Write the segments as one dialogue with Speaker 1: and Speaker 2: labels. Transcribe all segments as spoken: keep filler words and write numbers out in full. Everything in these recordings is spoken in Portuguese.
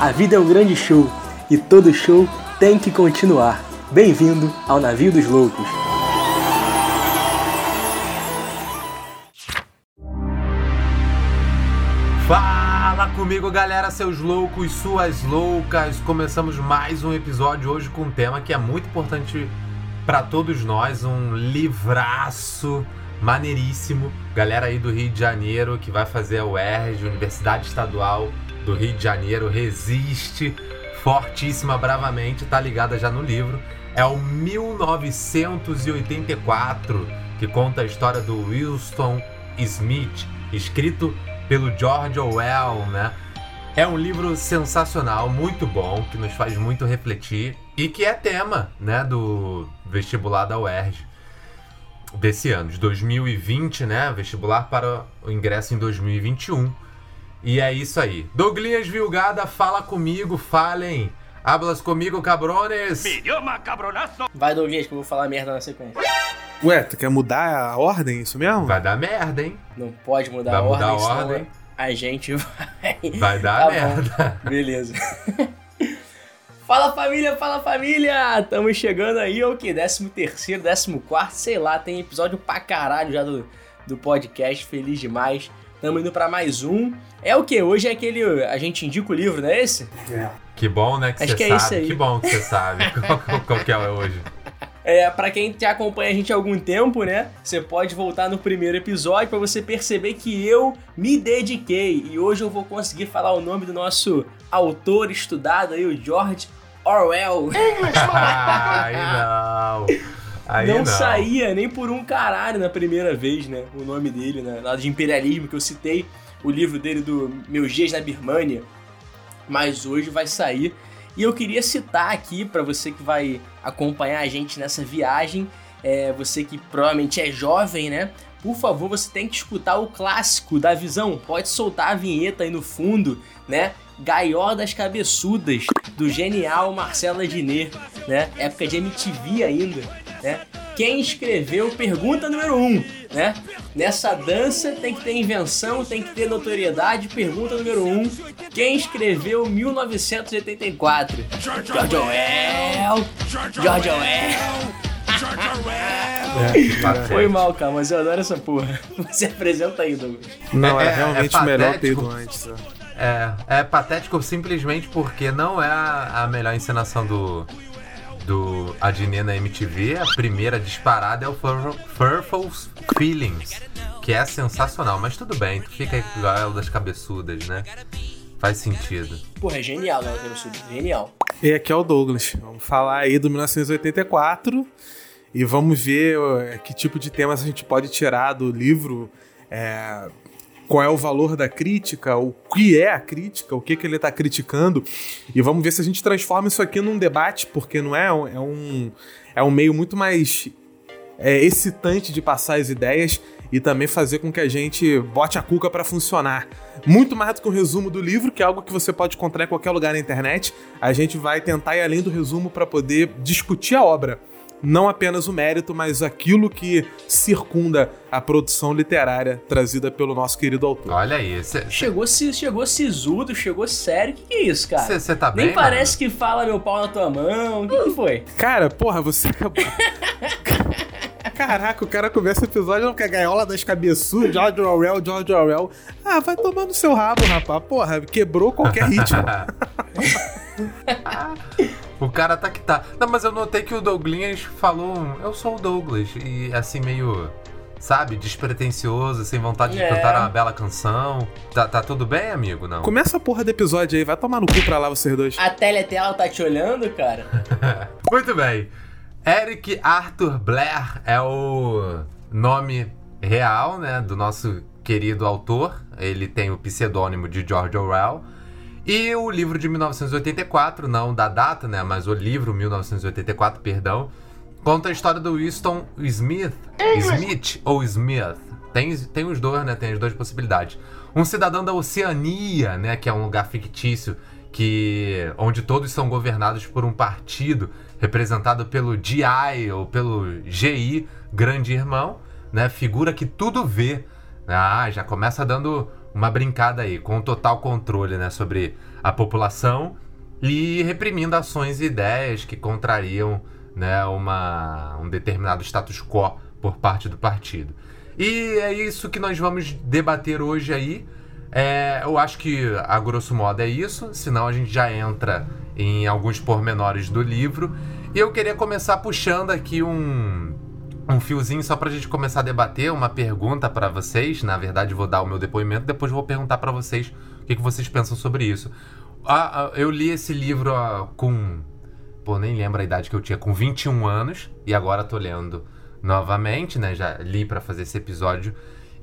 Speaker 1: A vida é um grande show e todo show tem que continuar. Bem-vindo ao Navio dos Loucos.
Speaker 2: Fala comigo, galera, seus loucos, suas loucas. Começamos mais um episódio hoje com um tema que é muito importante para todos nós, um livraço maneiríssimo. Galera aí do Rio de Janeiro que vai fazer a U E R J, Universidade Estadual do Rio de Janeiro, resiste fortíssima, bravamente, tá ligada já no livro. É o mil novecentos e oitenta e quatro, que conta a história do Winston Smith, escrito pelo George Orwell, né? É um livro sensacional, muito bom, que nos faz muito refletir e que é tema, né, do vestibular da U E R J desse ano, de dois mil e vinte, né? Vestibular para o ingresso em dois mil e vinte e um. E é isso aí. Douglinhas Vilgada, fala comigo, falem. Hablas comigo, cabrones.
Speaker 1: Vai, Douglas, que eu vou falar merda na sequência.
Speaker 3: Ué, tu quer mudar a ordem, isso mesmo?
Speaker 2: Vai dar merda, hein?
Speaker 1: Não pode mudar
Speaker 2: Vai
Speaker 1: a
Speaker 2: mudar
Speaker 1: ordem,
Speaker 2: a ordem.
Speaker 1: senão a gente vai...
Speaker 2: Vai dar
Speaker 1: Tá
Speaker 2: merda.
Speaker 1: bom. Beleza. Fala, família, fala, família! Estamos chegando aí ao que? décimo terceiro, décimo quarto, sei lá, tem episódio pra caralho já do, do podcast, feliz demais. Estamos indo pra mais um. É o que? Hoje é aquele... A gente indica o livro, não é esse?
Speaker 3: É.
Speaker 2: Que bom, né, que
Speaker 1: Acho
Speaker 2: você
Speaker 1: que é
Speaker 2: sabe.
Speaker 1: isso aí.
Speaker 2: Que bom que você sabe qual, qual que é hoje.
Speaker 1: É, pra quem já acompanha a gente há algum tempo, né? Você pode voltar no primeiro episódio pra você perceber que eu me dediquei. E hoje eu vou conseguir falar o nome do nosso autor estudado aí, o George Orwell.
Speaker 2: Aí não. Aí
Speaker 1: não,
Speaker 2: não
Speaker 1: saía nem por um caralho na primeira vez, né? O nome dele, né? Lá de imperialismo, que eu citei o livro dele do Meus Dias na Birmânia. Mas hoje vai sair. E eu queria citar aqui para você que vai acompanhar a gente nessa viagem, é, você que provavelmente é jovem, né? Por favor, você tem que escutar o clássico da Visão. Pode soltar a vinheta aí no fundo, né? Gaiola das Cabeçudas, do genial Marcelo Adnet, né? Época de M T V ainda, né? Quem escreveu pergunta número um, né? Nessa dança tem que ter invenção, tem que ter notoriedade. Pergunta número um: quem escreveu mil novecentos e oitenta e quatro? George Orwell! George Orwell!
Speaker 3: É,
Speaker 1: Foi mal, cara, mas eu adoro essa porra. Você apresenta aí, Douglas.
Speaker 3: Não, é,
Speaker 2: É- é
Speaker 3: realmente
Speaker 2: patético.
Speaker 3: melhor ter ido antes. ó.
Speaker 2: É, é patético simplesmente porque não é a, a melhor encenação do, do Adnet na M T V. A primeira disparada é o Fur- Furful Feelings, que é sensacional. Mas tudo bem, tu fica aí com o Gaiola das Cabeçudas, né? Faz sentido.
Speaker 1: Porra, é genial, né? Genial.
Speaker 3: E aqui é o Douglas. Vamos falar aí do mil novecentos e oitenta e quatro e vamos ver ó, que tipo de temas a gente pode tirar do livro, é, qual é o valor da crítica, o que é a crítica, o que, que ele está criticando, e vamos ver se a gente transforma isso aqui num debate, porque não é um, é um, é um meio muito mais é, excitante de passar as ideias e também fazer com que a gente bote a cuca para funcionar. Muito mais do que um resumo do livro, que é algo que você pode encontrar em qualquer lugar na internet. A gente vai tentar ir além do resumo para poder discutir a obra. Não apenas o mérito, mas aquilo que circunda a produção literária trazida pelo nosso querido autor.
Speaker 2: Olha aí. Cê, cê,
Speaker 1: Chegou, chegou sisudo, chegou sério. O que, que é isso, cara?
Speaker 2: cê, cê tá bem,
Speaker 1: Nem parece
Speaker 2: mano?
Speaker 1: que fala meu pau na tua mão. O que, que foi?
Speaker 3: Cara, porra, você acabou... Caraca, o cara começa o episódio com a gaiola das cabeçudas, George Orwell, George Orwell. Ah, vai tomar no seu rabo, rapaz. Porra, quebrou qualquer ritmo.
Speaker 2: O cara tá que tá. Não, mas eu notei que o Douglinhas falou um, eu sou o Douglas. E assim, meio, sabe, despretensioso, sem vontade de
Speaker 1: É.
Speaker 2: cantar uma bela canção. Tá, tá tudo bem, amigo? Não?
Speaker 3: Começa a porra do episódio aí, vai tomar no cu pra lá vocês dois.
Speaker 1: A teletela tá te olhando, cara?
Speaker 2: Muito bem. Eric Arthur Blair é o nome real, né, do nosso querido autor. Ele tem o pseudônimo de George Orwell. E o livro de mil novecentos e oitenta e quatro, não da data, né, mas o livro mil novecentos e oitenta e quatro, perdão, conta a história do Winston Smith, Smith ou Smith. Tem, tem os dois, né, tem as duas possibilidades. Um cidadão da Oceania, né, que é um lugar fictício que, onde todos são governados por um partido representado pelo G I ou pelo G I, Grande Irmão, né, figura que tudo vê. Ah, já começa dando uma brincada aí, com total controle, né, sobre a população e reprimindo ações e ideias que contrariam, né, uma, um determinado status quo por parte do partido. E é isso que nós vamos debater hoje aí. É, eu acho que, a grosso modo, é isso, senão a gente já entra em alguns pormenores do livro. E eu queria começar puxando aqui um, um fiozinho só pra gente começar a debater, uma pergunta pra vocês. Na verdade, vou dar o meu depoimento, depois vou perguntar pra vocês o que, que vocês pensam sobre isso. Ah, ah, eu li esse livro ah, com... Pô, nem lembro a idade que eu tinha, com vinte e um anos, e agora tô lendo novamente, né? Já li pra fazer esse episódio.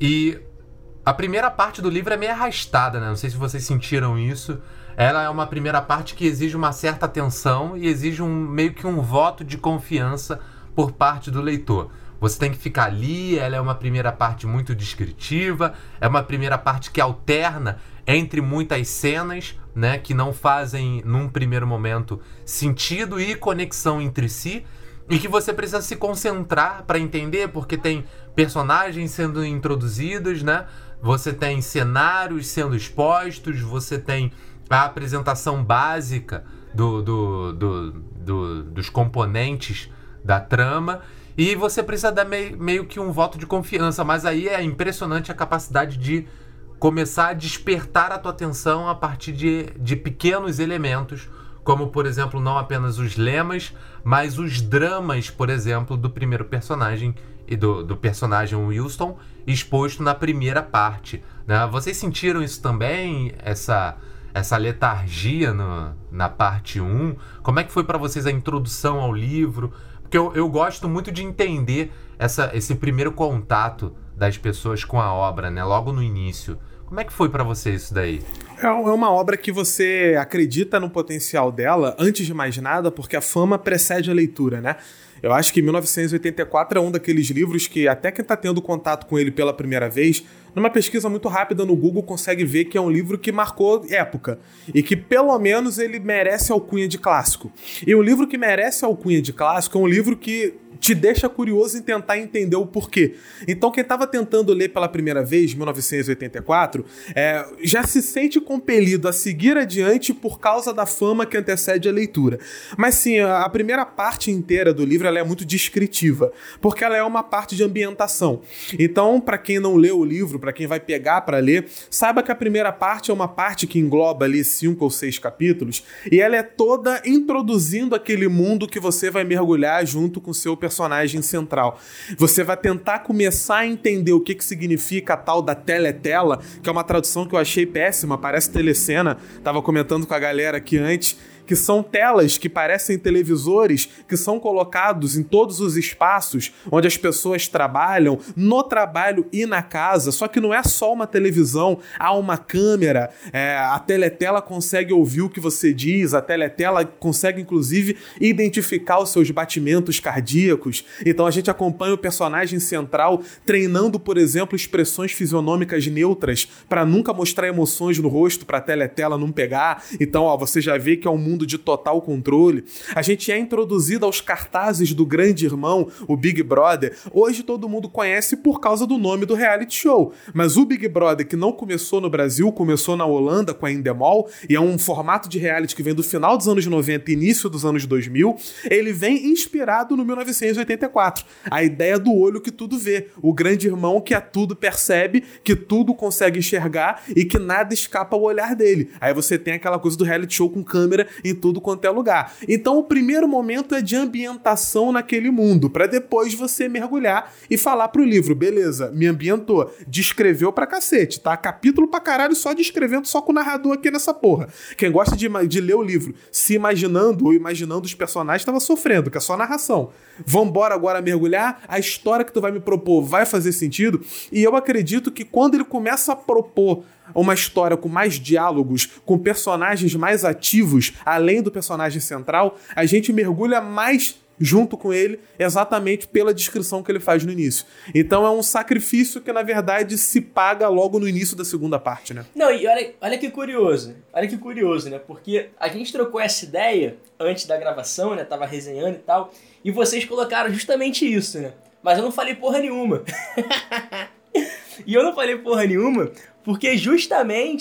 Speaker 2: E a primeira parte do livro é meio arrastada, né? Não sei se vocês sentiram isso. Ela é uma primeira parte que exige uma certa atenção e exige um, meio que um voto de confiança por parte do leitor. Você tem que ficar ali, ela é uma primeira parte muito descritiva, é uma primeira parte que alterna entre muitas cenas, né, que não fazem, num primeiro momento, sentido e conexão entre si, e que você precisa se concentrar para entender, porque tem personagens sendo introduzidos, né? Você tem cenários sendo expostos, você tem a apresentação básica do, do, do, do, dos componentes da trama, e você precisa dar meio, meio que um voto de confiança, mas aí é impressionante a capacidade de começar a despertar a tua atenção a partir de, de pequenos elementos, como, por exemplo, não apenas os lemas, mas os dramas, por exemplo, do primeiro personagem e do, do personagem Wilson, exposto na primeira parte, né? Vocês sentiram isso também, essa... essa letargia no, na parte um? Como é que foi para vocês a introdução ao livro? Porque eu, eu gosto muito de entender essa, esse primeiro contato das pessoas com a obra, né? Logo no início. Como é que foi para vocês isso daí?
Speaker 3: É uma obra que você acredita no potencial dela, antes de mais nada, porque a fama precede a leitura, né? Eu acho que mil novecentos e oitenta e quatro é um daqueles livros que até quem está tendo contato com ele pela primeira vez, numa pesquisa muito rápida no Google, consegue ver que é um livro que marcou época e que pelo menos ele merece alcunha de clássico. E um livro que merece alcunha de clássico é um livro que te deixa curioso em tentar entender o porquê. Então quem estava tentando ler pela primeira vez, mil novecentos e oitenta e quatro, é, já se sente compelido a seguir adiante por causa da fama que antecede a leitura. Mas sim, a primeira parte inteira do livro ela é muito descritiva, porque ela é uma parte de ambientação. Então, para quem não leu o livro, para quem vai pegar para ler, saiba que a primeira parte é uma parte que engloba ali cinco ou seis capítulos, e ela é toda introduzindo aquele mundo que você vai mergulhar junto com o seu personagem central. Você vai tentar começar a entender o que, que significa a tal da teletela, que é uma tradução que eu achei péssima, parece telecena, tava comentando com a galera aqui antes, que são telas que parecem televisores, que são colocados em todos os espaços onde as pessoas trabalham, no trabalho e na casa, só que não é só uma televisão, há uma câmera, é, a teletela consegue ouvir o que você diz, a teletela consegue inclusive identificar os seus batimentos cardíacos, então a gente acompanha o personagem central treinando, por exemplo, expressões fisionômicas neutras para nunca mostrar emoções no rosto, para a teletela não pegar, então ó, você já vê que é um mundo de total controle. A gente é introduzido aos cartazes do grande irmão, o Big Brother. Hoje todo mundo conhece por causa do nome do reality show, mas o Big Brother, que não começou no Brasil, começou na Holanda com a Endemol, e é um formato de reality que vem do final dos anos noventa e início dos anos dois mil, ele vem inspirado no mil novecentos e oitenta e quatro. A ideia do olho que tudo vê, o grande irmão que a tudo percebe, que tudo consegue enxergar e que nada escapa ao olhar dele. Aí você tem aquela coisa do reality show com câmera em tudo quanto é lugar. Então o primeiro momento é de ambientação naquele mundo, para depois você mergulhar e falar pro livro, beleza, me ambientou, descreveu pra cacete, tá? Capítulo pra caralho só descrevendo, só com o narrador aqui nessa porra. Quem gosta de, de ler o livro se imaginando ou imaginando os personagens tava sofrendo, que é só narração. Vambora agora mergulhar, a história que tu vai me propor vai fazer sentido, e eu acredito que quando ele começa a propor uma história com mais diálogos, com personagens mais ativos, além do personagem central, a gente mergulha mais junto com ele, exatamente pela descrição que ele faz no início. Então é um sacrifício que, na verdade, se paga logo no início da segunda parte, né?
Speaker 1: Não, e olha, olha que curioso, olha que curioso, né? Porque a gente trocou essa ideia antes da gravação, né? Tava resenhando e tal, e vocês colocaram justamente isso, né? Mas eu não falei porra nenhuma. E eu não falei porra nenhuma porque justamente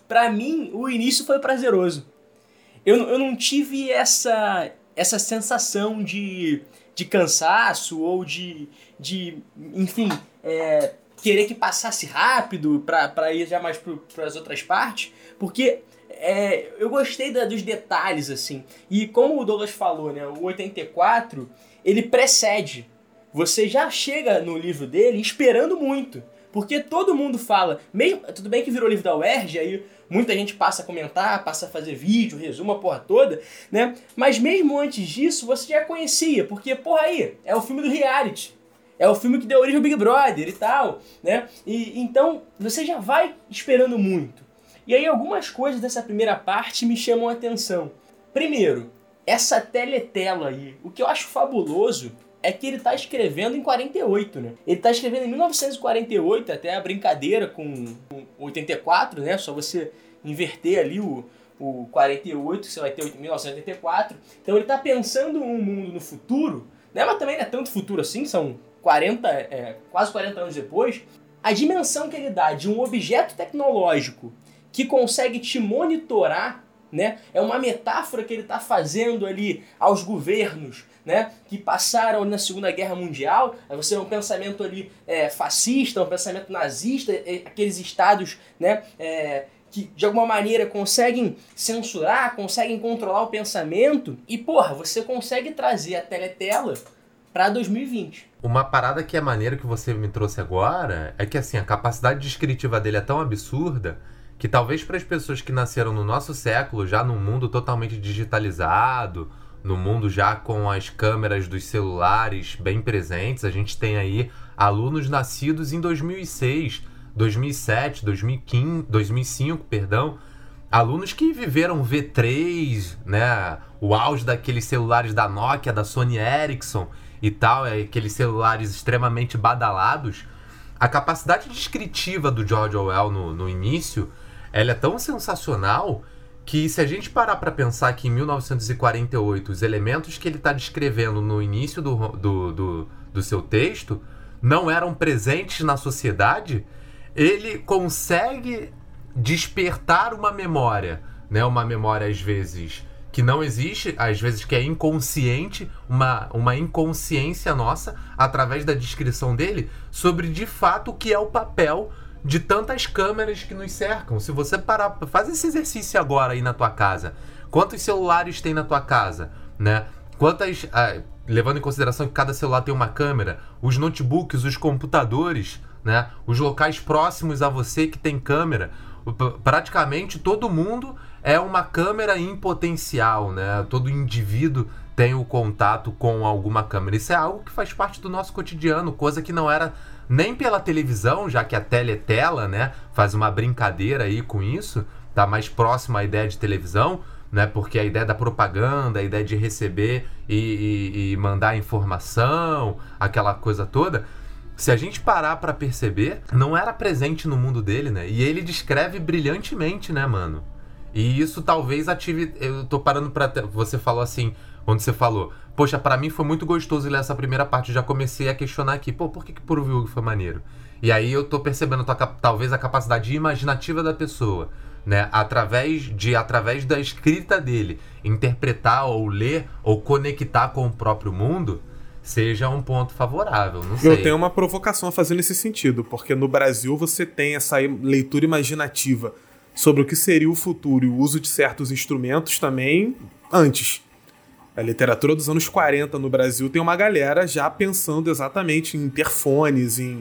Speaker 1: pra mim, o início foi prazeroso. Eu, eu não tive essa, essa sensação de, de cansaço ou de, de enfim, é, querer que passasse rápido pra, pra ir já mais para as outras partes, porque é, eu gostei da, dos detalhes, assim. E como o Douglas falou, né, o oitenta e quatro, ele precede. Você já chega no livro dele esperando muito. Porque todo mundo fala, mesmo, tudo bem que virou livro da U E R J, aí muita gente passa a comentar, passa a fazer vídeo, resumo, a porra toda, né? Mas mesmo antes disso, você já conhecia, porque, porra, aí, é o filme do reality. É o filme que deu origem ao Big Brother e tal, né? E, então, você já vai esperando muito. E aí algumas coisas dessa primeira parte me chamam a atenção. Primeiro, essa teletela aí. O que eu acho fabuloso é que ele tá escrevendo em quarenta e oito, né? Ele tá escrevendo em mil novecentos e quarenta e oito, até a brincadeira com, com oitenta e quatro, né? Só você inverter ali o, o quarenta e oito, que você vai ter mil novecentos e oitenta e quatro. Então ele tá pensando um mundo no futuro, né? Mas também não é tanto futuro assim, são quarenta, é, quase quarenta anos depois. A dimensão que ele dá de um objeto tecnológico que consegue te monitorar, né? É uma metáfora que ele está fazendo ali aos governos, né? Que passaram na Segunda Guerra Mundial. Você é um pensamento ali é, fascista, um pensamento nazista, é, aqueles estados, né? É, que de alguma maneira conseguem censurar, conseguem controlar o pensamento. E, porra, você consegue trazer a teletela para dois mil e vinte.
Speaker 2: Uma parada que é maneira que você me trouxe agora é que, assim, a capacidade descritiva dele é tão absurda que talvez para as pessoas que nasceram no nosso século, já num mundo totalmente digitalizado, no mundo já com as câmeras dos celulares bem presentes, a gente tem aí alunos nascidos em dois mil e seis, dois mil e sete, dois mil e quinze, dois mil e cinco, perdão, alunos que viveram V três, né, o auge daqueles celulares da Nokia, da Sony Ericsson e tal, aqueles celulares extremamente badalados. A capacidade descritiva do George Orwell no, no início, ela é tão sensacional que, se a gente parar para pensar que em mil novecentos e quarenta e oito os elementos que ele está descrevendo no início do, do, do, do seu texto não eram presentes na sociedade, ele consegue despertar uma memória, né? Uma memória às vezes que não existe, às vezes que é inconsciente, uma, uma inconsciência nossa, através da descrição dele, sobre de fato o que é o papel de tantas câmeras que nos cercam. Se você parar, faz esse exercício agora aí na tua casa. Quantos celulares tem na tua casa, né? Quantas, ah, levando em consideração que cada celular tem uma câmera, os notebooks, os computadores, né? Os locais próximos a você que tem câmera, praticamente todo mundo é uma câmera em potencial, né? Todo indivíduo tem o contato com alguma câmera. Isso é algo que faz parte do nosso cotidiano, coisa que não era nem pela televisão, já que a teletela, né, faz uma brincadeira aí com isso, tá mais próximo à ideia de televisão, né, porque a ideia da propaganda, a ideia de receber e, e, e mandar informação, aquela coisa toda, se a gente parar pra perceber, não era presente no mundo dele, né, e ele descreve brilhantemente, né, mano, e isso talvez ative, eu tô parando pra, você falou assim, quando você falou, poxa, pra mim foi muito gostoso ler essa primeira parte, eu já comecei a questionar aqui, pô, por que que Puro Viúvo foi maneiro? E aí eu tô percebendo tua, talvez a capacidade imaginativa da pessoa, né, através, de, através da escrita dele, interpretar ou ler ou conectar com o próprio mundo, seja um ponto favorável, não sei.
Speaker 3: Eu tenho uma provocação a fazer nesse sentido, porque no Brasil você tem essa leitura imaginativa sobre o que seria o futuro e o uso de certos instrumentos também antes. A literatura dos anos quarenta no Brasil tem uma galera já pensando exatamente em interfones, em,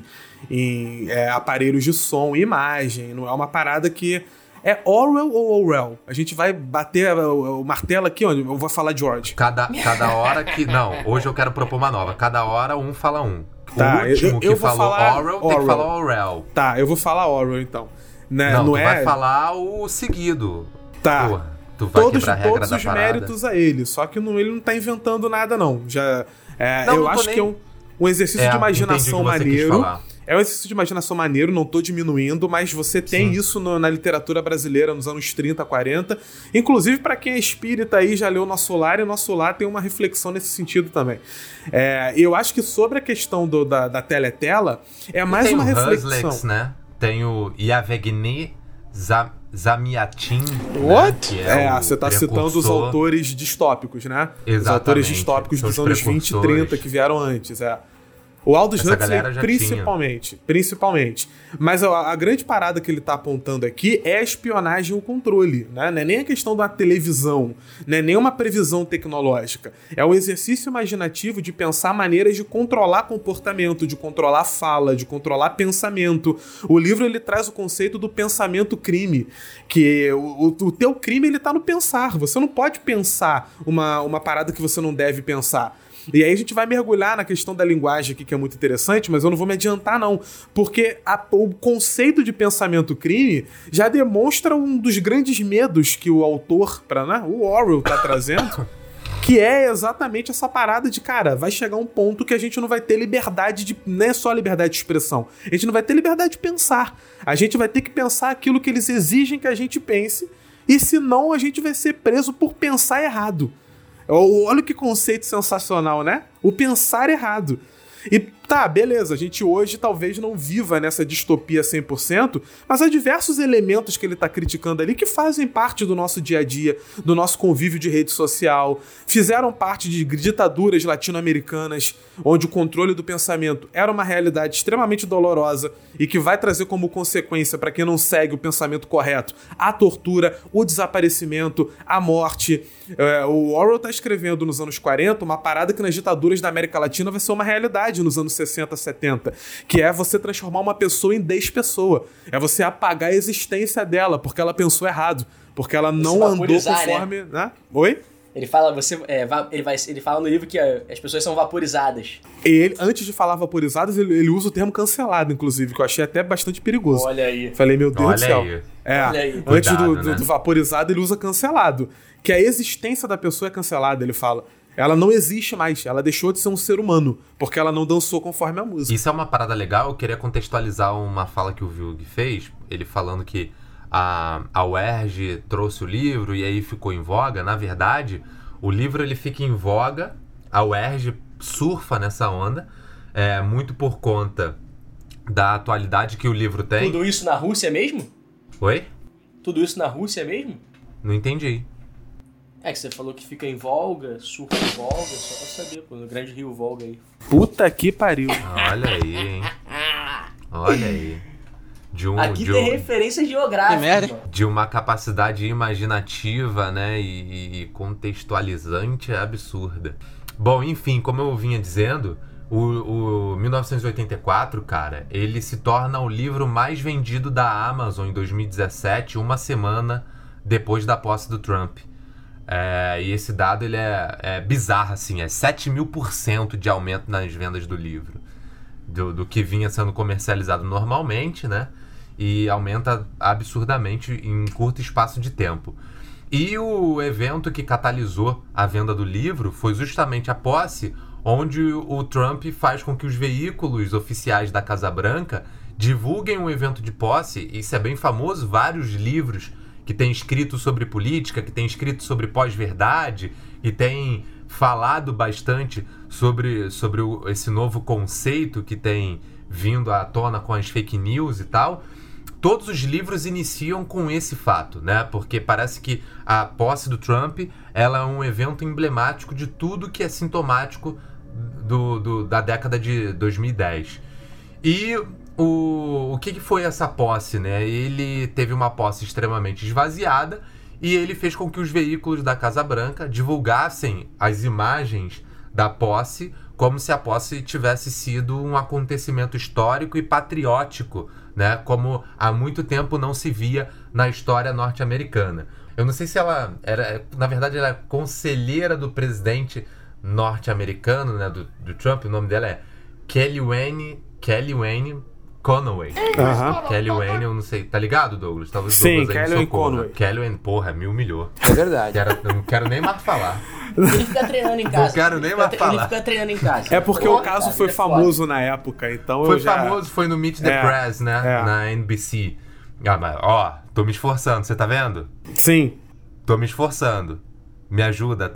Speaker 3: em é, aparelhos de som e imagem. Não é uma parada que... É Orwell ou Orwell? A gente vai bater o, o martelo aqui onde eu vou falar George.
Speaker 2: Cada, cada hora que... Não, hoje eu quero propor uma nova. Cada hora um fala um.
Speaker 3: Tá,
Speaker 2: o último
Speaker 3: eu,
Speaker 2: que
Speaker 3: eu vou
Speaker 2: falou
Speaker 3: falar
Speaker 2: Orwell,
Speaker 3: Orwell
Speaker 2: tem que falar Orwell.
Speaker 3: Tá, eu vou falar Orwell então. Né,
Speaker 2: não,
Speaker 3: não
Speaker 2: tu
Speaker 3: é...
Speaker 2: vai falar o seguido.
Speaker 3: Tá.
Speaker 2: Porra. Tu vai
Speaker 3: todos
Speaker 2: quebrar a regra
Speaker 3: todos
Speaker 2: da
Speaker 3: os
Speaker 2: parada.
Speaker 3: méritos a ele, só que não, ele não tá inventando nada não. Já, é,
Speaker 2: não,
Speaker 3: eu
Speaker 2: não
Speaker 3: acho
Speaker 2: nem...
Speaker 3: que é um, um exercício
Speaker 2: é,
Speaker 3: de imaginação maneiro. É um exercício de imaginação maneiro, não tô diminuindo, mas você tem Sim. isso no, na literatura brasileira nos anos trinta, quarenta. Inclusive, para quem é espírita aí, já leu Nosso Lar, e Nosso Lar tem uma reflexão nesse sentido também. É, eu acho que sobre a questão do, da, da teletela, é mais
Speaker 2: tem
Speaker 3: uma
Speaker 2: o
Speaker 3: reflexão.
Speaker 2: Huslex, né? Tem o Yavgeny Zamiatin.
Speaker 3: What?
Speaker 2: Né, que é,
Speaker 3: é você tá citando os autores distópicos, né?
Speaker 2: Exatamente.
Speaker 3: Os autores distópicos dos anos vinte e trinta que vieram antes, é. O Aldous Huxley, principalmente, tinha. principalmente. Mas a, a grande parada que ele tá apontando aqui é a espionagem e o controle, né? Não é nem a questão da televisão, não é nem uma previsão tecnológica. É o exercício imaginativo de pensar maneiras de controlar comportamento, de controlar fala, de controlar pensamento. O livro, ele traz o conceito do pensamento-crime, que o, o, o teu crime, ele tá no pensar. Você não pode pensar uma, uma parada que você não deve pensar. E aí a gente vai mergulhar na questão da linguagem aqui, que é muito interessante, mas eu não vou me adiantar não, porque a, o conceito de pensamento-crime já demonstra um dos grandes medos que o autor, pra, né, o Orwell, tá trazendo, que é exatamente essa parada de, cara, vai chegar um ponto que a gente não vai ter liberdade de... Não é só liberdade de expressão, a gente não vai ter liberdade de pensar. A gente vai ter que pensar aquilo que eles exigem que a gente pense, e senão a gente vai ser preso por pensar errado. Olha que conceito sensacional, né? O pensar errado. E tá, beleza, a gente hoje talvez não viva nessa distopia cem por cento, mas há diversos elementos que ele tá criticando ali que fazem parte do nosso dia a dia, do nosso convívio de rede social, fizeram parte de ditaduras latino-americanas, onde o controle do pensamento era uma realidade extremamente dolorosa e que vai trazer como consequência, para quem não segue o pensamento correto, a tortura, o desaparecimento, a morte. É, o Orwell tá escrevendo nos anos quarenta uma parada que nas ditaduras da América Latina vai ser uma realidade nos anos sessenta, setenta, que é você transformar uma pessoa em despessoa. É você apagar a existência dela, porque ela pensou errado, porque ela não andou conforme... Né? Né? Oi?
Speaker 1: Ele fala, você, é, ele, vai, ele fala no livro que as pessoas são vaporizadas.
Speaker 3: Ele, antes de falar vaporizadas, ele, ele usa o termo cancelado, inclusive, que eu achei até bastante perigoso.
Speaker 1: Olha aí.
Speaker 3: Falei, meu Deus
Speaker 2: Olha
Speaker 3: do céu.
Speaker 2: Aí.
Speaker 3: É,
Speaker 1: Olha aí.
Speaker 3: Antes
Speaker 2: Cuidado,
Speaker 3: do,
Speaker 2: né?
Speaker 3: do, do vaporizado, ele usa cancelado. Que a existência da pessoa é cancelada, ele fala. Ela não existe mais, ela deixou de ser um ser humano, porque ela não dançou conforme a música.
Speaker 2: Isso é uma parada legal, eu queria contextualizar uma fala que o Vilg fez, ele falando que a, a U E R J trouxe o livro e aí ficou em voga. Na verdade, o livro ele fica em voga, a U E R J surfa nessa onda, é, muito por conta da atualidade que o livro tem.
Speaker 1: Tudo isso na Rússia mesmo?
Speaker 2: Oi?
Speaker 1: Tudo isso na Rússia mesmo?
Speaker 2: Não entendi.
Speaker 1: É que você falou que fica em Volga, surfa em Volga, só pra saber, pô, no grande rio Volga aí.
Speaker 3: Puta que pariu.
Speaker 2: Olha aí, hein? Olha aí. De um,
Speaker 1: Aqui
Speaker 2: de
Speaker 1: tem
Speaker 2: um,
Speaker 1: referência geográfica.
Speaker 4: merda.
Speaker 2: de uma capacidade imaginativa, né, e, e contextualizante absurda. Bom, enfim, como eu vinha dizendo, o, o mil novecentos e oitenta e quatro, cara, ele se torna o livro mais vendido da Amazon em dois mil e dezessete, uma semana depois da posse do Trump. É, e esse dado ele é, é bizarro, assim, é sete mil por cento de aumento nas vendas do livro, do, do que vinha sendo comercializado normalmente, né? E aumenta absurdamente em um curto espaço de tempo. E o evento que catalisou a venda do livro foi justamente a posse, onde o Trump faz com que os veículos oficiais da Casa Branca divulguem um evento de posse. Isso é bem famoso, vários livros que tem escrito sobre política, que tem escrito sobre pós-verdade, e tem falado bastante sobre, sobre o, esse novo conceito que tem vindo à tona com as fake news e tal. Todos os livros iniciam com esse fato, né? Porque parece que a posse do Trump ela é um evento emblemático de tudo que é sintomático do, do, da década de dois mil e dez. E o, o que, que foi essa posse, né? Ele teve uma posse extremamente esvaziada e ele fez com que os veículos da Casa Branca divulgassem as imagens da posse como se a posse tivesse sido um acontecimento histórico e patriótico, né? Como há muito tempo não se via na história norte-americana. Eu não sei se ela era... Na verdade, ela é conselheira do presidente norte-americano, né? Do, do Trump. O nome dela é Kellyanne... Kellyanne Conway.
Speaker 3: Aham.
Speaker 2: Kellyanne, eu não sei. Tá ligado, Douglas? Talvez
Speaker 3: Sim,
Speaker 2: Douglas aí me
Speaker 3: Kellyanne
Speaker 2: socorra.
Speaker 3: Conway.
Speaker 2: Kellyanne, porra, me humilhou.
Speaker 4: É verdade.
Speaker 2: Quero, eu não quero nem mais falar.
Speaker 1: Ele fica treinando em casa.
Speaker 2: Não quero nem
Speaker 1: Ele
Speaker 2: mais
Speaker 1: fica tre-
Speaker 2: falar.
Speaker 1: Ele fica treinando em casa.
Speaker 3: É porque
Speaker 1: Porra,
Speaker 3: o caso
Speaker 1: cara,
Speaker 3: foi
Speaker 1: ele é foda.
Speaker 3: famoso na época, então
Speaker 2: Foi
Speaker 3: eu já...
Speaker 2: famoso, foi no Meet the
Speaker 3: É,
Speaker 2: Press, né?
Speaker 3: é.
Speaker 2: Na N B C. Ah, mas, ó, tô me esforçando, você tá vendo?
Speaker 3: Sim.
Speaker 2: Tô me esforçando. Me ajuda, tá?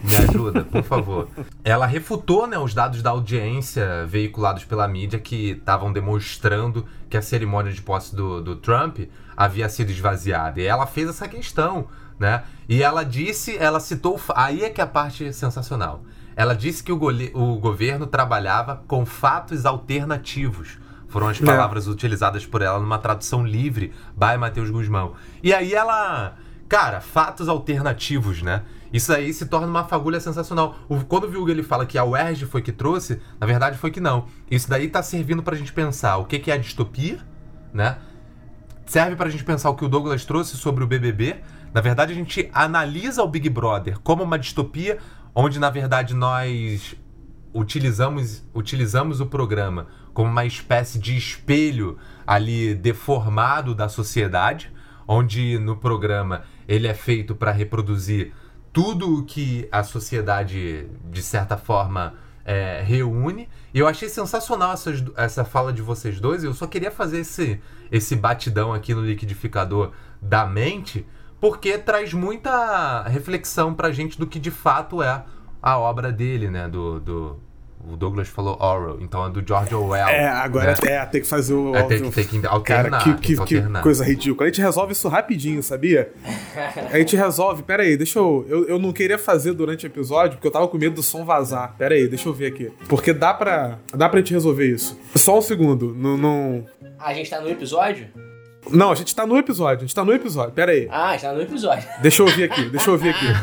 Speaker 2: Me ajuda, por favor. Ela refutou, né, os dados da audiência veiculados pela mídia que estavam demonstrando que a cerimônia de posse do, do Trump havia sido esvaziada. E ela fez essa questão, né? E ela disse, ela citou... Aí é que é a parte sensacional. Ela disse que o, gole, o governo trabalhava com fatos alternativos. Foram as palavras é. utilizadas por ela numa tradução livre by Matheus Guzmão. E aí ela... Cara, fatos alternativos, né? Isso aí se torna uma fagulha sensacional. O, quando o Vilga ele fala que a U E R J foi que trouxe, na verdade foi que não. Isso daí tá servindo pra gente pensar o que, que é a distopia, né? Serve pra gente pensar o que o Douglas trouxe sobre o B B B. Na verdade, a gente analisa o Big Brother como uma distopia, onde, na verdade, nós utilizamos, utilizamos o programa como uma espécie de espelho ali deformado da sociedade, onde no programa ele é feito para reproduzir tudo o que a sociedade, de certa forma, é, reúne. E eu achei sensacional essas, essa fala de vocês dois. Eu só queria fazer esse, esse batidão aqui no liquidificador da mente, porque traz muita reflexão pra gente do que de fato é a obra dele, né? Do... do O Douglas falou Orwell, então é do George Orwell.
Speaker 3: É, agora
Speaker 2: né?
Speaker 3: é, tem que fazer o...
Speaker 2: É, tem, que, tem que alternar.
Speaker 3: Cara, que, que,
Speaker 2: que
Speaker 3: que coisa ridícula. A gente resolve isso rapidinho, sabia? A gente resolve... Pera aí, deixa eu, eu... Eu não queria fazer durante o episódio, porque eu tava com medo do som vazar. Pera aí, deixa eu ver aqui. Porque dá pra... Dá pra gente resolver isso. Só um segundo. Não... não...
Speaker 1: A gente tá no episódio?
Speaker 3: Não, a gente tá no episódio. A gente tá no episódio. Pera aí.
Speaker 1: Ah, a gente tá no episódio.
Speaker 3: Deixa eu ouvir aqui. Deixa eu ouvir aqui.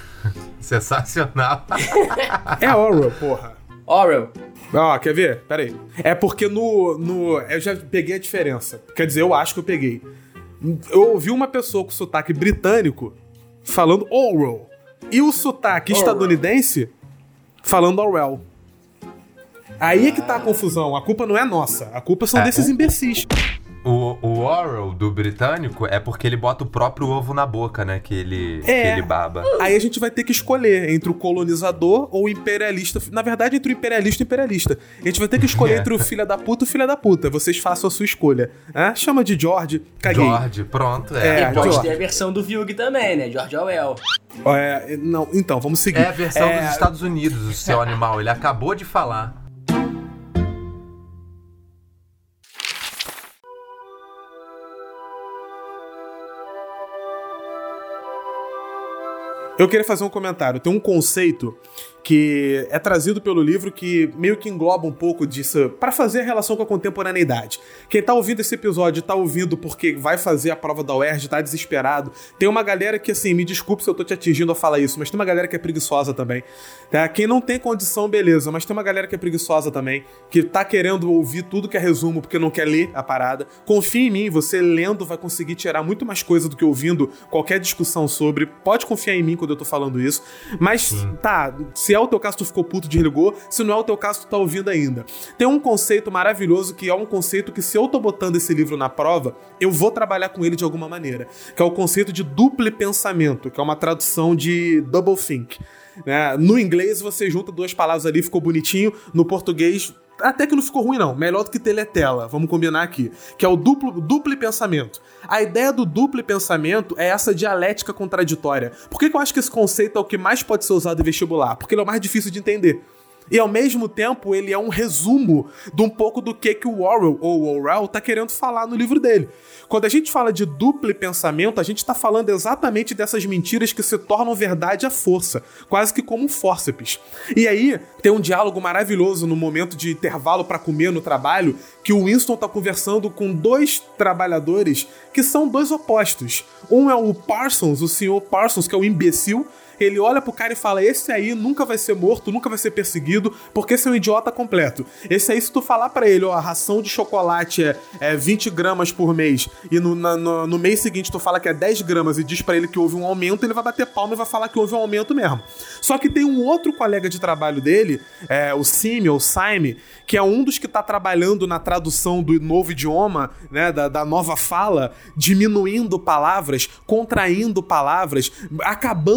Speaker 2: Sensacional.
Speaker 3: É Orwell, porra.
Speaker 1: Orwell.
Speaker 3: Ó, oh, quer ver? Pera aí. É porque no, no... Eu já peguei a diferença. Quer dizer, eu acho que eu peguei. Eu ouvi uma pessoa com sotaque britânico falando Orwell. E o sotaque Orwell. estadunidense falando Orwell. Aí é que tá a confusão. A culpa não é nossa. A culpa são é, desses imbecis.
Speaker 2: O, o Orwell do britânico é porque ele bota o próprio ovo na boca, né? Que ele, é. que ele baba.
Speaker 3: Aí a gente vai ter que escolher entre o colonizador ou o imperialista. Na verdade, entre o imperialista e o imperialista. A gente vai ter que escolher entre o filho da puta e o filho da puta. Vocês façam a sua escolha. É? Chama de George, caguei.
Speaker 2: George, pronto. É.
Speaker 1: é
Speaker 2: e
Speaker 1: pode George. ter a versão do Vilg também, né? George Orwell.
Speaker 3: É, não, então, vamos seguir.
Speaker 2: É a versão é... dos Estados Unidos, o seu animal. Ele acabou de falar.
Speaker 3: Eu queria fazer um comentário. Tem um conceito que é trazido pelo livro que meio que engloba um pouco disso para fazer a relação com a contemporaneidade. Quem tá ouvindo esse episódio tá ouvindo porque vai fazer a prova da U E R J, tá desesperado. Tem uma galera que, assim, me desculpe se eu tô te atingindo a falar isso, mas tem uma galera que é preguiçosa também. Tá? Quem não tem condição, beleza, mas tem uma galera que é preguiçosa também, que tá querendo ouvir tudo que é resumo porque não quer ler a parada. Confia em mim, você lendo vai conseguir tirar muito mais coisa do que ouvindo qualquer discussão sobre. Pode confiar em mim quando eu tô falando isso. Mas, Sim. tá, se é o teu caso, tu ficou puto, desligou. Se não é o teu caso, tu tá ouvindo ainda. Tem um conceito maravilhoso que é um conceito que, se eu tô botando esse livro na prova, eu vou trabalhar com ele de alguma maneira. Que é o conceito de duplo pensamento, que é uma tradução de doublethink. Né? No inglês, você junta duas palavras ali, ficou bonitinho. No português, até que não ficou ruim, não. Melhor do que teletela, vamos combinar aqui. Que é o duplo, duplo pensamento. A ideia do duplo pensamento é essa dialética contraditória. Por que que eu acho que esse conceito é o que mais pode ser usado em vestibular? Porque ele é o mais difícil de entender. E, ao mesmo tempo, ele é um resumo de um pouco do que, que o Orwell, ou Orwell, tá querendo falar no livro dele. Quando a gente fala de duplo pensamento, a gente tá falando exatamente dessas mentiras que se tornam verdade à força, quase que como um fórceps. E aí, tem um diálogo maravilhoso no momento de intervalo para comer no trabalho, que o Winston tá conversando com dois trabalhadores que são dois opostos. Um é o Parsons, o senhor Parsons, que é o imbecil. Ele olha pro cara e fala, esse aí nunca vai ser morto, nunca vai ser perseguido, porque esse é um idiota completo. Esse aí, se tu falar pra ele, ó, a ração de chocolate é, é vinte gramas por mês, e no, na, no, no mês seguinte tu fala que é dez gramas e diz pra ele que houve um aumento, ele vai bater palma e vai falar que houve um aumento mesmo. Só que tem um outro colega de trabalho dele, é, o Sime, ou Saime, que é um dos que tá trabalhando na tradução do novo idioma, né, da, da nova fala, diminuindo palavras, contraindo palavras, acabando com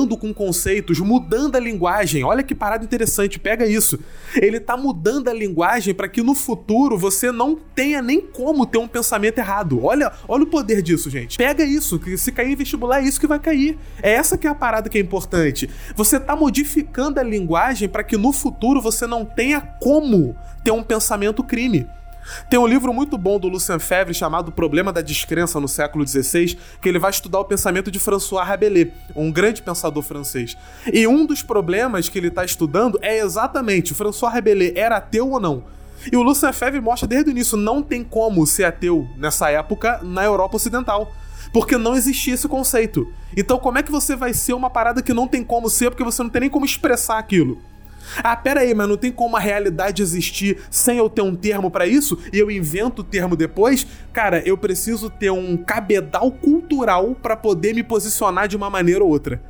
Speaker 3: conceitos, mudando a linguagem. Olha que parada interessante, pega isso. Ele tá mudando a linguagem para que no futuro você não tenha nem como ter um pensamento errado. Olha, olha o poder disso, gente. Pega isso, que se cair em vestibular é isso que vai cair. É essa que é a parada que é importante. Você tá modificando a linguagem para que no futuro você não tenha como ter um pensamento crime. Tem um livro muito bom do Lucien Febvre chamado O Problema da Descrença no século dezesseis, que ele vai estudar o pensamento de François Rabelais, um grande pensador francês. E um dos problemas que ele está estudando é exatamente, François Rabelais era ateu ou não? E o Lucien Febvre mostra desde o início, não tem como ser ateu nessa época na Europa Ocidental, porque não existia esse conceito. Então como é que você vai ser uma parada que não tem como ser, porque você não tem nem como expressar aquilo? Ah, pera aí, mas não tem como a realidade existir sem eu ter um termo pra isso e eu invento o termo depois? Cara, eu preciso ter um cabedal cultural pra poder me posicionar de uma maneira ou outra.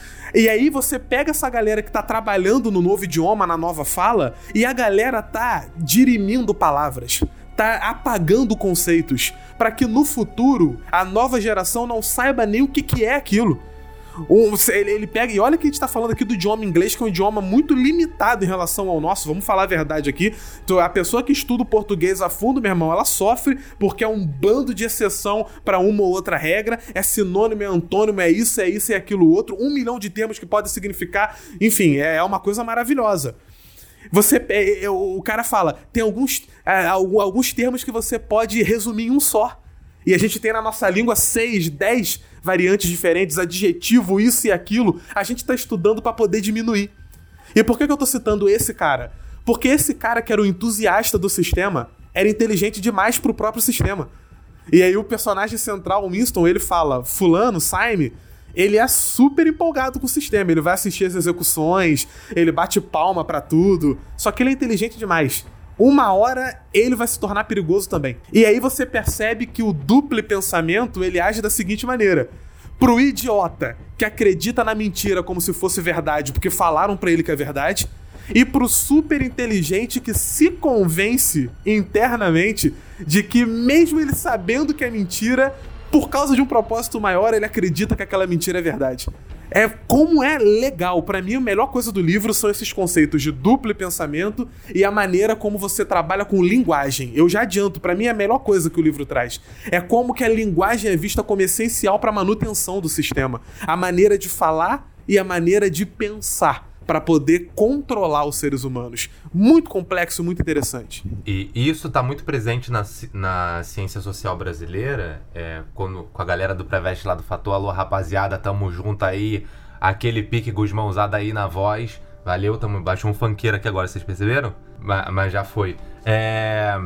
Speaker 3: E aí você pega essa galera que tá trabalhando no novo idioma, na nova fala, e a galera tá dirimindo palavras, tá apagando conceitos, pra que no futuro a nova geração não saiba nem o que, que é aquilo. Um, ele, ele pega, e olha que a gente tá falando aqui do idioma inglês, que é um idioma muito limitado em relação ao nosso, vamos falar a verdade aqui. Então, a pessoa que estuda o português a fundo, meu irmão, ela sofre porque é um bando de exceção pra uma ou outra regra, é sinônimo, é antônimo, é isso, é isso, é aquilo outro, um milhão de termos que podem significar, enfim, é, é uma coisa maravilhosa. Você, é, o cara fala, tem alguns, é, alguns termos que você pode resumir em um só. E a gente tem na nossa língua seis, dez variantes diferentes, adjetivo, isso e aquilo. A gente tá estudando para poder diminuir. E por que que eu tô citando esse cara? Porque esse cara que era o entusiasta do sistema era inteligente demais pro próprio sistema. E aí o personagem central, o Winston, ele fala, fulano, Saime, ele é super empolgado com o sistema. Ele vai assistir as execuções, ele bate palma pra tudo. Só que ele é inteligente demais. Uma hora ele vai se tornar perigoso também. E aí você percebe que o duplo pensamento, ele age da seguinte maneira. Pro idiota que acredita na mentira como se fosse verdade, porque falaram pra ele que é verdade, e pro super inteligente que se convence internamente de que mesmo ele sabendo que é mentira, por causa de um propósito maior, ele acredita que aquela mentira é verdade. É como é legal. Pra mim, a melhor coisa do livro são esses conceitos de duplo pensamento e a maneira como você trabalha com linguagem. Eu já adianto, pra mim é a melhor coisa que o livro traz. É como que a linguagem é vista como essencial pra manutenção do sistema. A maneira de falar e a maneira de pensar para poder controlar os seres humanos. Muito complexo, muito interessante.
Speaker 2: E isso está muito presente na, na ciência social brasileira, é, quando, com a galera do Preveste lá do Fator. Alô, rapaziada, tamo junto aí. Aquele pique Guzmão usado aí na voz. Valeu, tamo, baixou um funkeiro aqui agora, vocês perceberam? Mas, mas já foi. É...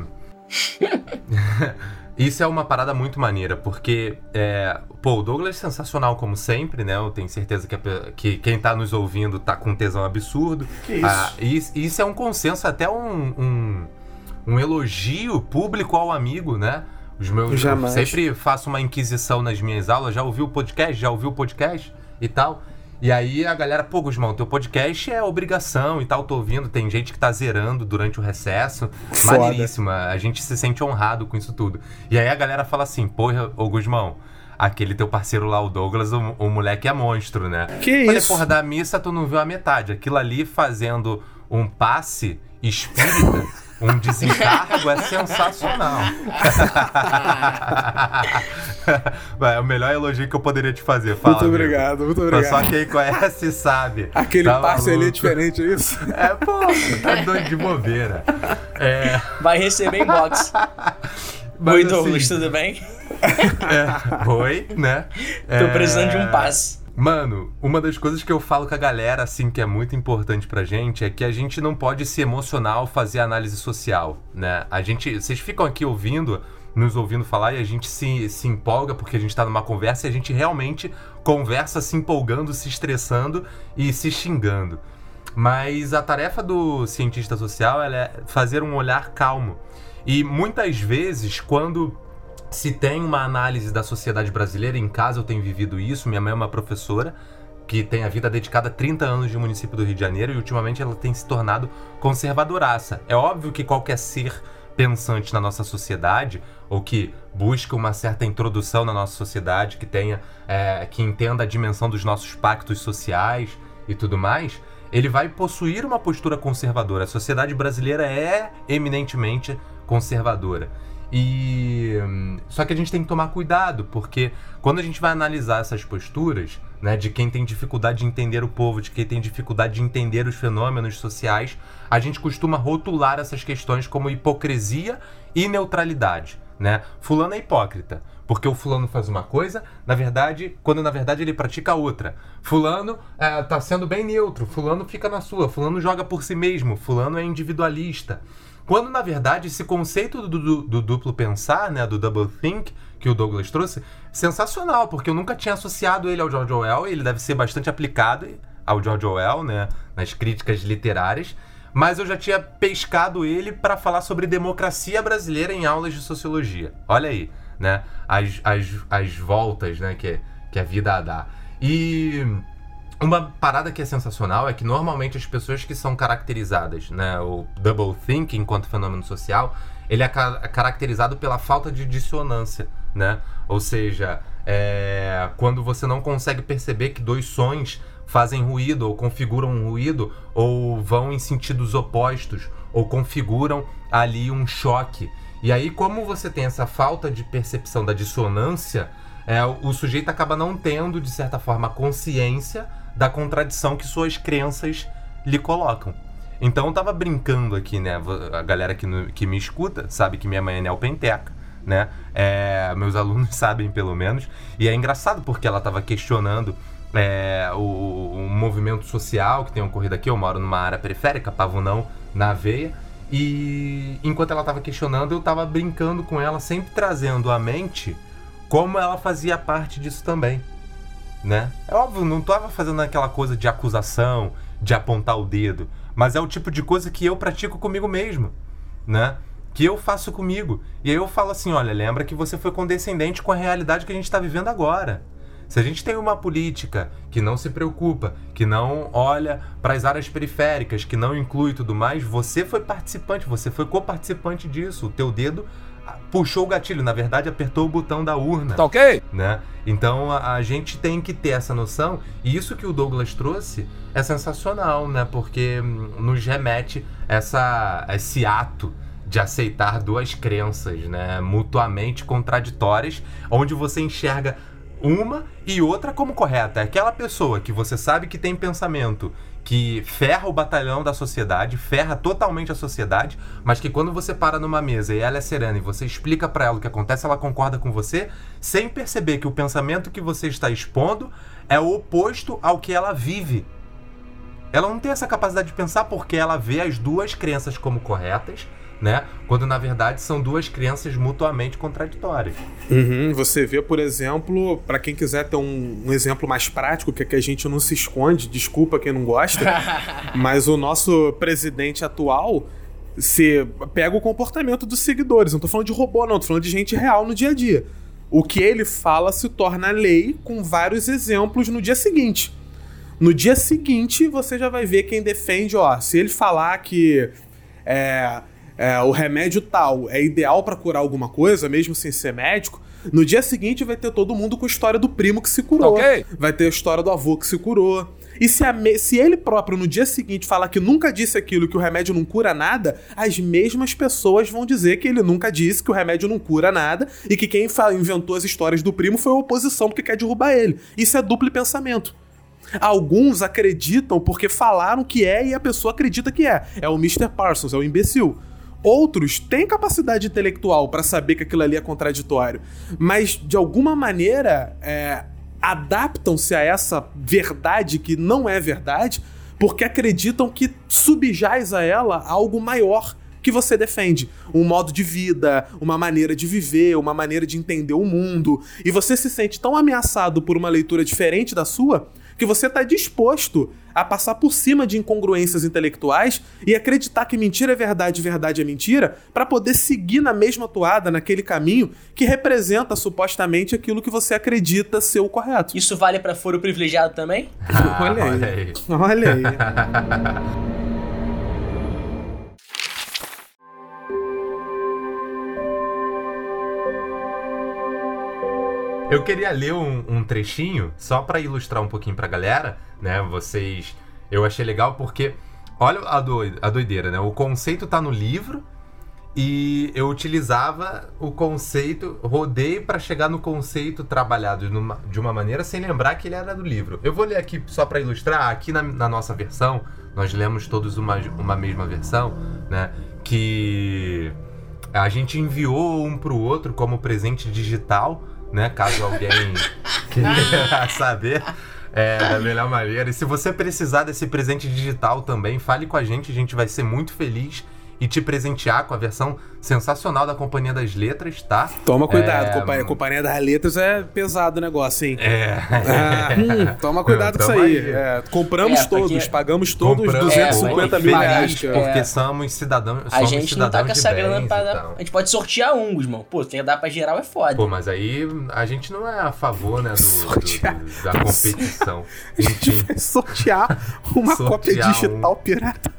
Speaker 2: Isso é uma parada muito maneira, porque, é, pô, o Douglas é sensacional como sempre, né? Eu tenho certeza que, a, que quem tá nos ouvindo tá com tesão absurdo.
Speaker 3: Que isso?
Speaker 2: Ah, isso, isso é um consenso, até um, um, um elogio público ao amigo, né? Os meus,
Speaker 3: Jamais.
Speaker 2: Eu sempre faço uma inquisição nas minhas aulas, já ouviu o podcast? Já ouviu o podcast? E tal. E aí a galera, pô, Guzmão, teu podcast é obrigação e tal, tô ouvindo, tem gente que tá zerando durante o recesso.
Speaker 3: Foda.
Speaker 2: Maneiríssima, a gente se sente honrado com isso tudo. E aí a galera fala assim, porra, ô Guzmão, aquele teu parceiro lá, o Douglas, o, o moleque é monstro, né?
Speaker 3: Que
Speaker 2: Falei,
Speaker 3: isso?
Speaker 2: porra, da missa tu não viu a metade. Aquilo ali fazendo um passe espírita, um desencargo, é sensacional. É o melhor elogio que eu poderia te fazer. Fala,
Speaker 3: muito obrigado,
Speaker 2: amigo.
Speaker 3: muito obrigado.
Speaker 2: Só quem conhece sabe.
Speaker 3: Aquele
Speaker 2: tá
Speaker 3: passe
Speaker 2: maluco.
Speaker 3: ali é diferente, é isso?
Speaker 2: É, pô, tá doido de bobeira. É...
Speaker 1: Vai receber inbox.
Speaker 2: Mas,
Speaker 1: Oi,
Speaker 2: assim,
Speaker 1: Douglas, tudo bem?
Speaker 2: É, oi, né?
Speaker 1: Tô
Speaker 2: É...
Speaker 1: precisando de um passe.
Speaker 2: Mano, uma das coisas que eu falo com a galera, assim, que é muito importante pra gente, é que a gente não pode se emocionar ao fazer análise social, né? A gente, vocês ficam aqui ouvindo, nos ouvindo falar, e a gente se, se empolga porque a gente tá numa conversa e a gente realmente conversa se empolgando, se estressando e se xingando. Mas a tarefa do cientista social, ela é fazer um olhar calmo. E muitas vezes, quando se tem uma análise da sociedade brasileira, em casa eu tenho vivido isso, minha mãe é uma professora que tem a vida dedicada a trinta anos de município do Rio de Janeiro e ultimamente ela tem se tornado conservadoraça. É óbvio que qualquer ser pensante na nossa sociedade, ou que busca uma certa introdução na nossa sociedade, que tenha, é, que entenda a dimensão dos nossos pactos sociais e tudo mais, ele vai possuir uma postura conservadora. A sociedade brasileira é eminentemente conservadora. E só que a gente tem que tomar cuidado, porque quando a gente vai analisar essas posturas, né, de quem tem dificuldade de entender o povo, de quem tem dificuldade de entender os fenômenos sociais, a gente costuma rotular essas questões como hipocrisia e neutralidade, né? Fulano é hipócrita, porque o fulano faz uma coisa, na verdade, quando na verdade ele pratica outra. Fulano é, tá sendo bem neutro, fulano fica na sua, fulano joga por si mesmo, fulano é individualista. Quando, na verdade, esse conceito do, do, do duplo pensar, né, do double think, que o Douglas trouxe, sensacional, porque eu nunca tinha associado ele ao George Orwell, ele deve ser bastante aplicado ao George Orwell, né, nas críticas literárias, mas eu já tinha pescado ele para falar sobre democracia brasileira em aulas de sociologia. Olha aí, né, as, as, as voltas, né, que, que a vida dá. E uma parada que é sensacional é que normalmente as pessoas que são caracterizadas, né, o double think enquanto fenômeno social, ele é ca- caracterizado pela falta de dissonância, né? Ou seja, é, quando você não consegue perceber que dois sons fazem ruído, ou configuram um ruído, ou vão em sentidos opostos, ou configuram ali um choque. E aí, como você tem essa falta de percepção da dissonância, é, o sujeito acaba não tendo, de certa forma, consciência da contradição que suas crenças lhe colocam. Então eu tava brincando aqui, né? A galera que, no, que me escuta sabe que minha mãe é neopenteca, né? É, meus alunos sabem, pelo menos. E é engraçado porque ela tava questionando é, o, o movimento social que tem ocorrido aqui. Eu moro numa área periférica, Pavunão, na veia. E enquanto ela tava questionando, eu tava brincando com ela, sempre trazendo à mente como ela fazia parte disso também, né? É óbvio, não tava fazendo aquela coisa de acusação, de apontar o dedo, mas é o tipo de coisa que eu pratico comigo mesmo, né? Que eu faço comigo. E aí eu falo assim, olha, lembra que você foi condescendente com a realidade que a gente está vivendo agora. Se a gente tem uma política que não se preocupa, que não olha para as áreas periféricas, que não inclui tudo mais, você foi participante, você foi coparticipante disso. O teu dedo puxou o gatilho, na verdade apertou o botão da urna.
Speaker 1: Tá ok?
Speaker 2: Né? Então a, a gente tem que ter essa noção, e isso que o Douglas trouxe é sensacional, né? Porque hum, nos remete essa, esse ato de aceitar duas crenças, né, mutuamente contraditórias, onde você enxerga uma e outra como correta. É aquela pessoa que você sabe que tem pensamento que ferra o batalhão da sociedade, ferra totalmente a sociedade, mas que quando você para numa mesa e ela é serena e você explica pra ela o que acontece, ela concorda com você, sem perceber que o pensamento que você está expondo é o oposto ao que ela vive. Ela não tem essa capacidade de pensar porque ela vê as duas crenças como corretas, né? Quando na verdade são duas crenças mutuamente contraditórias.
Speaker 3: Uhum, você vê, por exemplo, para quem quiser ter um, um exemplo mais prático, que é que a gente não se esconde, desculpa quem não gosta, mas o nosso presidente atual, se pega o comportamento dos seguidores, não tô falando de robô não, tô falando de gente real no dia a dia. O que ele fala se torna lei com vários exemplos no dia seguinte. No dia seguinte, você já vai ver quem defende, ó, se ele falar que é... É, o remédio tal é ideal pra curar alguma coisa, mesmo sem ser médico, no dia seguinte vai ter todo mundo com a história do primo que se curou. Okay. Vai ter a história do avô que se curou. E se, a me- se ele próprio no dia seguinte falar que nunca disse aquilo, que o remédio não cura nada, as mesmas pessoas vão dizer que ele nunca disse que o remédio não cura nada e que quem fa- inventou as histórias do primo foi a oposição porque quer derrubar ele. Isso é duplo pensamento. Alguns acreditam porque falaram que é e a pessoa acredita que é. É o mister Parsons, é o imbecil. Outros têm capacidade intelectual para saber que aquilo ali é contraditório, mas de alguma maneira é, adaptam-se a essa verdade que não é verdade porque acreditam que subjaz a ela algo maior que você defende. Um modo de vida, uma maneira de viver, uma maneira de entender o mundo. E você se sente tão ameaçado por uma leitura diferente da sua que você está disposto a passar por cima de incongruências intelectuais e acreditar que mentira é verdade e verdade é mentira para poder seguir na mesma toada, naquele caminho que representa supostamente aquilo que você acredita ser o correto.
Speaker 1: Isso vale para foro privilegiado também?
Speaker 2: Ah,
Speaker 3: olha aí.
Speaker 2: olha aí.
Speaker 3: Olha aí.
Speaker 2: Eu queria ler um, um trechinho, só para ilustrar um pouquinho pra galera, né? Vocês... Eu achei legal porque... Olha a, doide, a doideira, né? O conceito tá no livro e eu utilizava o conceito... Rodei para chegar no conceito trabalhado numa, de uma maneira sem lembrar que ele era do livro. Eu vou ler aqui só para ilustrar. Aqui na, na nossa versão, nós lemos todos uma, uma mesma versão, né? Que a gente enviou um pro outro como presente digital, né? Caso alguém queira saber, é, da melhor maneira. E se você precisar desse presente digital também, fale com a gente, a gente vai ser muito feliz e te presentear com a versão sensacional da Companhia das Letras, tá?
Speaker 3: Toma cuidado,
Speaker 2: é...
Speaker 3: Companhia, Companhia das Letras é pesado o negócio, hein?
Speaker 2: É.
Speaker 3: Ah, hum, toma cuidado
Speaker 2: Não,
Speaker 3: com isso aí.
Speaker 2: aí.
Speaker 3: É, compramos
Speaker 1: É, porque...
Speaker 3: todos, pagamos todos
Speaker 2: Compramos,
Speaker 3: duzentos e cinquenta mil reais.
Speaker 2: Porque é. somos cidadãos, somos
Speaker 1: a gente não tá com essa grana pra dar.
Speaker 2: Então.
Speaker 1: A gente pode sortear um, Guzmão. Pô, tem que dar pra geral é foda.
Speaker 2: Pô, mas aí a gente não é a favor, né, do, do, do, da competição.
Speaker 3: A gente vai sortear uma
Speaker 2: sortear
Speaker 3: cópia digital
Speaker 2: um...
Speaker 3: pirata.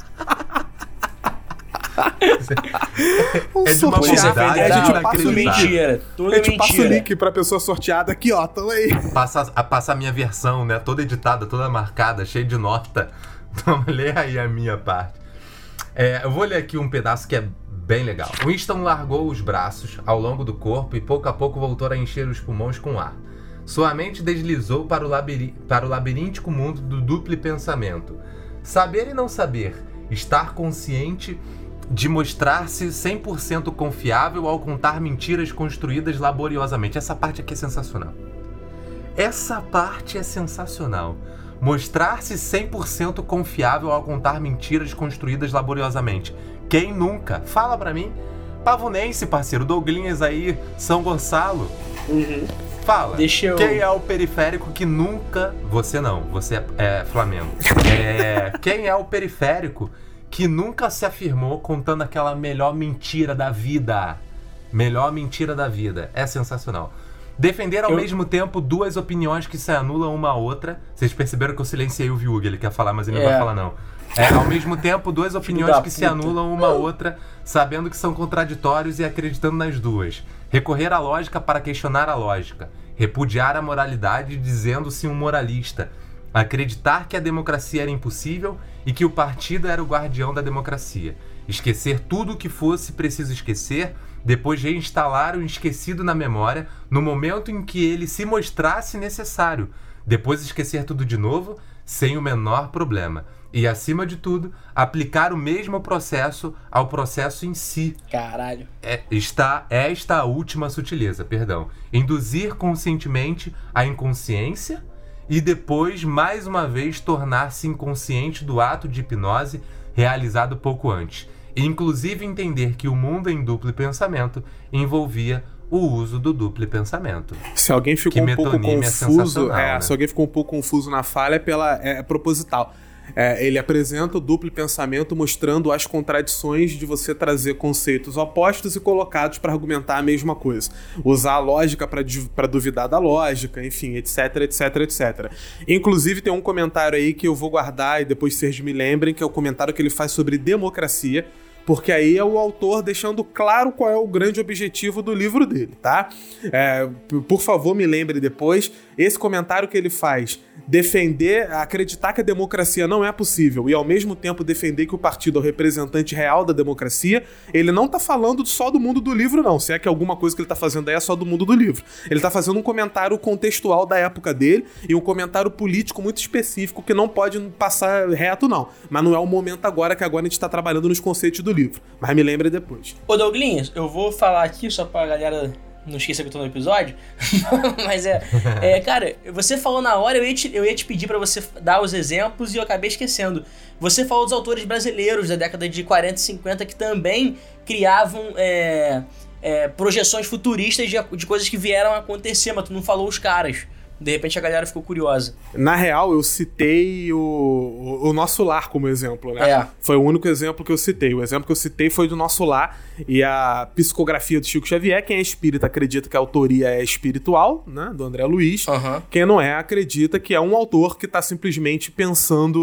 Speaker 2: Um é de uma
Speaker 3: sortear, a gente passa o link.
Speaker 1: Mentira, tudo
Speaker 3: a gente
Speaker 1: mentira.
Speaker 3: passa o link pra pessoa sorteada aqui, ó, tamo aí.
Speaker 2: Passa a, passa a minha versão, né, toda editada, toda marcada, cheia de nota. Então lê aí a minha parte. É, eu vou ler aqui um pedaço que é bem legal. Winston largou os braços ao longo do corpo e pouco a pouco voltou a encher os pulmões com ar. Sua mente deslizou para o, labiri- para o labiríntico mundo do duplo pensamento. Saber e não saber, estar consciente de mostrar-se cem por cento confiável ao contar mentiras construídas laboriosamente. Essa parte aqui é sensacional. Essa parte é sensacional. Mostrar-se cem por cento confiável ao contar mentiras construídas laboriosamente. Quem nunca? Fala pra mim. Pavunense, parceiro. Douglinhas aí, São Gonçalo.
Speaker 1: Uhum.
Speaker 2: Fala.
Speaker 1: Deixa eu...
Speaker 2: Quem é o periférico que nunca... Você não, você é, é Flamengo. É... Quem é o periférico que nunca se afirmou contando aquela melhor mentira da vida? Melhor mentira da vida. É sensacional. Defender ao eu... mesmo tempo duas opiniões que se anulam uma a outra. Vocês perceberam que eu silenciei o Viúga, ele quer falar, mas ele não
Speaker 1: é.
Speaker 2: vai falar não. É, ao mesmo tempo, duas opiniões que
Speaker 1: puta.
Speaker 2: se anulam uma a outra, sabendo que são contraditórios e acreditando nas duas. Recorrer à lógica para questionar a lógica. Repudiar a moralidade dizendo-se um moralista. Acreditar que a democracia era impossível e que o partido era o guardião da democracia. Esquecer tudo o que fosse preciso esquecer, depois reinstalar o esquecido na memória no momento em que ele se mostrasse necessário. Depois esquecer tudo de novo, sem o menor problema. E, acima de tudo, aplicar o mesmo processo ao processo em si.
Speaker 1: Caralho.
Speaker 2: É, está esta a última sutileza, perdão. Induzir conscientemente a inconsciência e depois, mais uma vez, tornar-se inconsciente do ato de hipnose realizado pouco antes. E, inclusive, entender que o mundo em duplo pensamento envolvia o uso do duplo pensamento.
Speaker 3: Se alguém ficou
Speaker 2: que
Speaker 3: um pouco confuso,
Speaker 2: é,
Speaker 3: é,
Speaker 2: né?
Speaker 3: se alguém ficou um pouco confuso na falha, é, pela, é proposital. É, ele apresenta o duplo pensamento mostrando as contradições de você trazer conceitos opostos e colocados para argumentar a mesma coisa. Usar a lógica para duvidar da lógica, enfim, etc, etc, etcétera. Inclusive tem um comentário aí que eu vou guardar e depois vocês me lembrem, que é o comentário que ele faz sobre democracia, porque aí é o autor deixando claro qual é o grande objetivo do livro dele, tá? É, por favor, me lembre depois, esse comentário que ele faz, defender, acreditar que a democracia não é possível e ao mesmo tempo defender que o partido é o representante real da democracia, ele não tá falando só do mundo do livro não, se é que alguma coisa que ele tá fazendo aí é só do mundo do livro. Ele tá fazendo um comentário contextual da época dele e um comentário político muito específico que não pode passar reto não, mas não é o momento agora, que agora a gente tá trabalhando nos conceitos do livro, mas me lembre depois.
Speaker 1: Ô Douglinhas, eu vou falar aqui só pra galera não esqueça que eu tô no episódio, mas é, é, cara, você falou na hora, eu ia te, eu ia te pedir pra você dar os exemplos e eu acabei esquecendo. Você falou dos autores brasileiros da década de quarenta e cinquenta que também criavam é, é, projeções futuristas de, de coisas que vieram a acontecer, mas tu não falou os caras. De repente a galera ficou curiosa.
Speaker 3: Na real, eu citei o, o, o Nosso Lar como exemplo, né?
Speaker 1: É.
Speaker 3: Foi o único exemplo que eu citei. O exemplo que eu citei foi do Nosso Lar e a psicografia do Chico Xavier. Quem é espírita acredita que a autoria é espiritual, né? Do André Luiz.
Speaker 1: Uhum.
Speaker 3: Quem não é, acredita que é um autor que está simplesmente pensando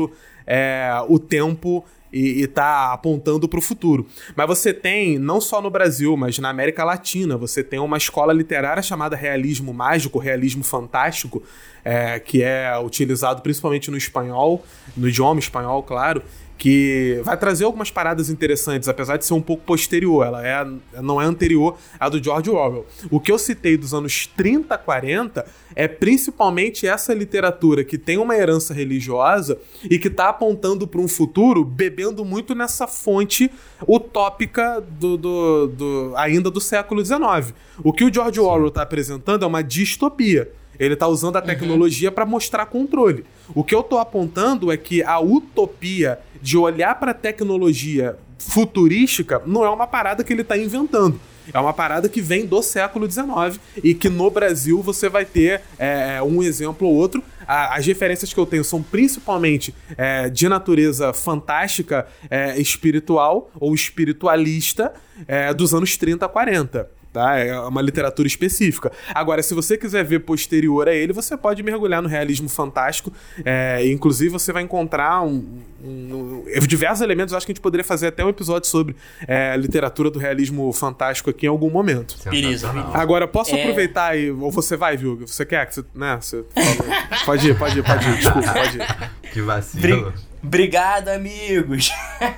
Speaker 3: é, o tempo e, e tá apontando para o futuro. Mas você tem, não só no Brasil, mas na América Latina, você tem uma escola literária chamada realismo mágico, realismo fantástico, é, que é utilizado principalmente no espanhol, no idioma espanhol, claro, que vai trazer algumas paradas interessantes, apesar de ser um pouco posterior, ela é, não é anterior à do George Orwell. O que eu citei dos anos trinta, quarenta é principalmente essa literatura que tem uma herança religiosa e que está apontando para um futuro bebendo muito nessa fonte utópica do, do, do, ainda do século dezenove. O que o George Orwell está apresentando é uma distopia. Ele está usando a tecnologia uhum. para mostrar controle. O que eu estou apontando é que a utopia de olhar para a tecnologia futurística não é uma parada que ele está inventando. É uma parada que vem do século dezenove e que no Brasil você vai ter é, um exemplo ou outro. A, as referências que eu tenho são principalmente é, de natureza fantástica, é, espiritual ou espiritualista é, dos anos trinta, quarenta. Tá? É uma literatura específica. Agora, se você quiser ver posterior a ele, você pode mergulhar no realismo fantástico. É, inclusive, você vai encontrar um, um, um, diversos elementos. Acho que a gente poderia fazer até um episódio sobre é, a literatura do realismo fantástico aqui em algum momento.
Speaker 1: Beleza.
Speaker 3: Agora, posso
Speaker 1: é...
Speaker 3: aproveitar e... Ou você vai, viu? Você quer? Que você, né? Você pode ir, pode ir, pode ir. Desculpa, pode ir.
Speaker 2: Que vacilo.
Speaker 1: Bri... Obrigado, amigos.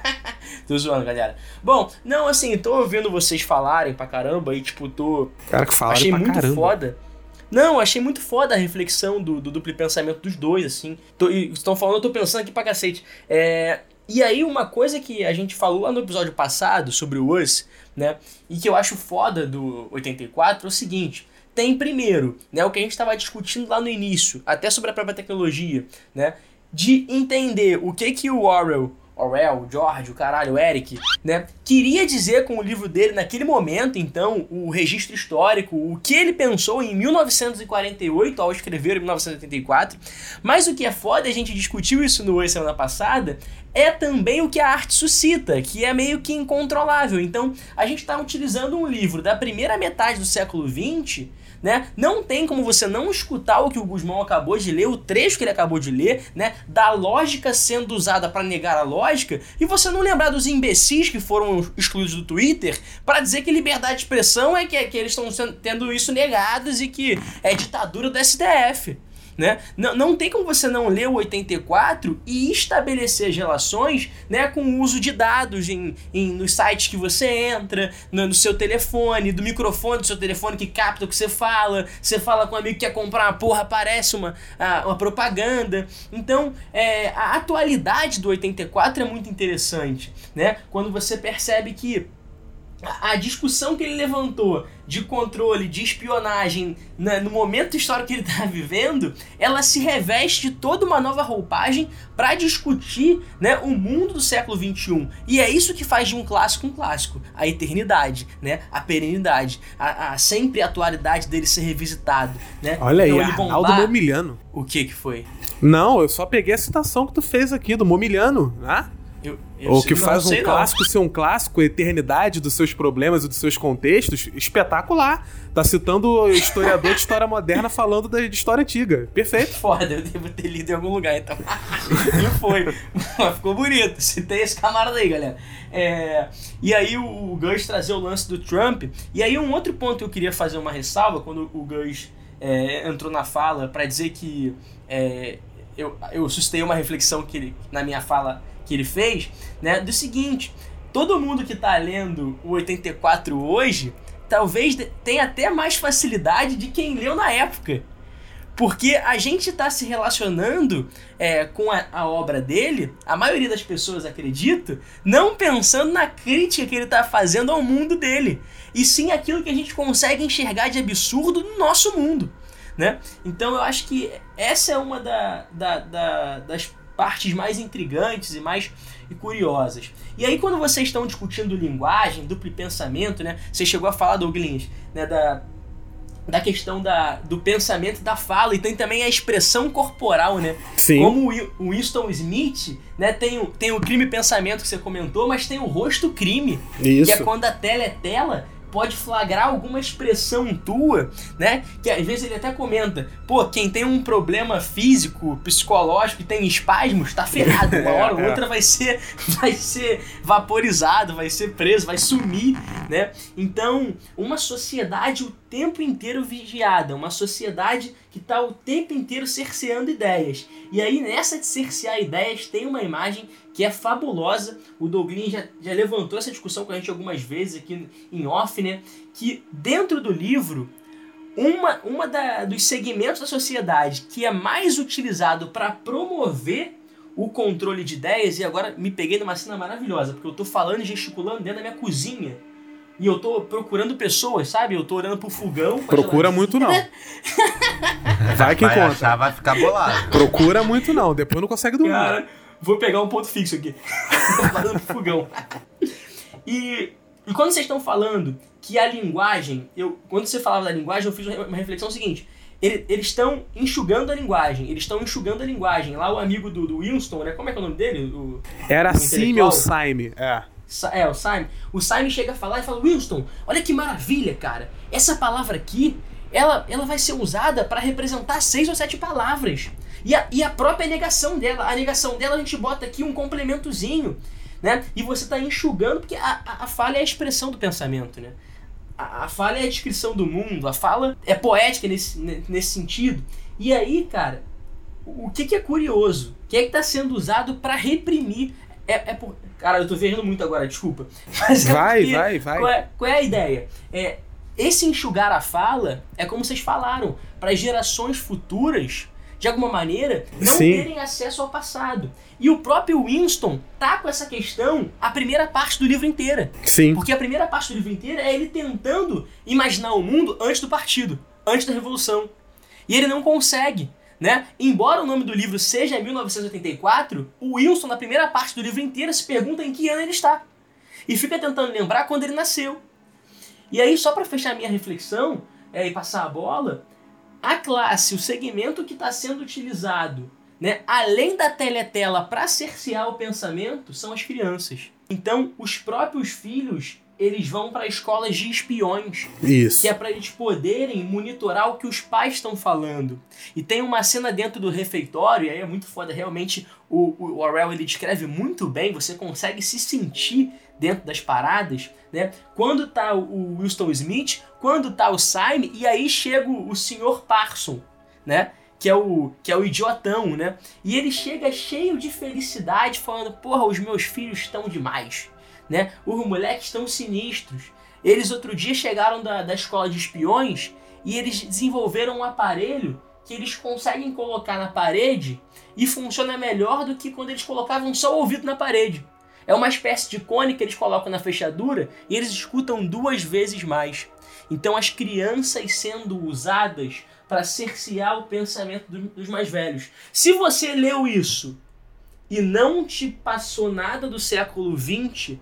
Speaker 1: Tô zoando, galera. Bom, não, assim, tô ouvindo vocês falarem pra caramba e, tipo, tô...
Speaker 3: Cara, que falaram
Speaker 1: achei
Speaker 3: pra
Speaker 1: muito
Speaker 3: caramba.
Speaker 1: foda. Não, achei muito foda a reflexão do, do duplo pensamento dos dois, assim. Tô, estão falando, eu tô pensando aqui pra cacete. É... E aí, uma coisa que a gente falou lá no episódio passado sobre o Us, né? E que eu acho foda do oitenta e quatro é o seguinte... Tem primeiro, né? O que a gente tava discutindo lá no início, até sobre a própria tecnologia, né? De entender o que que o Orwell... Orwell, George, o caralho, o Eric, né? Queria dizer com o livro dele naquele momento, então, o registro histórico, o que ele pensou em mil novecentos e quarenta e oito ao escrever em mil novecentos e oitenta e quatro. Mas o que é foda, a gente discutiu isso no Oi semana passada, é também o que a arte suscita, que é meio que incontrolável. Então, a gente está utilizando um livro da primeira metade do século vinte... Né? Não tem como você não escutar o que o Guzmão acabou de ler, o trecho que ele acabou de ler, né? Da lógica sendo usada para negar a lógica, e você não lembrar dos imbecis que foram excluídos do Twitter para dizer que liberdade de expressão é que, que eles estão tendo isso negados e que é ditadura do S T F. Né? Não, não tem como você não ler o oitenta e quatro e estabelecer as relações, né, com o uso de dados em, em, nos sites que você entra, no, no seu telefone, do microfone do seu telefone que capta o que você fala, você fala com um amigo que quer comprar uma porra, aparece uma, uma propaganda. Então, é, a atualidade do oitenta e quatro é muito interessante, né? Quando você percebe que a discussão que ele levantou de controle, de espionagem, né, no momento histórico que ele está vivendo, ela se reveste de toda uma nova roupagem para discutir, né, o mundo do século vinte e um. E é isso que faz de um clássico um clássico. A eternidade, né, a perenidade, a, a sempre a atualidade dele ser revisitado. Né?
Speaker 3: Olha aí,
Speaker 1: então, ele
Speaker 3: Arnaldo
Speaker 1: bombar...
Speaker 3: Momiliano.
Speaker 1: O que que foi?
Speaker 3: Não, eu só peguei a citação que tu fez aqui do Momiliano, né?
Speaker 1: Eu, eu
Speaker 3: o que
Speaker 1: sei,
Speaker 3: faz um
Speaker 1: sei,
Speaker 3: clássico ser um clássico, a eternidade dos seus problemas e dos seus contextos, espetacular. Tá citando o historiador de história moderna falando de história antiga. Perfeito.
Speaker 1: Foda, eu devo ter lido em algum lugar, então. Não foi. Mas ficou bonito. Citei esse camarada aí, galera. É, e aí o, o Gus trazer o lance do Trump. E aí um outro ponto que eu queria fazer uma ressalva, quando o Gus é, entrou na fala, pra dizer que é, eu, eu sustei uma reflexão que ele, na minha fala que ele fez, né, do seguinte: todo mundo que tá lendo o oitenta e quatro hoje, talvez tenha até mais facilidade de quem leu na época, porque a gente tá se relacionando é, com a, a obra dele, a maioria das pessoas, acredito, não pensando na crítica que ele tá fazendo ao mundo dele, e sim aquilo que a gente consegue enxergar de absurdo no nosso mundo, né? Então eu acho que essa é uma da, da, da, das partes mais intrigantes e mais e curiosas. E aí, quando vocês estão discutindo linguagem, duplo pensamento, né? Você chegou a falar, Douglas, né, da, da questão da, do pensamento e da fala, e tem também a expressão corporal, né?
Speaker 3: Sim.
Speaker 1: Como o Winston Smith, né, tem o, tem o crime pensamento que você comentou, mas tem o rosto crime,
Speaker 3: Isso.
Speaker 1: que é quando a tela é tela, pode flagrar alguma expressão tua, né? Que às vezes ele até comenta, pô, quem tem um problema físico, psicológico e tem espasmos, tá ferrado. Uma hora ou outra vai ser, vai ser vaporizado, vai ser preso, vai sumir, né? Então, uma sociedade o tempo inteiro vigiada, uma sociedade que tá o tempo inteiro cerceando ideias. E aí, nessa de cercear ideias, tem uma imagem que é fabulosa. O Douglas já, já levantou essa discussão com a gente algumas vezes aqui em off, né? Que dentro do livro, uma, uma da, dos segmentos da sociedade que é mais utilizado para promover o controle de ideias, e agora me peguei numa cena maravilhosa, porque eu tô falando e gesticulando dentro da minha cozinha, e eu tô procurando pessoas, sabe? Eu tô olhando pro fogão.
Speaker 3: Procura muito não. Vai que
Speaker 2: vai
Speaker 3: conta.
Speaker 2: Achar, vai ficar bolado.
Speaker 3: Procura muito não, depois não consegue dormir.
Speaker 1: Cara, vou pegar um ponto fixo aqui. Tô falando pro fogão. E, e quando vocês estão falando que a linguagem... Eu, quando você falava da linguagem, eu fiz uma reflexão seguinte. Ele, eles estão enxugando a linguagem. Eles estão enxugando a linguagem. Lá o amigo do, do Winston, né? Como é que é o nome dele? O,
Speaker 3: Era
Speaker 1: o
Speaker 3: Sime ou Saime? É.
Speaker 1: É, o Simon. O Simon chega a falar e fala, Winston, olha que maravilha, cara. Essa palavra aqui, ela, ela vai ser usada para representar seis ou sete palavras. E a, e a própria negação dela, a negação dela a gente bota aqui um complementozinho, né? E você tá enxugando, porque a, a, a fala é a expressão do pensamento, né? A, a fala é a descrição do mundo, a fala é poética nesse, nesse sentido. E aí, cara, o que que é curioso? O que é que tá sendo usado para reprimir? É, é por... Cara, eu tô viajando muito agora, desculpa. Mas é
Speaker 3: vai,
Speaker 1: porque,
Speaker 3: vai, vai.
Speaker 1: Qual é, qual é a ideia? É, esse enxugar a fala é como vocês falaram, para as gerações futuras, de alguma maneira, não
Speaker 3: Sim.
Speaker 1: terem acesso ao passado. E o próprio Winston tá com essa questão a primeira parte do livro inteira.
Speaker 3: Sim.
Speaker 1: Porque a primeira parte do livro inteiro é ele tentando imaginar o mundo antes do partido, antes da revolução. E ele não consegue. Né? Embora o nome do livro seja mil novecentos e oitenta e quatro, o Winston, na primeira parte do livro inteiro, se pergunta em que ano ele está. E fica tentando lembrar quando ele nasceu. E aí, só para fechar a minha reflexão é, e passar a bola, a classe, o segmento que está sendo utilizado, né, além da teletela para cercear o pensamento, são as crianças. Então, os próprios filhos... eles vão para escolas de espiões.
Speaker 3: Isso.
Speaker 1: Que é para eles poderem monitorar o que os pais estão falando. E tem uma cena dentro do refeitório, e aí é muito foda, realmente o, o Orwell ele descreve muito bem, você consegue se sentir dentro das paradas, né? Quando tá o Winston Smith, quando tá o Simon, e aí chega o, o senhor Parson, né? Que é, o, que é o idiotão, né? E ele chega cheio de felicidade, falando, porra, os meus filhos estão demais. Né? Os moleques estão sinistros. Eles outro dia chegaram da, da escola de espiões e eles desenvolveram um aparelho que eles conseguem colocar na parede e funciona melhor do que quando eles colocavam só o ouvido na parede. É uma espécie de cone que eles colocam na fechadura e eles escutam duas vezes mais. Então as crianças sendo usadas para cercear o pensamento do, dos mais velhos. Se você leu isso e não te passou nada do século vinte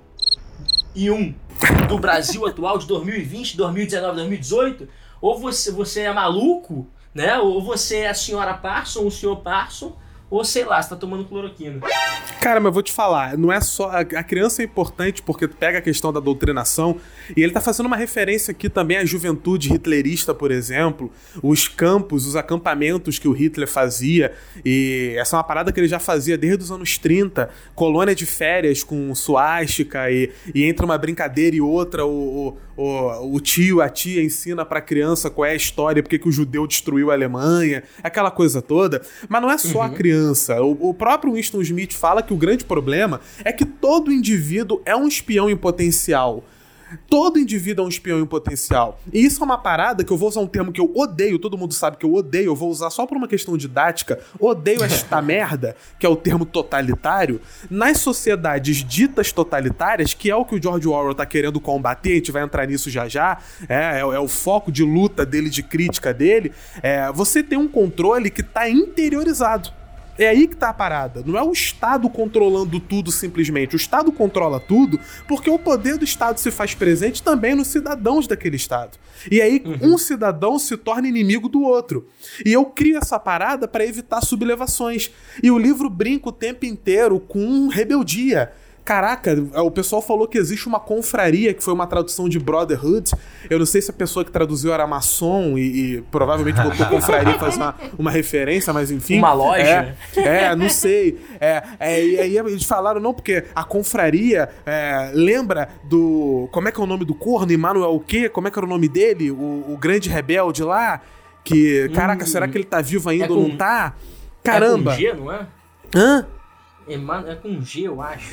Speaker 1: e um do Brasil atual, de dois mil e vinte, dois mil e dezenove, dois mil e dezoito, ou você, você é maluco, né? Ou você é a senhora Parson, ou o senhor Parson, ou sei lá, você tá tomando cloroquina.
Speaker 3: Cara, mas eu vou te falar, não é só... A criança é importante porque pega a questão da doutrinação e ele tá fazendo uma referência aqui também à juventude hitlerista, por exemplo, os campos, os acampamentos que o Hitler fazia, e essa é uma parada que ele já fazia desde os anos trinta, colônia de férias com suástica e, e entre uma brincadeira e outra o, o, o, o tio, a tia ensina pra criança qual é a história, porque que o judeu destruiu a Alemanha, aquela coisa toda, mas não é só uhum. a criança. O, o próprio Winston Smith fala que o grande problema é que todo indivíduo é um espião em potencial. Todo indivíduo é um espião em potencial. E isso é uma parada que eu vou usar um termo que eu odeio, todo mundo sabe que eu odeio, eu vou usar só por uma questão didática, odeio esta merda, que é o termo totalitário, nas sociedades ditas totalitárias, que é o que o George Orwell tá querendo combater, a gente vai entrar nisso já já, é, é, é o foco de luta dele, de crítica dele, é, você tem um controle que tá interiorizado. É aí que tá a parada. Não é o Estado controlando tudo simplesmente. O Estado controla tudo porque o poder do Estado se faz presente também nos cidadãos daquele Estado. E aí uhum. um cidadão se torna inimigo do outro. E eu crio essa parada para evitar sublevações. E o livro brinca o tempo inteiro com rebeldia. caraca, o pessoal falou que existe uma confraria, que foi uma tradução de Brotherhood. Eu não sei se a pessoa que traduziu era maçom e, e provavelmente botou confraria pra fazer uma, uma referência, mas enfim.
Speaker 1: Uma loja?
Speaker 3: É, é não sei. É, é, e aí eles falaram, não, porque a confraria é, lembra do... Como é que é o nome do corno? Emmanuel o quê? Como é que era o nome dele? O, o grande rebelde lá? Que, caraca, hum, será que ele tá vivo ainda é ou não tá? Caramba.
Speaker 1: É com G, não é?
Speaker 3: Hã?
Speaker 1: É com G, eu acho.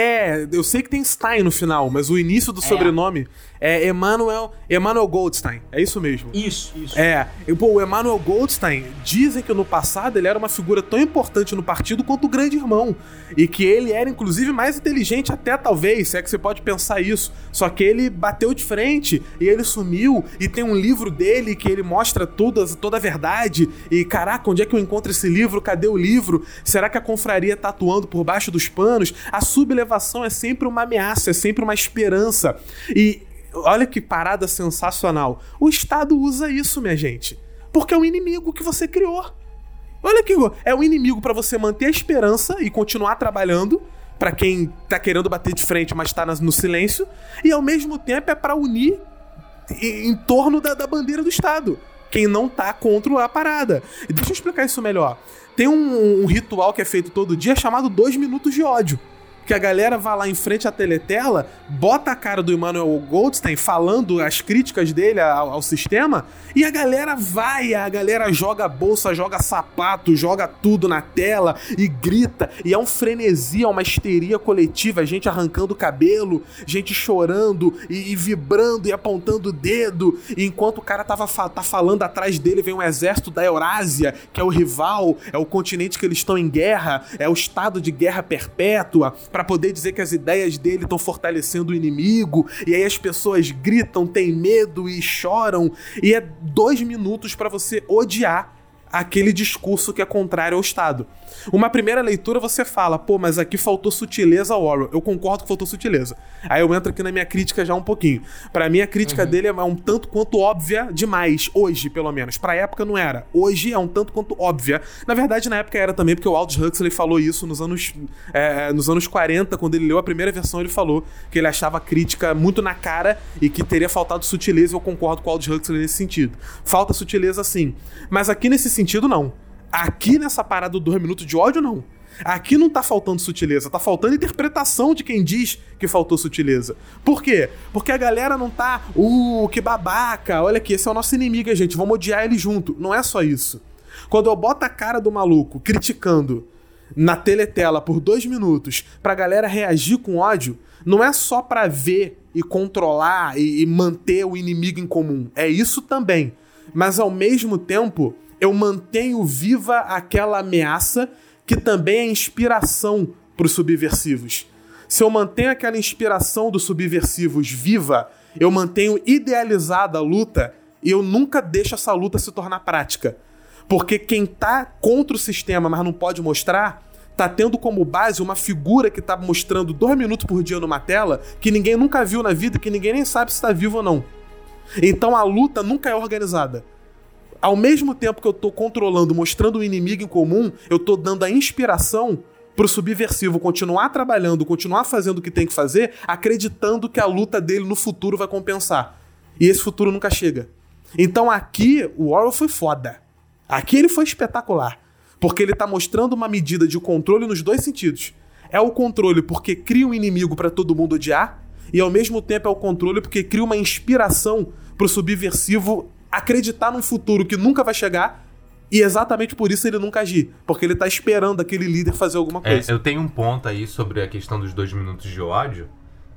Speaker 3: É, eu sei que tem Stein no final, mas o início do é. sobrenome é Emmanuel, Emmanuel Goldstein. É isso mesmo.
Speaker 1: Isso, isso.
Speaker 3: É. E, pô, o Emmanuel Goldstein, dizem que no passado ele era uma figura tão importante no partido quanto o grande irmão. E que ele era, inclusive, mais inteligente até, talvez, se é que você pode pensar isso. Só que ele bateu de frente e ele sumiu. E tem um livro dele que ele mostra toda, toda a verdade. E, caraca, onde é que eu encontro esse livro? Cadê o livro? Será que a confraria tá atuando por baixo dos panos? A sublevação é sempre uma ameaça, é sempre uma esperança. E olha que parada sensacional. O Estado usa isso, minha gente, porque é um inimigo que você criou. Olha que é um inimigo para você manter a esperança e continuar trabalhando para quem tá querendo bater de frente, mas tá no silêncio, e ao mesmo tempo é para unir em, em torno da, da bandeira do Estado quem não tá contra a parada. E deixa eu explicar isso melhor. Tem um, um ritual que é feito todo dia chamado dois minutos de ódio. Que a galera vai lá em frente à teletela, bota a cara do Emmanuel Goldstein falando as críticas dele ao, ao sistema, e a galera vai, a galera joga bolsa, joga sapato, joga tudo na tela e grita, e é um frenesi, é uma histeria coletiva, gente arrancando o cabelo, gente chorando e, e vibrando e apontando o dedo, e enquanto o cara tava, tá falando, atrás dele vem um exército da Eurásia, que é o rival, é o continente que eles estão em guerra, é o estado de guerra perpétua, para poder dizer que as ideias dele estão fortalecendo o inimigo, e aí as pessoas gritam, têm medo e choram, e é dois minutos para você odiar aquele discurso que é contrário ao Estado. Uma primeira leitura você fala, pô, mas aqui faltou sutileza ao Orwell. Eu concordo que faltou sutileza. Aí eu entro aqui na minha crítica já um pouquinho. Pra mim a crítica uhum. dele é um tanto quanto óbvia demais, hoje pelo menos. Pra época não era. Hoje é um tanto quanto óbvia. Na verdade na época era também, porque o Aldous Huxley falou isso nos anos, é, nos anos quarenta, quando ele leu a primeira versão, ele falou que ele achava a crítica muito na cara e que teria faltado sutileza, e eu concordo com o Aldous Huxley nesse sentido. Falta sutileza sim. Mas aqui nesse sentido não. Aqui nessa parada do dois minutos de ódio, não. Aqui não tá faltando sutileza, tá faltando interpretação de quem diz que faltou sutileza. Por quê? Porque a galera não tá, uh, que babaca, olha aqui, esse é o nosso inimigo, gente, vamos odiar ele junto. Não é só isso. Quando eu boto a cara do maluco criticando na teletela por dois minutos pra galera reagir com ódio, não é só pra ver e controlar e, e manter o inimigo em comum. É isso também. Mas ao mesmo tempo, eu mantenho viva aquela ameaça que também é inspiração para os subversivos. Se eu mantenho aquela inspiração dos subversivos viva, eu mantenho idealizada a luta e eu nunca deixo essa luta se tornar prática. Porque quem tá contra o sistema, mas não pode mostrar, tá tendo como base uma figura que tá mostrando dois minutos por dia numa tela que ninguém nunca viu na vida, que ninguém nem sabe se tá vivo ou não. Então a luta nunca é organizada. Ao mesmo tempo que eu tô controlando, mostrando o inimigo em comum, eu tô dando a inspiração pro subversivo continuar trabalhando, continuar fazendo o que tem que fazer, acreditando que a luta dele no futuro vai compensar. E esse futuro nunca chega. Então aqui, o Orwell foi foda. Aqui ele foi espetacular. Porque ele tá mostrando uma medida de controle nos dois sentidos. É o controle porque cria um inimigo pra todo mundo odiar, e ao mesmo tempo é o controle porque cria uma inspiração pro subversivo acreditar num futuro que nunca vai chegar, e exatamente por isso ele nunca agir, porque ele tá esperando aquele líder fazer alguma coisa.
Speaker 2: É, eu tenho um ponto aí sobre a questão dos dois minutos de ódio,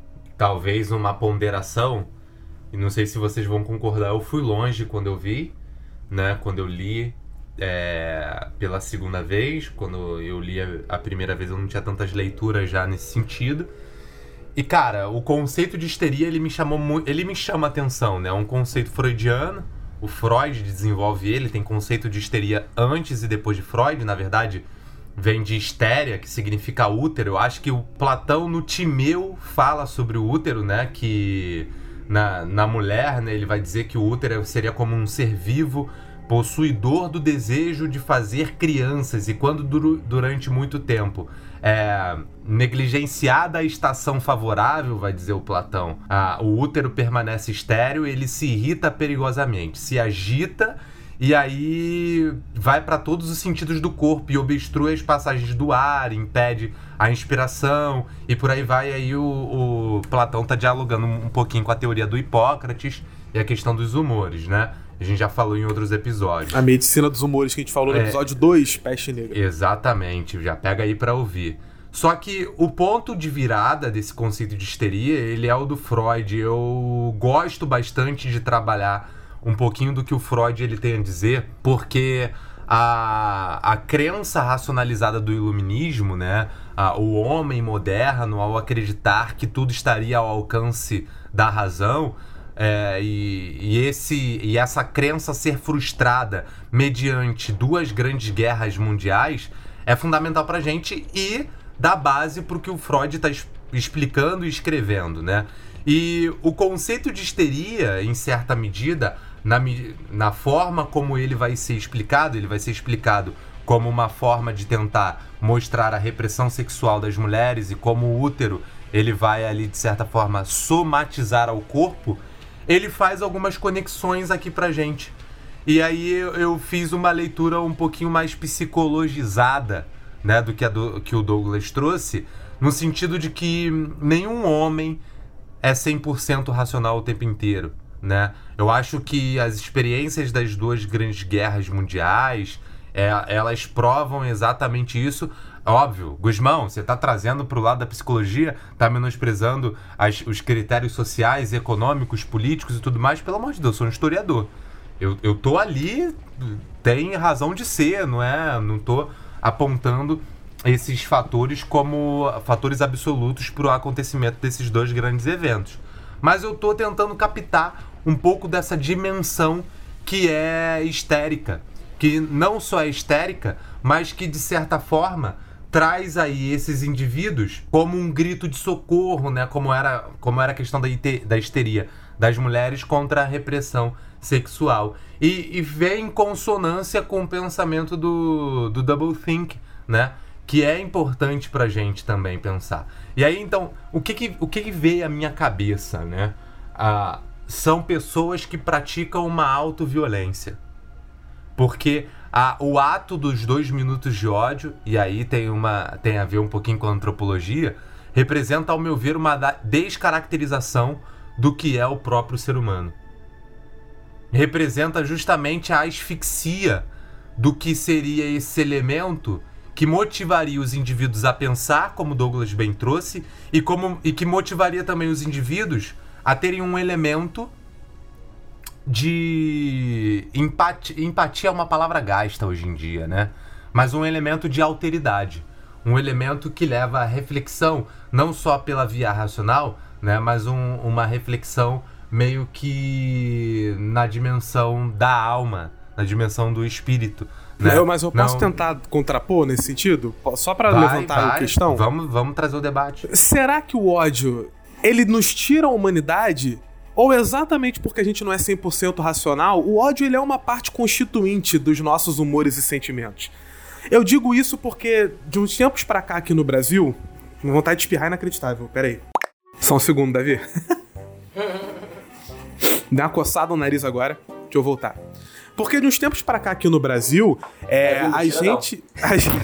Speaker 2: talvez uma ponderação, e não sei se vocês vão concordar, eu fui longe quando eu vi, né, quando eu li é, pela segunda vez, quando eu li a, a primeira vez eu não tinha tantas leituras já nesse sentido. E, cara, o conceito de histeria, ele me chamou muito, ele me chama atenção, né? É um conceito freudiano, o Freud desenvolve ele, tem conceito de histeria antes e depois de Freud, na verdade, vem de histéria, que significa útero. Eu acho que o Platão, no Timeu, fala sobre o útero, né? Que na, na mulher, né, ele vai dizer que o útero seria como um ser vivo, possuidor do desejo de fazer crianças, e quando dur- durante muito tempo é, negligenciada a estação favorável, vai dizer o Platão, ah, o útero permanece estéril, ele se irrita perigosamente, se agita e aí vai para todos os sentidos do corpo e obstrui as passagens do ar, impede a inspiração e por aí vai. Aí o, o Platão tá dialogando um pouquinho com a teoria do Hipócrates e a questão dos humores, né? A gente já falou em outros episódios.
Speaker 3: A medicina dos humores que a gente falou no
Speaker 2: é,
Speaker 3: episódio dois, Peste Negra.
Speaker 2: Exatamente, já pega aí pra ouvir. Só que o ponto de virada desse conceito de histeria, ele é o do Freud. Eu gosto bastante de trabalhar um pouquinho do que o Freud ele tem a dizer, porque a, a crença racionalizada do iluminismo, né, a, o homem moderno, ao acreditar que tudo estaria ao alcance da razão, É, e, e, esse, e essa crença ser frustrada mediante duas grandes guerras mundiais é fundamental pra gente e dá base pro que o Freud está es- explicando e escrevendo, né? E o conceito de histeria, em certa medida, na, na forma como ele vai ser explicado, ele vai ser explicado como uma forma de tentar mostrar a repressão sexual das mulheres e como o útero ele vai ali, de certa forma, somatizar ao corpo. Ele faz algumas conexões aqui pra gente. E aí eu, eu fiz uma leitura um pouquinho mais psicologizada, né, do que, a do que o Douglas trouxe, no sentido de que nenhum homem é cem por cento racional o tempo inteiro, né? Eu acho que as experiências das duas grandes guerras mundiais, é, elas provam exatamente isso. Óbvio, Guzmão, você tá trazendo pro lado da psicologia, tá menosprezando as, os critérios sociais, econômicos, políticos e tudo mais. Pelo amor de Deus, eu sou um historiador. Eu, eu tô ali, tem razão de ser, não é? Não tô apontando esses fatores como fatores absolutos pro acontecimento desses dois grandes eventos. Mas eu tô tentando captar um pouco dessa dimensão que é histérica. Que não só é histérica, mas que, de certa forma, traz aí esses indivíduos como um grito de socorro, né? Como era, como era a questão da, ite, da histeria das mulheres contra a repressão sexual. E, e vem em consonância com o pensamento do, do doublethink, né? Que é importante pra gente também pensar. E aí, então, o que que, o que, que veio à minha cabeça, né? Ah, são pessoas que praticam uma autoviolência. Porque a, o ato dos dois minutos de ódio, e aí tem, uma, tem a ver um pouquinho com a antropologia, representa, ao meu ver, uma descaracterização do que é o próprio ser humano. Representa justamente a asfixia do que seria esse elemento que motivaria os indivíduos a pensar, como Douglas bem trouxe, e, como, e que motivaria também os indivíduos a terem um elemento de empatia. Empatia é uma palavra gasta hoje em dia, né? Mas um elemento de alteridade, um elemento que leva à reflexão, não só pela via racional, né? Mas um, uma reflexão meio que na dimensão da alma, na dimensão do espírito, né?
Speaker 3: Eu, mas eu posso
Speaker 2: não...
Speaker 3: tentar contrapor nesse sentido? Só para
Speaker 2: vai,
Speaker 3: levantar
Speaker 2: vai.
Speaker 3: a questão?
Speaker 2: Vamos, vamos trazer o debate.
Speaker 3: Será que o ódio, ele nos tira a humanidade? Ou exatamente porque a gente não é cem por cento racional, o ódio ele é uma parte constituinte dos nossos humores e sentimentos. Eu digo isso porque, de uns tempos pra cá aqui no Brasil, vontade de espirrar inacreditável, peraí. Só um segundo, Davi. Dá uma coçada no nariz agora, deixa eu voltar. Porque de uns tempos pra cá aqui no Brasil, é, é a gente... A gente...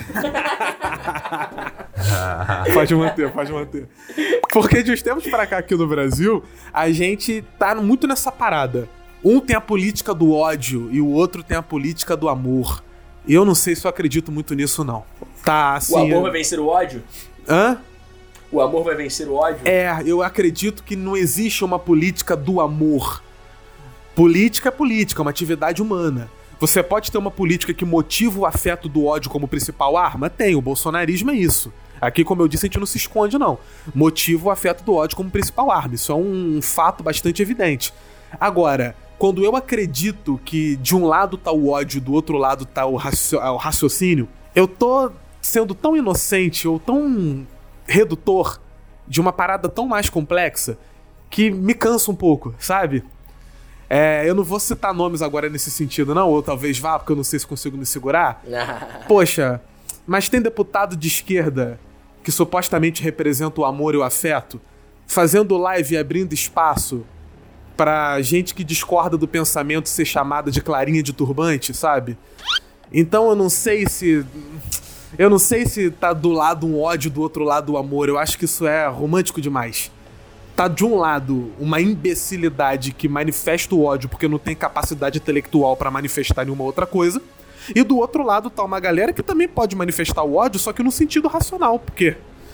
Speaker 3: pode manter, pode manter. Porque de uns tempos pra cá aqui no Brasil, a gente tá muito nessa parada. Um tem a política do ódio e o outro tem a política do amor. E eu não sei se eu acredito muito nisso, não. Tá, assim...
Speaker 1: O amor vai vencer o ódio?
Speaker 3: Hã?
Speaker 1: O amor vai vencer o ódio?
Speaker 3: É, eu acredito que não existe uma política do amor. Política é política, é uma atividade humana. Você pode ter uma política que motiva o afeto do ódio como principal arma? Tem, o bolsonarismo é isso. Aqui, como eu disse, a gente não se esconde, não. Motiva o afeto do ódio como principal arma. Isso é um fato bastante evidente. Agora, quando eu acredito que de um lado tá o ódio, do outro lado tá o, raci- o raciocínio, eu tô sendo tão inocente ou tão redutor de uma parada tão mais complexa que me cansa um pouco, sabe? É, eu não vou citar nomes agora nesse sentido, não, ou talvez vá, porque eu não sei se consigo me segurar. Poxa, mas tem deputado de esquerda que supostamente representa o amor e o afeto, fazendo live e abrindo espaço pra gente que discorda do pensamento ser chamada de clarinha de turbante, sabe? Então eu não sei se... Eu não sei se tá do lado um ódio, do outro lado o amor. Eu acho que isso é romântico demais. Tá de um lado uma imbecilidade que manifesta o ódio porque não tem capacidade intelectual pra manifestar nenhuma outra coisa. E do outro lado tá uma galera que também pode manifestar o ódio, só que no sentido racional. Porque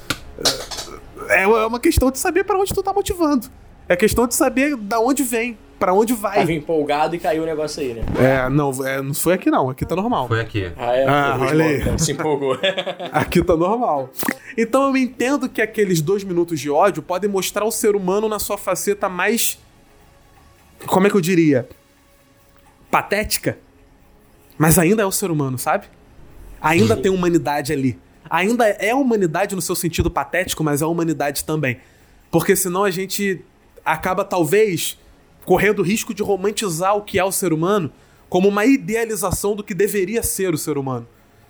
Speaker 3: é uma questão de saber pra onde tu tá motivando. É questão de saber da onde vem, pra onde vai.
Speaker 1: Tava empolgado e caiu o negócio aí, né?
Speaker 3: É, não, é, não foi aqui não, aqui tá normal.
Speaker 2: Foi aqui.
Speaker 1: Ah, é?
Speaker 3: Ah, olha aí.
Speaker 1: Então, se empolgou.
Speaker 3: Aqui tá normal. Então eu entendo que aqueles dois minutos de ódio podem mostrar o ser humano na sua faceta mais... Como é que eu diria? Patética. Mas ainda é o ser humano, sabe? Ainda tem humanidade ali. Ainda é humanidade no seu sentido patético, mas é humanidade também. Porque senão a gente acaba, talvez, correndo o risco de romantizar o que é o ser humano como uma idealização do que deveria ser o ser humano.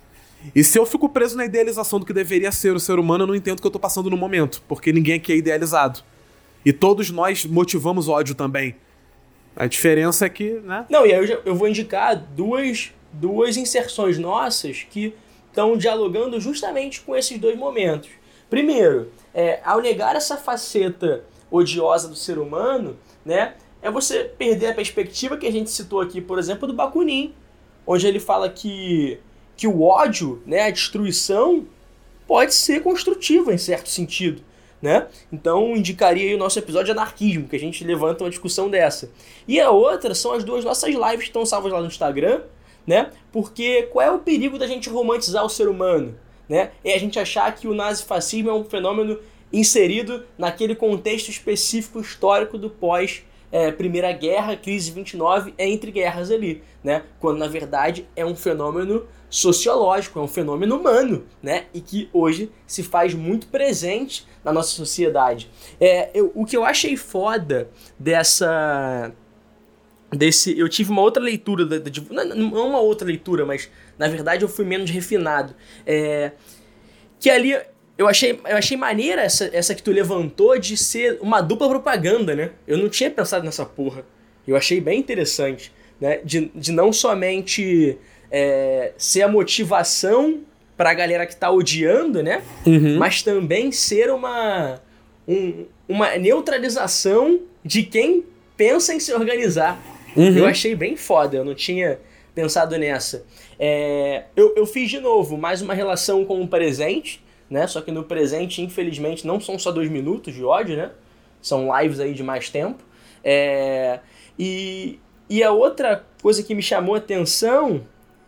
Speaker 3: E se eu fico preso na idealização do que deveria ser o ser humano, eu não entendo o que eu tô passando no momento, porque ninguém aqui é idealizado. E todos nós motivamos ódio também. A diferença é que, né?
Speaker 1: Não, e aí eu, já, eu vou indicar duas, duas inserções nossas que estão dialogando justamente com esses dois momentos. Primeiro, é, ao negar essa faceta odiosa do ser humano, né, é você perder a perspectiva que a gente citou aqui, por exemplo, do Bakunin, onde ele fala que, que o ódio, né, a destruição, pode ser construtiva em certo sentido. Né? Então indicaria aí o nosso episódio de anarquismo, que a gente levanta uma discussão dessa. E a outra são as duas nossas lives que estão salvas lá no Instagram, né? Porque qual é o perigo da gente romantizar o ser humano? Né? É a gente achar que o nazifascismo é um fenômeno inserido naquele contexto específico histórico do pós é, Primeira Guerra, crise de vinte e nove, é entre guerras ali, né? Quando na verdade é um fenômeno sociológico, é um fenômeno humano, né? E que hoje se faz muito presente na nossa sociedade. É, eu, o que eu achei foda dessa... Desse, eu tive uma outra leitura, de, de, não uma outra leitura, mas na verdade eu fui menos refinado. É, que ali eu achei, eu achei maneira essa, essa que tu levantou de ser uma dupla propaganda, né? Eu não tinha pensado nessa porra. Eu achei bem interessante, né? De, de não somente é, ser a motivação pra galera que tá odiando, né?
Speaker 3: Uhum.
Speaker 1: Mas também ser uma, um, uma neutralização de quem pensa em se organizar.
Speaker 3: Uhum.
Speaker 1: Eu achei bem foda, eu não tinha pensado nessa. É, eu, eu fiz de novo mais uma relação com o presente, né? Só que no presente, infelizmente, não são só dois minutos de ódio, né? São lives aí de mais tempo. É, e, e a outra coisa que me chamou a atenção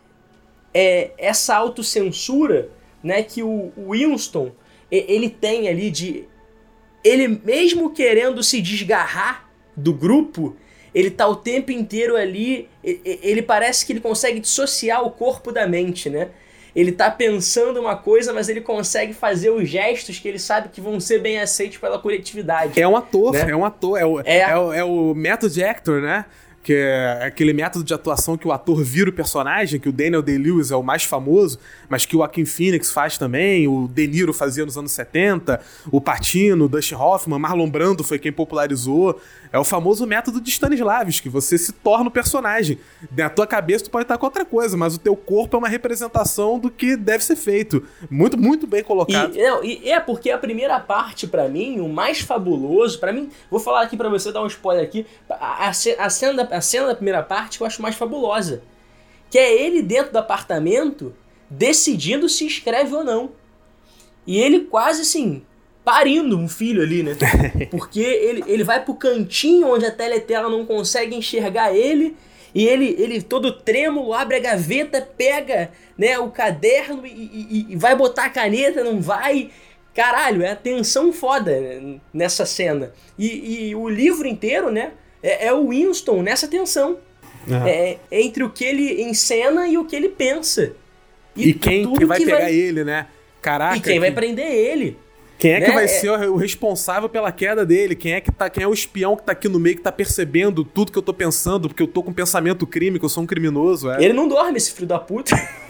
Speaker 1: é essa autocensura, né? Que o, o Winston, ele tem ali de... Ele mesmo querendo se desgarrar do grupo, ele tá o tempo inteiro ali, ele parece que ele consegue dissociar o corpo da mente, né? Ele tá pensando uma coisa, mas ele consegue fazer os gestos que ele sabe que vão ser bem aceitos pela coletividade.
Speaker 3: É um ator,
Speaker 1: né?
Speaker 3: é um ator, é o,
Speaker 1: é.
Speaker 3: É, o, é o method actor, né? Que é aquele método de atuação que o ator vira o personagem, que o Daniel Day-Lewis é o mais famoso, mas que o Joaquin Phoenix faz também, o De Niro fazia nos anos setenta, o Pacino, o Dustin Hoffman, Marlon Brando foi quem popularizou. É o famoso método de Stanislavski, você se torna o personagem. Na tua cabeça tu pode estar com outra coisa, mas o teu corpo é uma representação do que deve ser feito. Muito, muito bem colocado.
Speaker 1: E, não, e é porque a primeira parte, pra mim, o mais fabuloso, pra mim, vou falar aqui pra você, dar um spoiler aqui, a, a, a, cena, da, a cena da primeira parte que eu acho mais fabulosa, que é ele dentro do apartamento decidindo se escreve ou não. E ele quase assim... parindo um filho ali, né? Porque ele, ele vai pro cantinho onde a teletela não consegue enxergar ele, e ele, ele todo trêmulo, abre a gaveta, pega, né, o caderno e, e, e vai botar a caneta, não vai. Caralho, é a tensão foda nessa cena. E, e o livro inteiro, né, é, é o Winston nessa tensão. Uhum. É, é entre o que ele encena e o que ele pensa.
Speaker 3: E, e quem que vai que pegar vai... ele, né? Caraca.
Speaker 1: E quem que... vai prender ele.
Speaker 3: Quem é que
Speaker 1: né?
Speaker 3: vai ser o responsável pela queda dele? Quem é que tá, quem é o espião que tá aqui no meio, que tá percebendo tudo que eu tô pensando, porque eu tô com pensamento crime, que eu sou um criminoso, é?
Speaker 1: Ele não dorme, esse filho da puta.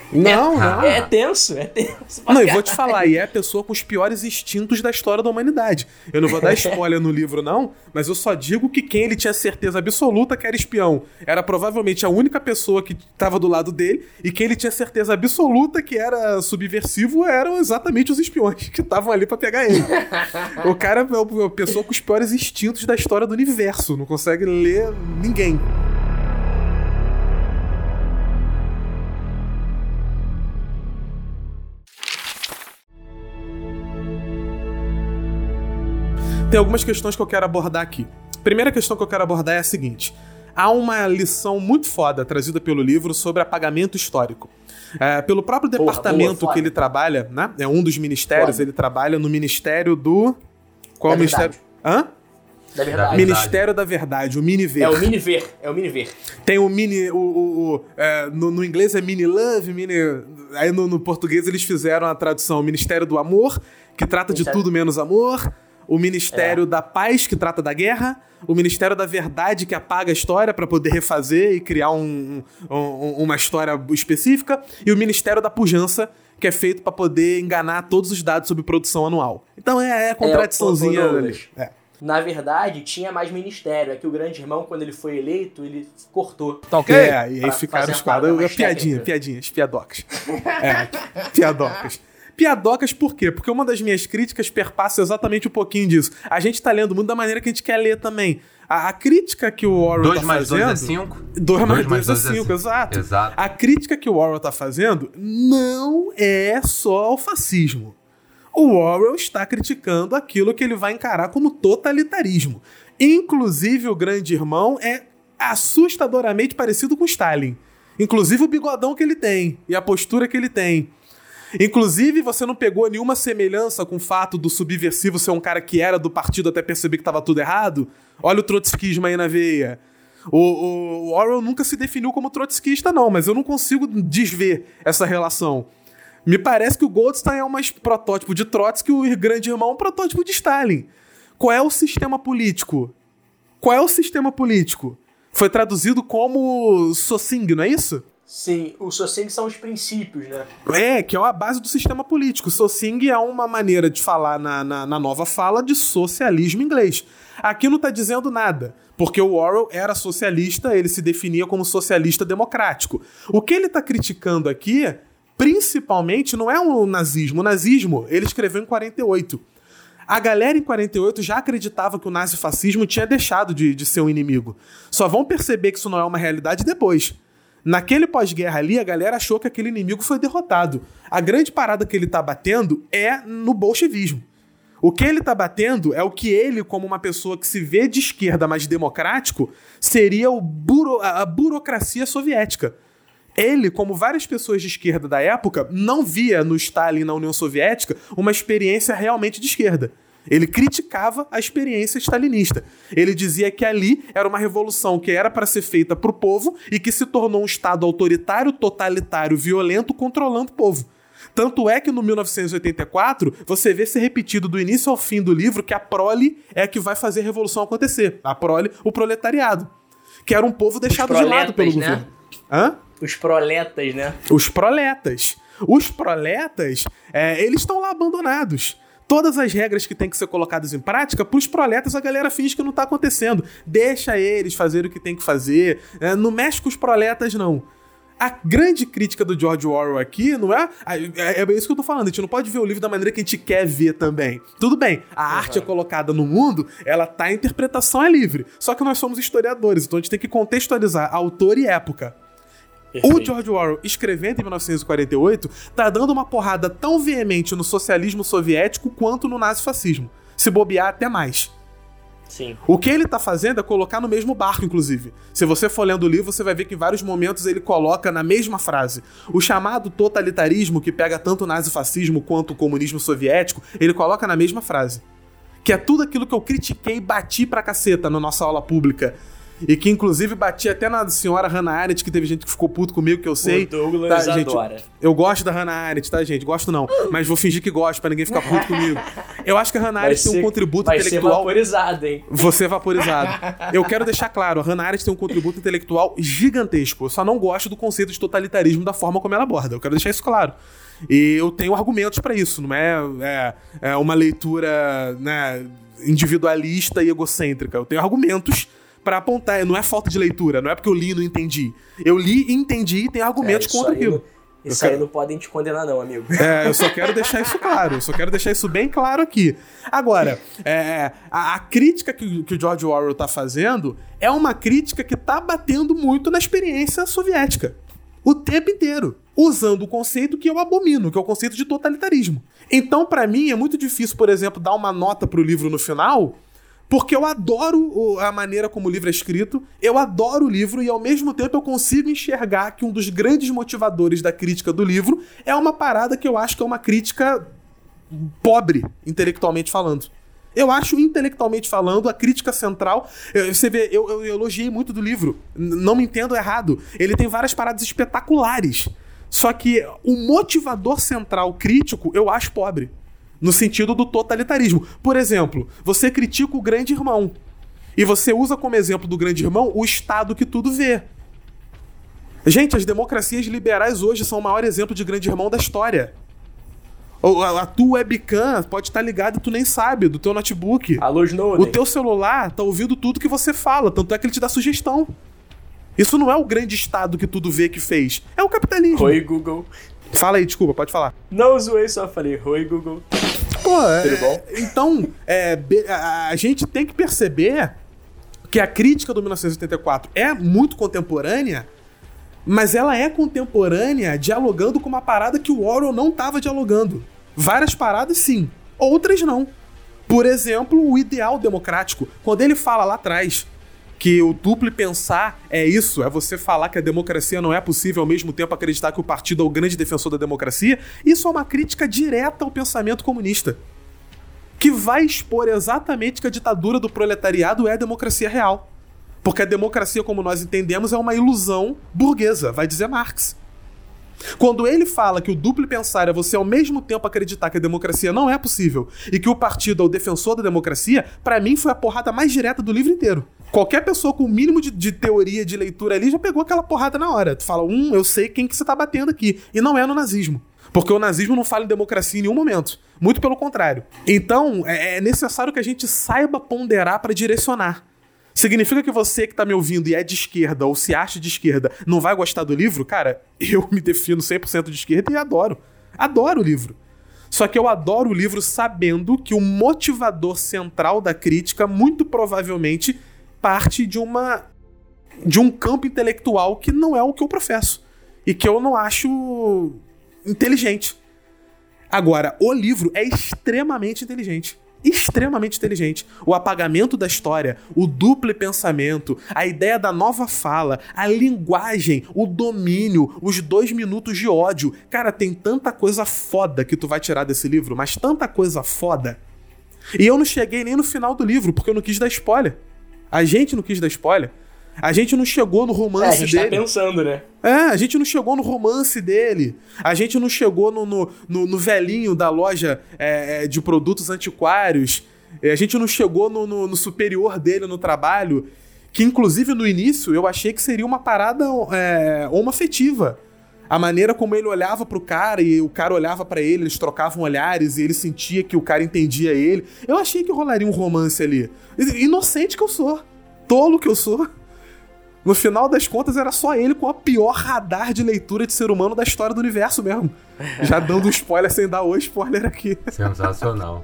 Speaker 3: Não,
Speaker 1: é,
Speaker 3: não.
Speaker 1: É tenso, é tenso.
Speaker 3: Não, e vou te falar, e é a pessoa com os piores instintos da história da humanidade. Eu não vou dar spoiler no livro, não, mas eu só digo que quem ele tinha certeza absoluta que era espião era provavelmente a única pessoa que estava do lado dele, e quem ele tinha certeza absoluta que era subversivo eram exatamente os espiões que estavam ali pra pegar ele. O cara é a pessoa com os piores instintos da história do universo, não consegue ler ninguém. Tem algumas questões que eu quero abordar aqui. A primeira questão que eu quero abordar é a seguinte. Há uma lição muito foda trazida pelo livro sobre apagamento histórico. É, pelo próprio Porra, departamento boa, que ele trabalha, né? É um dos ministérios, foda. Ele trabalha no Ministério do... Qual é o Ministério? Hã?
Speaker 1: Da verdade.
Speaker 3: Ministério da Verdade, o Miniver.
Speaker 1: É o Miniver, é o Miniver.
Speaker 3: Tem o Mini... O, o, o, é, no, no inglês é Mini Love, Mini... Aí no, no português eles fizeram a tradução Ministério do Amor, que trata Ministério. de tudo menos amor... O Ministério é. da Paz, que trata da guerra. O Ministério da Verdade, que apaga a história para poder refazer e criar um, um, uma história específica. E o Ministério da Pujança, que é feito para poder enganar todos os dados sobre produção anual. Então é, é a contradiçãozinha. É, é.
Speaker 1: Na verdade, tinha mais ministério. É que o grande irmão, quando ele foi eleito, ele cortou.
Speaker 3: Tá ok? É, e aí ficaram os quadros. Piadinha, piadinhas, piadocas. É, piadocas. Piadocas por quê? Porque uma das minhas críticas perpassa exatamente um pouquinho disso. A gente tá lendo muito da maneira que a gente quer ler também. A, a crítica que o Orwell tá fazendo... dois mais dois é cinco. dois mais dois é cinco, exato.
Speaker 2: Exato.
Speaker 3: A crítica que o Orwell tá fazendo não é só ao fascismo. O Orwell está criticando aquilo que ele vai encarar como totalitarismo. Inclusive, o grande irmão é assustadoramente parecido com Stalin. Inclusive o bigodão que ele tem e a postura que ele tem. Inclusive, você não pegou nenhuma semelhança com o fato do subversivo ser um cara que era do partido até perceber que estava tudo errado? Olha o trotskismo aí na veia. O, o, o Orwell nunca se definiu como trotskista, não, mas eu não consigo desver essa relação. Me parece que o Goldstein é um protótipo de Trotsky e o grande irmão é um protótipo de Stalin. Qual é o sistema político? Qual é o sistema político? Foi traduzido como Socing, não é isso?
Speaker 1: Sim, o Socing são os princípios, né?
Speaker 3: É, que é a base do sistema político. Socing é uma maneira de falar na, na, na nova fala de socialismo inglês. Aqui não tá dizendo nada, porque o Orwell era socialista, ele se definia como socialista democrático. O que ele tá criticando aqui, principalmente, não é o nazismo. O nazismo, ele escreveu em quarenta e oito. A galera em quarenta e oito já acreditava que o nazifascismo tinha deixado de, de ser um inimigo. Só vão perceber que isso não é uma realidade depois. Naquele pós-guerra ali, a galera achou que aquele inimigo foi derrotado. A grande parada que ele tá batendo é no bolchevismo. O que ele tá batendo é o que ele, como uma pessoa que se vê de esquerda, mas democrático, seria o buro- a burocracia soviética. Ele, como várias pessoas de esquerda da época, não via no Stalin e na União Soviética uma experiência realmente de esquerda. Ele criticava a experiência stalinista. Ele dizia que ali era uma revolução que era para ser feita para o povo e que se tornou um Estado autoritário, totalitário, violento, controlando o povo. Tanto é que no mil novecentos e oitenta e quatro, você vê ser repetido do início ao fim do livro que a prole é a que vai fazer a revolução acontecer. A prole, o proletariado. Que era um povo deixado de lado pelo
Speaker 1: né?
Speaker 3: governo. Hã?
Speaker 1: Os proletas, né?
Speaker 3: Os proletas. Os proletas, é, eles estão lá abandonados. Todas as regras que têm que ser colocadas em prática, pros proletas a galera finge que não tá acontecendo. Deixa eles fazerem o que tem que fazer. É, não mexe com os proletas, não. A grande crítica do George Orwell aqui não é... É, é isso que eu tô falando. A gente não pode ver o livro da maneira que a gente quer ver também. Tudo bem, a uhum. arte é colocada no mundo, ela tá, a interpretação é livre. Só que nós somos historiadores, então a gente tem que contextualizar autor e época. Perfeito. O George Orwell, escrevendo em mil novecentos e quarenta e oito, tá dando uma porrada tão veemente no socialismo soviético quanto no nazifascismo. Se bobear, até mais.
Speaker 1: Sim.
Speaker 3: O que ele tá fazendo é colocar no mesmo barco, inclusive. Se você for lendo o livro, você vai ver que em vários momentos ele coloca na mesma frase. O chamado totalitarismo, que pega tanto o nazifascismo quanto o comunismo soviético, ele coloca na mesma frase. Que é tudo aquilo que eu critiquei e bati pra caceta na nossa aula pública. e que inclusive batia até na senhora Hannah Arendt, que teve gente que ficou puto comigo, que eu sei.
Speaker 1: O Douglas
Speaker 3: tá, gente,
Speaker 1: adora.
Speaker 3: Eu gosto da Hannah Arendt, tá, gente? Gosto não, mas vou fingir que gosto pra ninguém ficar puto comigo. Eu acho que a Hannah Arendt tem um contributo
Speaker 1: vai
Speaker 3: intelectual...
Speaker 1: Vai ser vaporizado, hein?
Speaker 3: Você vaporizado. Eu quero deixar claro, a Hannah Arendt tem um contributo intelectual gigantesco. Eu só não gosto do conceito de totalitarismo da forma como ela aborda. Eu quero deixar isso claro. E eu tenho argumentos pra isso, não é, é, é uma leitura, né, individualista e egocêntrica. Eu tenho argumentos pra apontar, não é falta de leitura, não é porque eu li e não entendi. Eu li e entendi e tenho argumentos
Speaker 1: é,
Speaker 3: contra aquilo.
Speaker 1: Não, isso
Speaker 3: quero...
Speaker 1: aí não podem te condenar não, amigo.
Speaker 3: É, eu só quero deixar isso claro, eu só quero deixar isso bem claro aqui. Agora, é, a, a crítica que, que o George Orwell tá fazendo é uma crítica que tá batendo muito na experiência soviética. O tempo inteiro. Usando o conceito que eu abomino, que é o conceito de totalitarismo. Então, pra mim, é muito difícil, por exemplo, dar uma nota pro livro no final, porque eu adoro a maneira como o livro é escrito, eu adoro o livro e, ao mesmo tempo, eu consigo enxergar que um dos grandes motivadores da crítica do livro é uma parada que eu acho que é uma crítica pobre, intelectualmente falando. Eu acho, intelectualmente falando, a crítica central... Você vê, eu, eu, eu elogiei muito do livro. Não me entendo errado. Ele tem várias paradas espetaculares. Só que o motivador central crítico, eu acho pobre. No sentido do totalitarismo. Por exemplo, você critica o Grande Irmão. E você usa como exemplo do Grande Irmão o Estado que tudo vê. Gente, as democracias liberais hoje são o maior exemplo de Grande Irmão da história. A tua webcam pode estar ligada e tu nem sabe, do teu notebook.
Speaker 1: Alô, Snowden.
Speaker 3: O teu celular tá ouvindo tudo que você fala, tanto é que ele te dá sugestão. Isso não é o grande Estado que tudo vê que fez, é o capitalismo.
Speaker 1: Oi, Google.
Speaker 3: Fala aí, desculpa, pode falar.
Speaker 1: Não zoei, só falei, oi, Google.
Speaker 3: Pô,
Speaker 1: Tudo
Speaker 3: é,
Speaker 1: bom?
Speaker 3: Então, é, a gente tem que perceber que a crítica do mil novecentos e oitenta e quatro é muito contemporânea, mas ela é contemporânea dialogando com uma parada que o Orwell não estava dialogando. Várias paradas, sim. Outras, não. Por exemplo, o ideal democrático. Quando ele fala lá atrás que o duplo pensar é isso, é você falar que a democracia não é possível ao mesmo tempo acreditar que o partido é o grande defensor da democracia, isso é uma crítica direta ao pensamento comunista, que vai expor exatamente que a ditadura do proletariado é a democracia real. Porque a democracia, como nós entendemos, é uma ilusão burguesa, vai dizer Marx. Quando ele fala que o duplo pensar é você ao mesmo tempo acreditar que a democracia não é possível e que o partido é o defensor da democracia, pra mim foi a porrada mais direta do livro inteiro. Qualquer pessoa com o mínimo de, de teoria de leitura ali já pegou aquela porrada na hora. Tu fala, hum, eu sei quem que você tá batendo aqui. E não é no nazismo. Porque o nazismo não fala em democracia em nenhum momento. Muito pelo contrário. Então, é necessário que a gente saiba ponderar pra direcionar. Significa que você que tá me ouvindo e é de esquerda ou se acha de esquerda não vai gostar do livro? Cara, eu me defino cem por cento de esquerda e adoro. Adoro o livro. Só que eu adoro o livro sabendo que o motivador central da crítica muito provavelmente parte de uma de um campo intelectual que não é o que eu professo e que eu não acho inteligente. Agora, o livro é extremamente inteligente. Extremamente inteligente. O apagamento da história, o duplo pensamento, a ideia da nova fala, a linguagem, o domínio, os dois minutos de ódio. Cara, tem tanta coisa foda que tu vai tirar desse livro, mas tanta coisa foda. E eu não cheguei nem no final do livro, porque eu não quis dar spoiler. A gente não quis dar spoiler. A gente não chegou no romance dele. É, a gente
Speaker 1: dele. tá pensando, né?
Speaker 3: É, a gente não chegou no romance dele. A gente não chegou no, no, no, no velhinho da loja é, de produtos antiquários. A gente não chegou no, no, no superior dele no trabalho. Que, inclusive, no início, eu achei que seria uma parada é, homoafetiva. A maneira como ele olhava pro cara e o cara olhava pra ele, eles trocavam olhares e ele sentia que o cara entendia ele. Eu achei que rolaria um romance ali. Inocente que eu sou. Tolo que eu sou. No final das contas, era só ele com a pior radar de leitura de ser humano da história do universo mesmo. Já dando um spoiler sem dar o spoiler aqui.
Speaker 2: Sensacional.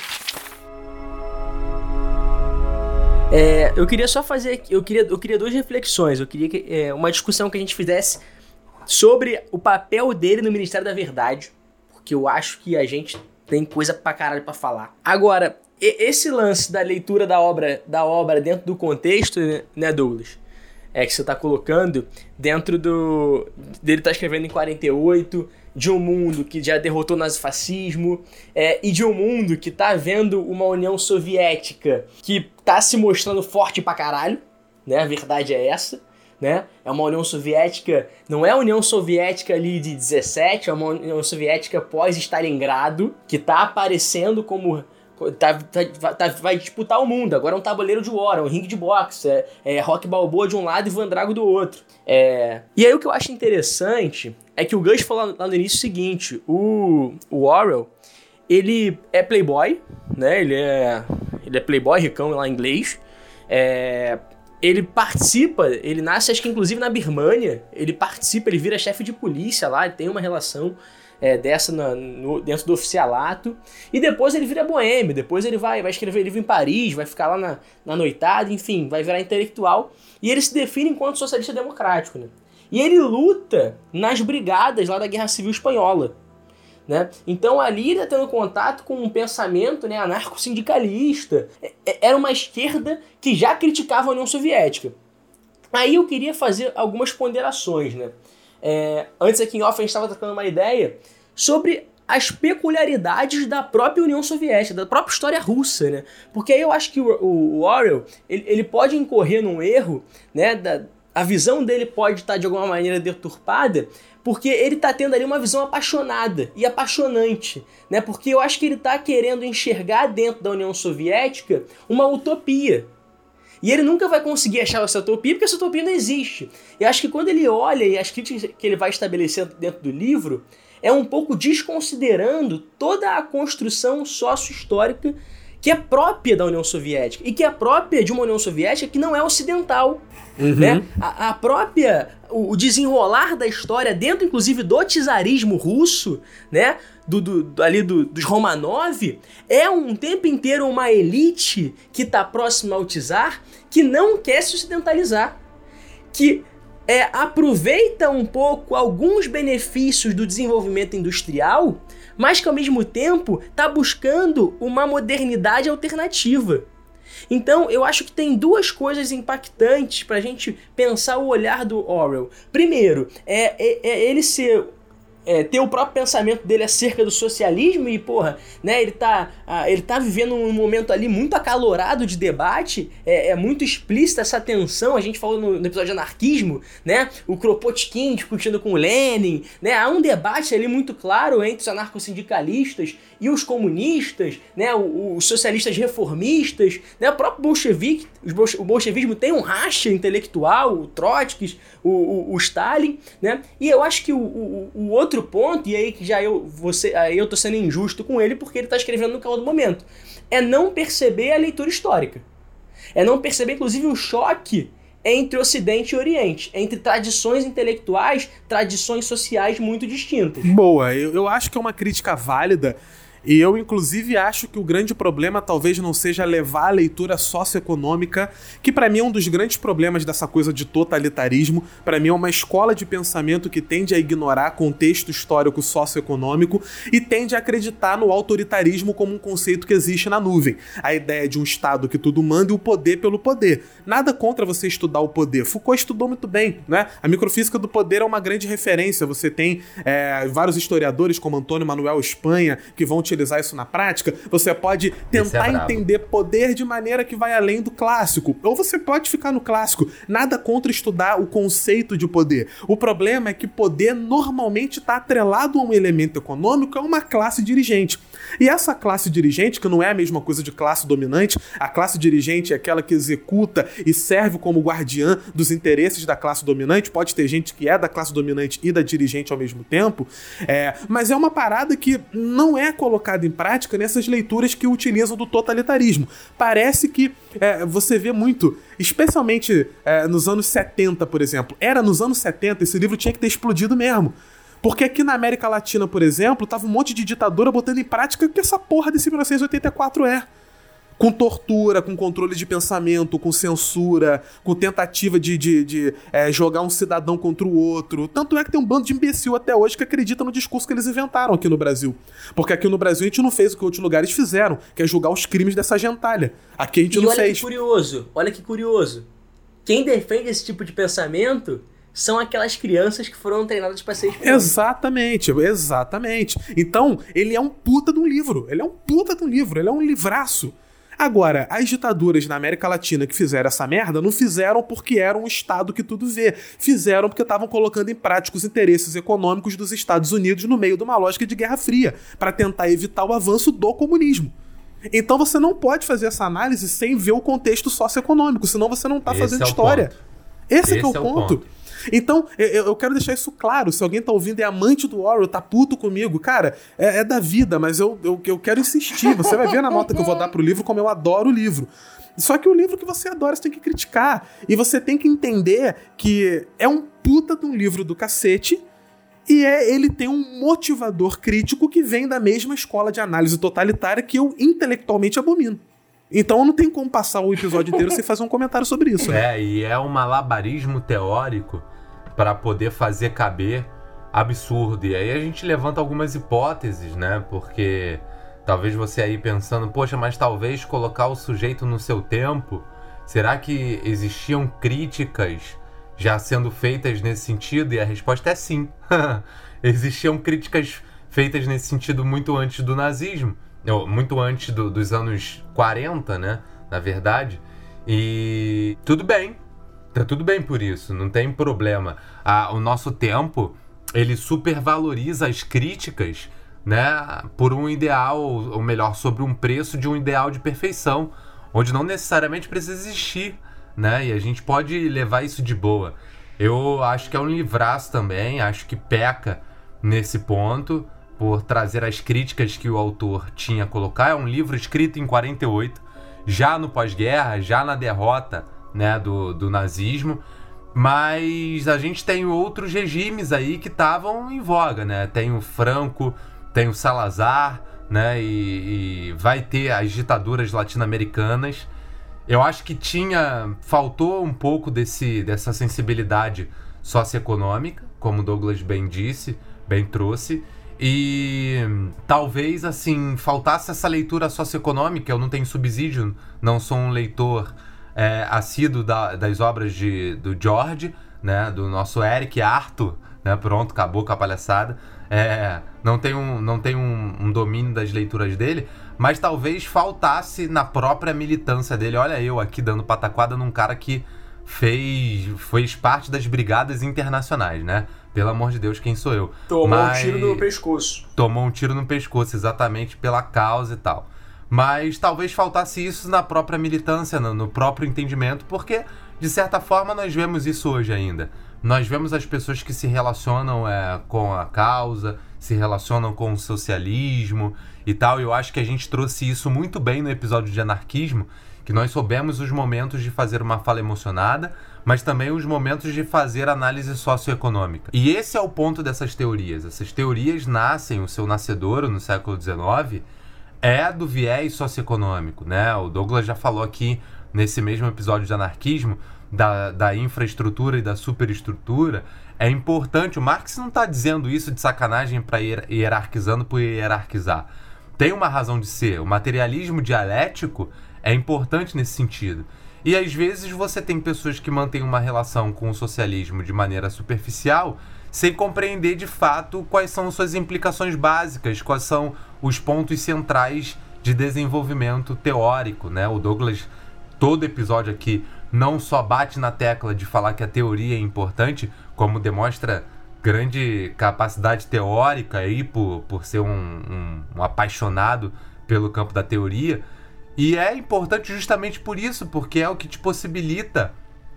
Speaker 1: É, eu queria só fazer... Eu queria, eu queria duas reflexões. Eu queria que, é, uma discussão que a gente fizesse sobre o papel dele no Ministério da Verdade. Porque eu acho que a gente tem coisa pra caralho pra falar. Agora, esse lance da leitura da obra, da obra dentro do contexto, né, Douglas? É que você tá colocando dentro do... dele tá escrevendo em quarenta e oito, de um mundo que já derrotou o nazifascismo, é, e de um mundo que tá vendo uma União Soviética que tá se mostrando forte pra caralho, né? A verdade é essa, né? É uma União Soviética, não é a União Soviética ali de dezessete, é uma União Soviética pós-Stalingrado, que tá aparecendo como... Tá, tá, tá, vai disputar o mundo, agora é um tabuleiro de war, é um ringue de boxe, é, é Rock Balboa de um lado e Van Drago do outro. É... E aí o que eu acho interessante é que o Gus falou lá no início o seguinte, o, o Orwell, ele é playboy, né, ele é, ele é playboy, ricão lá em inglês, é... ele participa, ele nasce acho que inclusive na Birmânia, ele participa, ele vira chefe de polícia lá, ele tem uma relação... É, dessa na, no, dentro do oficialato, e depois ele vira boêmio, depois ele vai, vai escrever livro em Paris, vai ficar lá na, na noitada, enfim, vai virar intelectual, e ele se define enquanto socialista democrático, né? E ele luta nas brigadas lá da Guerra Civil Espanhola, né? Então ali ele está tendo contato com um pensamento, né, anarco-sindicalista, era uma esquerda que já criticava a União Soviética. Aí eu queria fazer algumas ponderações, né? É, antes aqui em off a gente estava trocando uma ideia sobre as peculiaridades da própria União Soviética, da própria história russa, né? Porque aí eu acho que o, o, o Orwell, ele, ele pode incorrer num erro, né? Da, a visão dele pode estar de alguma maneira deturpada, porque ele está tendo ali uma visão apaixonada e apaixonante, né? Porque eu acho que ele está querendo enxergar dentro da União Soviética uma utopia. E ele nunca vai conseguir achar essa utopia, porque essa utopia não existe. E acho que quando ele olha e as críticas que ele vai estabelecendo dentro do livro, é um pouco desconsiderando toda a construção sócio-histórica que é própria da União Soviética, e que é própria de uma União Soviética que não é ocidental. Uhum. Né? A, a própria, o, o desenrolar da história dentro, inclusive, do czarismo russo, né? Do, do, do, ali do, dos Romanov, é um tempo inteiro uma elite que está próxima ao czar, que não quer se ocidentalizar, que é, aproveita um pouco alguns benefícios do desenvolvimento industrial, mas que ao mesmo tempo está buscando uma modernidade alternativa. Então, eu acho que tem duas coisas impactantes para a gente pensar o olhar do Orwell. Primeiro, é, é, é ele ser... É, ter o próprio pensamento dele acerca do socialismo e, porra, né, ele tá, ah, ele tá vivendo um momento ali muito acalorado de debate, é, é muito explícita essa tensão, a gente falou no, no episódio de anarquismo, né, o Kropotkin discutindo com o Lenin, né, há um debate ali muito claro entre os anarcossindicalistas e os comunistas, né, os socialistas reformistas, né, o próprio bolchevique, os bolche, o bolchevismo tem um racha intelectual, o Trotsky, o, o, o Stalin, né, e eu acho que o, o, o outro ponto, e aí que já eu, você, aí eu tô sendo injusto com ele porque ele tá escrevendo no calor do momento, é não perceber a leitura histórica. É não perceber, inclusive, o choque entre Ocidente e Oriente, entre tradições intelectuais, tradições sociais muito distintas.
Speaker 3: Boa, eu, eu acho que é uma crítica válida. E eu, inclusive, acho que o grande problema talvez não seja levar a leitura socioeconômica, que para mim é um dos grandes problemas dessa coisa de totalitarismo. Para mim é uma escola de pensamento que tende a ignorar contexto histórico socioeconômico e tende a acreditar no autoritarismo como um conceito que existe na nuvem. A ideia de um Estado que tudo manda e o poder pelo poder. Nada contra você estudar o poder. Foucault estudou muito bem, né? A microfísica do poder é uma grande referência. Você tem é, vários historiadores como Antônio Manuel Espanha que vão utilizar isso na prática. Você pode tentar é entender poder de maneira que vai além do clássico, ou você pode ficar no clássico. Nada contra estudar o conceito de poder. O problema é que poder normalmente está atrelado a um elemento econômico, a uma classe dirigente. E essa classe dirigente, que não é a mesma coisa de classe dominante, a classe dirigente é aquela que executa e serve como guardiã dos interesses da classe dominante. Pode ter gente que é da classe dominante e da dirigente ao mesmo tempo, é, mas é uma parada que não é colocada em prática nessas leituras que utilizam do totalitarismo. Parece que é, você vê muito, especialmente é, nos anos setenta, por exemplo. Era nos anos setenta, esse livro tinha que ter explodido mesmo. Porque aqui na América Latina, por exemplo, tava um monte de ditadura botando em prática o que essa porra desse mil novecentos e oitenta e quatro é. Com tortura, com controle de pensamento, com censura, com tentativa de, de, de é, jogar um cidadão contra o outro. Tanto é que tem um bando de imbecil até hoje que acredita no discurso que eles inventaram aqui no Brasil. Porque aqui no Brasil a gente não fez o que outros lugares fizeram, que é julgar os crimes dessa gentalha. Aqui a gente
Speaker 1: e
Speaker 3: não
Speaker 1: olha
Speaker 3: fez.
Speaker 1: Que curioso, olha que curioso. Quem defende esse tipo de pensamento são aquelas crianças que foram treinadas para ser espiões.
Speaker 3: Exatamente, exatamente. Então, ele é um puta de um livro. Ele é um puta de um livro, ele é um livraço. Agora, as ditaduras na América Latina que fizeram essa merda, não fizeram porque era um Estado que tudo vê. Fizeram porque estavam colocando em prática os interesses econômicos dos Estados Unidos no meio de uma lógica de Guerra Fria, para tentar evitar o avanço do comunismo. Então você não pode fazer essa análise sem ver o contexto socioeconômico, senão você não está fazendo
Speaker 2: é
Speaker 3: história. Esse, Esse é, que é, o, é ponto. o ponto. Então, eu, eu quero deixar isso claro. Se alguém tá ouvindo e é amante do Orwell, tá puto comigo, cara, é, é da vida, mas eu, eu, eu quero insistir. Você vai ver na nota que eu vou dar pro livro como eu adoro o livro. Só que o livro que você adora, você tem que criticar. E você tem que entender que é um puta de um livro do cacete e é, ele tem um motivador crítico que vem da mesma escola de análise totalitária que eu intelectualmente abomino. Então não tem como passar o episódio inteiro sem fazer um comentário sobre isso. Né?
Speaker 2: É, e é um malabarismo teórico para poder fazer caber absurdo. E aí a gente levanta algumas hipóteses, né? Porque talvez você aí pensando, poxa, mas talvez colocar o sujeito no seu tempo, será que existiam críticas já sendo feitas nesse sentido? E a resposta é sim. Existiam críticas feitas nesse sentido muito antes do nazismo. Muito antes do, dos anos quarenta, né? Na verdade. E tudo bem. Tá tudo bem por isso. Não tem problema. Ah, o nosso tempo, ele supervaloriza as críticas, né? Por um ideal, ou melhor, sobre um preço de um ideal de perfeição. Onde não necessariamente precisa existir, né? E a gente pode levar isso de boa. Eu acho que é um livraço também. Acho que peca nesse ponto, por trazer as críticas que o autor tinha a colocar. É um livro escrito em quarenta e oito, já no pós-guerra, já na derrota, né, do, do nazismo, mas a gente tem outros regimes aí que estavam em voga, né? Tem o Franco, tem o Salazar, né, e, e vai ter as ditaduras latino-americanas. Eu acho que tinha, faltou um pouco desse, dessa sensibilidade socioeconômica, como Douglas bem disse, bem trouxe. E talvez, assim, faltasse essa leitura socioeconômica. Eu não tenho subsídio, não sou um leitor é, assíduo da, das obras de, do George, né, do nosso Eric Arthur, né, pronto, acabou com a palhaçada. É, não tenho, um, não tenho um, um domínio das leituras dele, mas talvez faltasse na própria militância dele. Olha eu aqui dando pataquada num cara que fez, fez parte das brigadas internacionais, né? Pelo amor de Deus, quem sou eu?
Speaker 1: Tomou Mas... um tiro no pescoço.
Speaker 2: Tomou um tiro no pescoço, exatamente pela causa e tal. Mas talvez faltasse isso na própria militância, no, no próprio entendimento, porque, de certa forma, nós vemos isso hoje ainda. Nós vemos as pessoas que se relacionam é, com a causa, se relacionam com o socialismo e tal. Eu acho que a gente trouxe isso muito bem no episódio de anarquismo, que nós soubemos os momentos de fazer uma fala emocionada, mas também os momentos de fazer análise socioeconômica. E esse é o ponto dessas teorias. Essas teorias nascem, o seu nascedouro no século dezenove é do viés socioeconômico, né? O Douglas já falou aqui nesse mesmo episódio de anarquismo da, da infraestrutura e da superestrutura. É importante, o Marx não está dizendo isso de sacanagem para ir hierarquizando por hierarquizar. Tem uma razão de ser. O materialismo dialético é importante nesse sentido. E às vezes você tem pessoas que mantêm uma relação com o socialismo de maneira superficial, sem compreender de fato quais são suas implicações básicas, quais são os pontos centrais de desenvolvimento teórico, né? O Douglas, todo episódio aqui, não só bate na tecla de falar que a teoria é importante, como demonstra grande capacidade teórica aí por, por ser um, um, um apaixonado pelo campo da teoria. E é importante justamente por isso, porque é o que te possibilita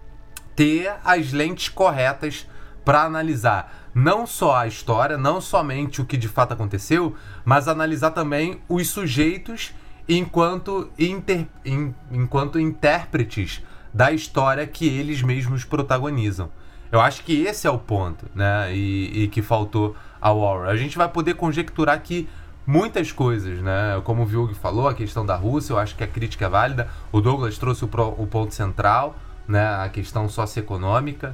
Speaker 2: ter as lentes corretas para analisar não só a história, não somente o que de fato aconteceu, mas analisar também os sujeitos enquanto, inter, in, enquanto intérpretes da história que eles mesmos protagonizam. Eu acho que esse é o ponto, né? E, e que faltou ao Orwell. A gente vai poder conjecturar aqui muitas coisas, né? Como o Viug falou, a questão da Rússia, eu acho que a crítica é válida. O Douglas trouxe o, pro, o ponto central, né? A questão socioeconômica.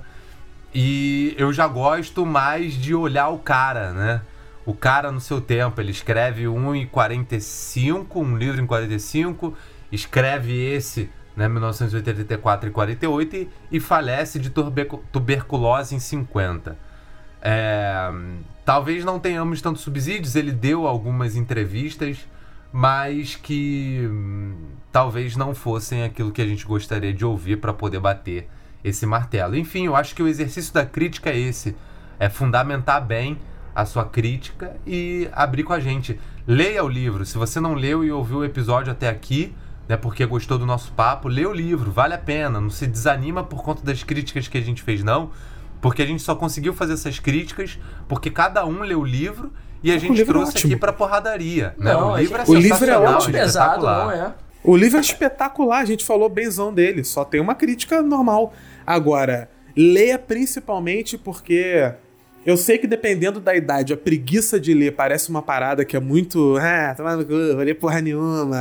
Speaker 2: E eu já gosto mais de olhar o cara, né? O cara no seu tempo, ele escreve um em quarenta e cinco, um livro em quarenta e cinco, escreve esse, né, mil novecentos e oitenta e quatro e quarenta e oito e, e falece de tubercu- tuberculose em cinquenta. É, talvez não tenhamos tantos subsídios, ele deu algumas entrevistas, mas que hum, talvez não fossem aquilo que a gente gostaria de ouvir para poder bater esse martelo. Enfim, eu acho que o exercício da crítica é esse, é fundamentar bem a sua crítica e abrir com a gente. Leia o livro, se você não leu e ouviu o episódio até aqui, né, porque gostou do nosso papo, lê o livro, vale a pena, não se desanima por conta das críticas que a gente fez não, porque a gente só conseguiu fazer essas críticas porque cada um leu o livro e a gente trouxe é aqui pra porradaria. Né?
Speaker 1: Não,
Speaker 2: o livro é
Speaker 3: o livro é
Speaker 1: ótimo, pesado, não é?
Speaker 3: O livro é espetacular, a gente falou benzão dele, só tem uma crítica normal. Agora, leia principalmente porque eu sei que dependendo da idade, a preguiça de ler parece uma parada que é muito... Ah, toma no cu, vou ler porra nenhuma.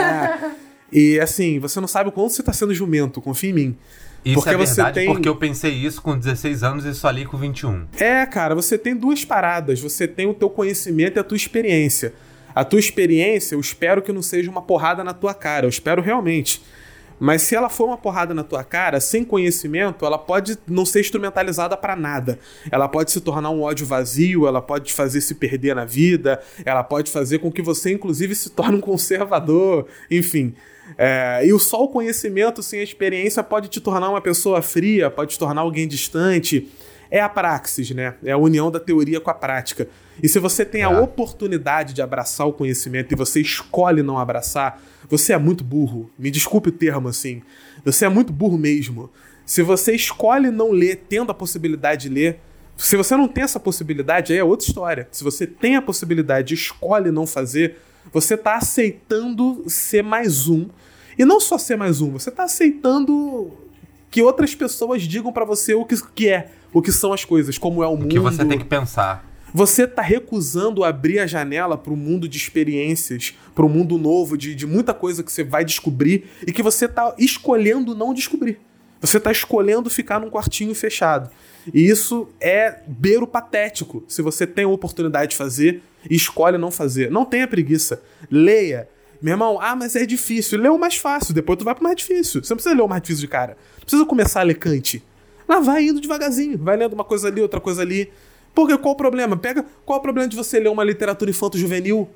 Speaker 3: E assim, você não sabe o quanto você tá sendo jumento, confia em mim.
Speaker 2: Isso
Speaker 3: porque
Speaker 2: é verdade,
Speaker 3: você tem...
Speaker 2: porque eu pensei isso com dezesseis anos e só li com vinte e um.
Speaker 3: É, cara, você tem duas paradas. Você tem o teu conhecimento e a tua experiência. A tua experiência, eu espero que não seja uma porrada na tua cara. Eu espero realmente. Mas se ela for uma porrada na tua cara, sem conhecimento, ela pode não ser instrumentalizada pra nada. Ela pode se tornar um ódio vazio, ela pode te fazer se perder na vida, ela pode fazer com que você, inclusive, se torne um conservador, enfim... É, e só o conhecimento sem a experiência pode te tornar uma pessoa fria, pode te tornar alguém distante. É a praxis, né? É a união da teoria com a prática. E se você tem a é. oportunidade de abraçar o conhecimento e você escolhe não abraçar, você é muito burro. Me desculpe o termo assim. Você é muito burro mesmo. Se você escolhe não ler, tendo a possibilidade de ler, se você não tem essa possibilidade, aí é outra história. Se você tem a possibilidade e escolhe não fazer, você está aceitando ser mais um. E não só ser mais um, você está aceitando que outras pessoas digam para você o que, que é, o que são as coisas, como é o mundo.
Speaker 2: O que você tem que pensar.
Speaker 3: Você está recusando abrir a janela para o mundo de experiências, para o mundo novo, de, de muita coisa que você vai descobrir e que você está escolhendo não descobrir. Você está escolhendo ficar num quartinho fechado. E isso é beiro patético. Se você tem a oportunidade de fazer e escolhe não fazer. Não tenha preguiça. Leia. Meu irmão, ah, mas é difícil. Lê o mais fácil, depois tu vai pro mais difícil. Você não precisa ler o mais difícil de cara. Não precisa começar a ler Kant. Lá vai indo devagarzinho. Vai lendo uma coisa ali, outra coisa ali. Porque qual o problema? Pega, qual o problema de você ler uma literatura infanto-juvenil?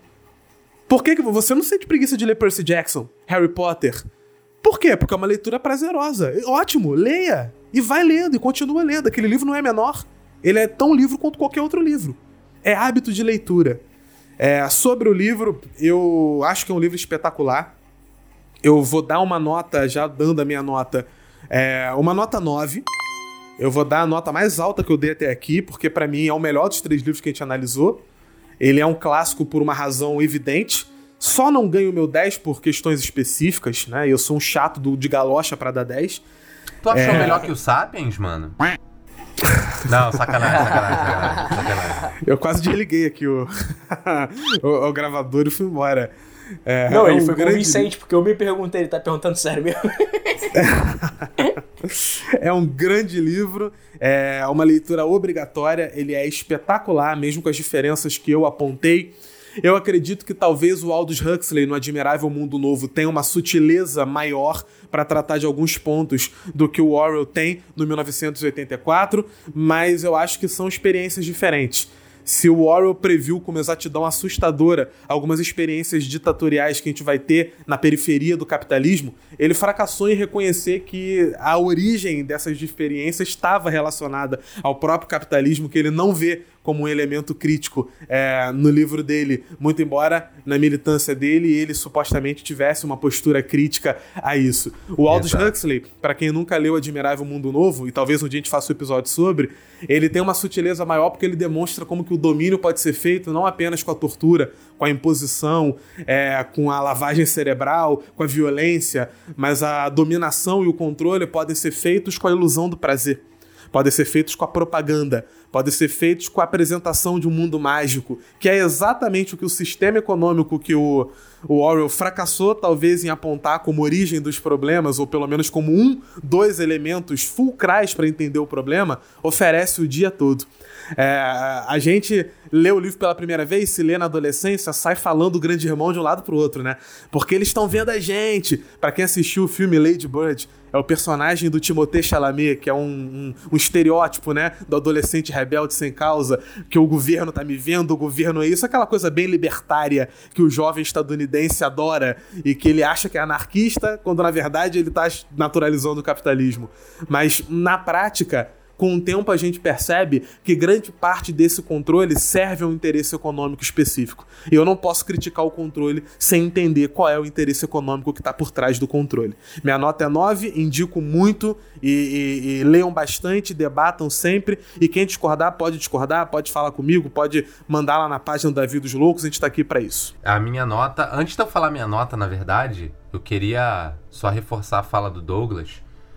Speaker 3: Por que, que você não sente preguiça de ler Percy Jackson, Harry Potter? Por quê? Porque é uma leitura prazerosa. Ótimo, leia. E vai lendo, e continua lendo. Aquele livro não é menor. Ele é tão livro quanto qualquer outro livro. É hábito de leitura. É, sobre o livro, eu acho que é um livro espetacular. Eu vou dar uma nota, já dando a minha nota, é, uma nota nove. Eu vou dar a nota mais alta que eu dei até aqui, porque pra mim é o melhor dos três livros que a gente analisou. Ele é um clássico por uma razão evidente. Só não ganho o meu dez por questões específicas, né? Eu sou um chato do, de galocha pra dar dez.
Speaker 2: Tu achou é... melhor que o Sapiens, mano? Não, sacanagem, sacanagem, sacanagem, sacanagem.
Speaker 3: Eu quase desliguei aqui o, o, o gravador e fui embora.
Speaker 1: É, não, é ele um foi grande... convincente, porque eu me perguntei, ele tá perguntando sério mesmo.
Speaker 3: É um grande livro, é uma leitura obrigatória, ele é espetacular, mesmo com as diferenças que eu apontei. Eu acredito que talvez o Aldous Huxley, no Admirável Mundo Novo, tenha uma sutileza maior para tratar de alguns pontos do que o Orwell tem no mil novecentos e oitenta e quatro, mas eu acho que são experiências diferentes. Se o Orwell previu com uma exatidão assustadora algumas experiências ditatoriais que a gente vai ter na periferia do capitalismo, ele fracassou em reconhecer que a origem dessas experiências estava relacionada ao próprio capitalismo, que ele não vê como um elemento crítico é, no livro dele, muito embora na militância dele ele supostamente tivesse uma postura crítica a isso. O Aldous Exato. Huxley, para quem nunca leu Admirável Mundo Novo, e talvez um dia a gente faça um episódio sobre, ele tem uma sutileza maior porque ele demonstra como que o domínio pode ser feito não apenas com a tortura, com a imposição, é, com a lavagem cerebral, com a violência, mas a dominação e o controle podem ser feitos com a ilusão do prazer. Podem ser feitos com a propaganda, podem ser feitos com a apresentação de um mundo mágico, que é exatamente o que o sistema econômico que o, o Orwell fracassou, talvez, em apontar como origem dos problemas, ou pelo menos como um, dois elementos fulcrais para entender o problema, oferece o dia todo. É, a gente lê o livro pela primeira vez, se lê na adolescência, sai falando o grande irmão de um lado pro outro, né? Porque eles estão vendo a gente. Pra quem assistiu o filme Lady Bird, é o personagem do Timothée Chalamet, que é um, um, um estereótipo, né? Do adolescente rebelde sem causa, que o governo tá me vendo, o governo é isso, aquela coisa bem libertária que o jovem estadunidense Previdência adora e que ele acha que é anarquista, quando na verdade ele tá naturalizando o capitalismo. Mas na prática, com o tempo a gente percebe que grande parte desse controle serve a um interesse econômico específico. E eu não posso criticar o controle sem entender qual é o interesse econômico que está por trás do controle. Minha nota é nove, indico muito e, e, e leiam bastante, debatam sempre. E quem discordar pode discordar, pode falar comigo, pode mandar lá na página do Davi dos Loucos, a gente está aqui para isso.
Speaker 2: A minha nota, antes de eu falar minha nota, na verdade, eu queria só reforçar a fala do Douglas,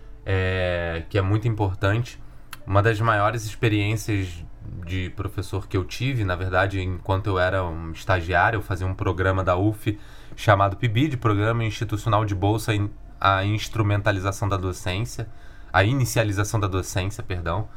Speaker 2: é, que é muito importante. Uma das maiores experiências de professor que eu tive, na verdade, enquanto eu era um estagiário, eu fazia um programa da U F chamado P I B I D, Programa Institucional de Bolsa à Instrumentalização da Docência, a Inicialização da Docência, perdão.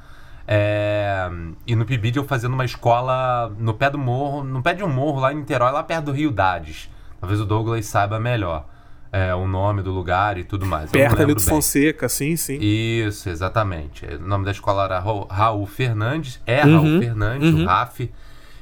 Speaker 2: É, e no P I B I D eu fazia numa escola no pé do morro, no pé de um morro lá em Niterói, lá perto do Rio Dades. Talvez o Douglas saiba melhor. É, o nome do lugar e tudo mais.
Speaker 3: Perto ali do bem. Fonseca, sim, sim.
Speaker 2: Isso, exatamente. O nome da escola era Raul Fernandes, é uhum, Raul Fernandes, uhum. o R A F.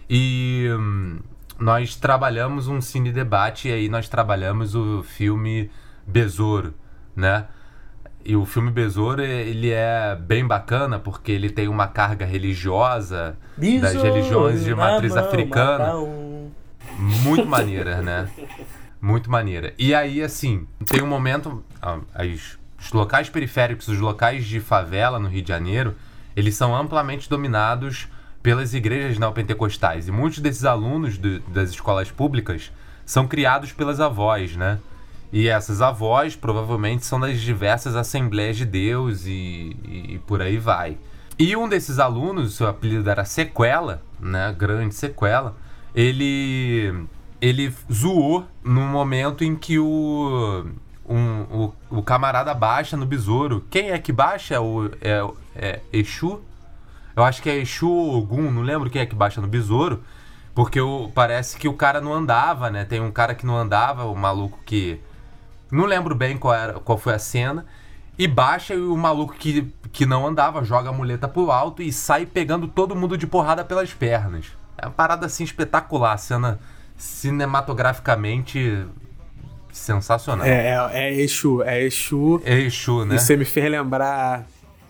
Speaker 2: E hum, nós trabalhamos um cine-debate e aí nós trabalhamos o filme Besouro, né? E o filme Besouro, ele é bem bacana porque ele tem uma carga religiosa Besouro, das religiões de matriz mão, africana. Um... Muito maneira, né? Muito maneira. E aí, assim, tem um momento... As, os locais periféricos, os locais de favela no Rio de Janeiro, eles são amplamente dominados pelas igrejas neopentecostais. E muitos desses alunos do, das escolas públicas são criados pelas avós, né? E essas avós provavelmente são das diversas Assembleias de Deus e, e, e por aí vai. E um desses alunos, seu apelido era Sequela, né? Grande Sequela, ele... ele zoou no momento em que o, um, o, o camarada baixa no besouro. Quem é que baixa? O, é, é Exu? Eu acho que é Exu ou Ogum, não lembro quem é que baixa no besouro, porque o, parece que o cara não andava, né? Tem um cara que não andava, o maluco que... Não lembro bem qual, era, qual foi a cena. E baixa e o maluco que, que não andava joga a muleta pro alto e sai pegando todo mundo de porrada pelas pernas. É uma parada assim espetacular, a cena... cinematograficamente sensacional.
Speaker 3: É, é, é Exu, é Exu.
Speaker 2: É Exu, né?
Speaker 3: E você me fez lembrar...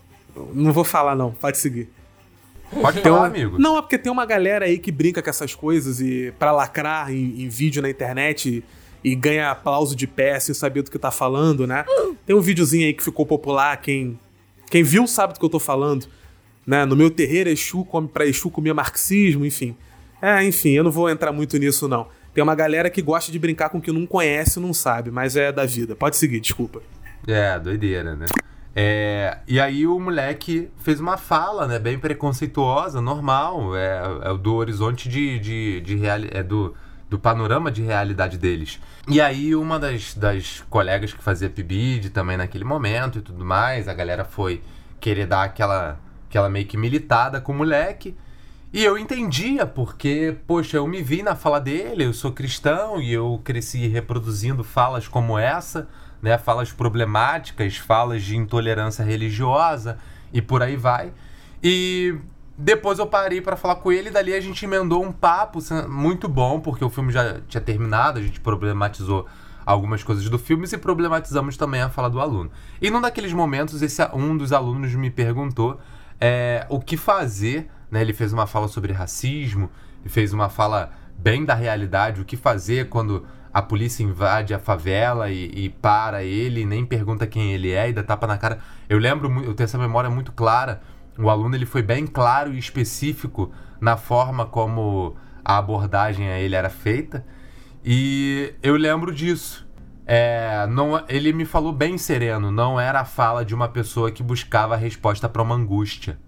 Speaker 3: Não vou falar não, pode seguir.
Speaker 2: Pode falar, uma... amigo.
Speaker 3: Não, é porque tem uma galera aí que brinca com essas coisas e pra lacrar em, em vídeo na internet e, e ganha aplauso de pé sem saber do que tá falando, né? Tem um videozinho aí que ficou popular, quem, quem viu sabe do que eu tô falando, né? No meu terreiro, Exu come pra Exu comia marxismo, enfim. É, enfim, eu não vou entrar muito nisso, não. Tem uma galera que gosta de brincar com o que não conhece e não sabe, mas é da vida. Pode seguir, desculpa.
Speaker 2: É, doideira, né? É, e aí o moleque fez uma fala, né, bem preconceituosa, normal, é, é do horizonte de, de, de reali- é do, do panorama de realidade deles. E aí uma das, das colegas que fazia P I B I D também naquele momento e tudo mais, a galera foi querer dar aquela, aquela meio que militada com o moleque. E eu entendia, porque, poxa, eu me vi na fala dele, eu sou cristão e eu cresci reproduzindo falas como essa, né, falas problemáticas, falas de intolerância religiosa e por aí vai. E depois eu parei para falar com ele e dali a gente emendou um papo muito bom, porque o filme já tinha terminado, a gente problematizou algumas coisas do filme e problematizamos também a fala do aluno. E num daqueles momentos, esse, um dos alunos me perguntou é, o que fazer, né? Ele fez uma fala sobre racismo, ele fez uma fala bem da realidade, o que fazer quando a polícia invade a favela e, e para ele, nem pergunta quem ele é e dá tapa na cara. Eu lembro, eu tenho essa memória muito clara, o aluno ele foi bem claro e específico na forma como a abordagem a ele era feita, e eu lembro disso. É, não, ele me falou bem sereno, não era a fala de uma pessoa que buscava a resposta para uma angústia.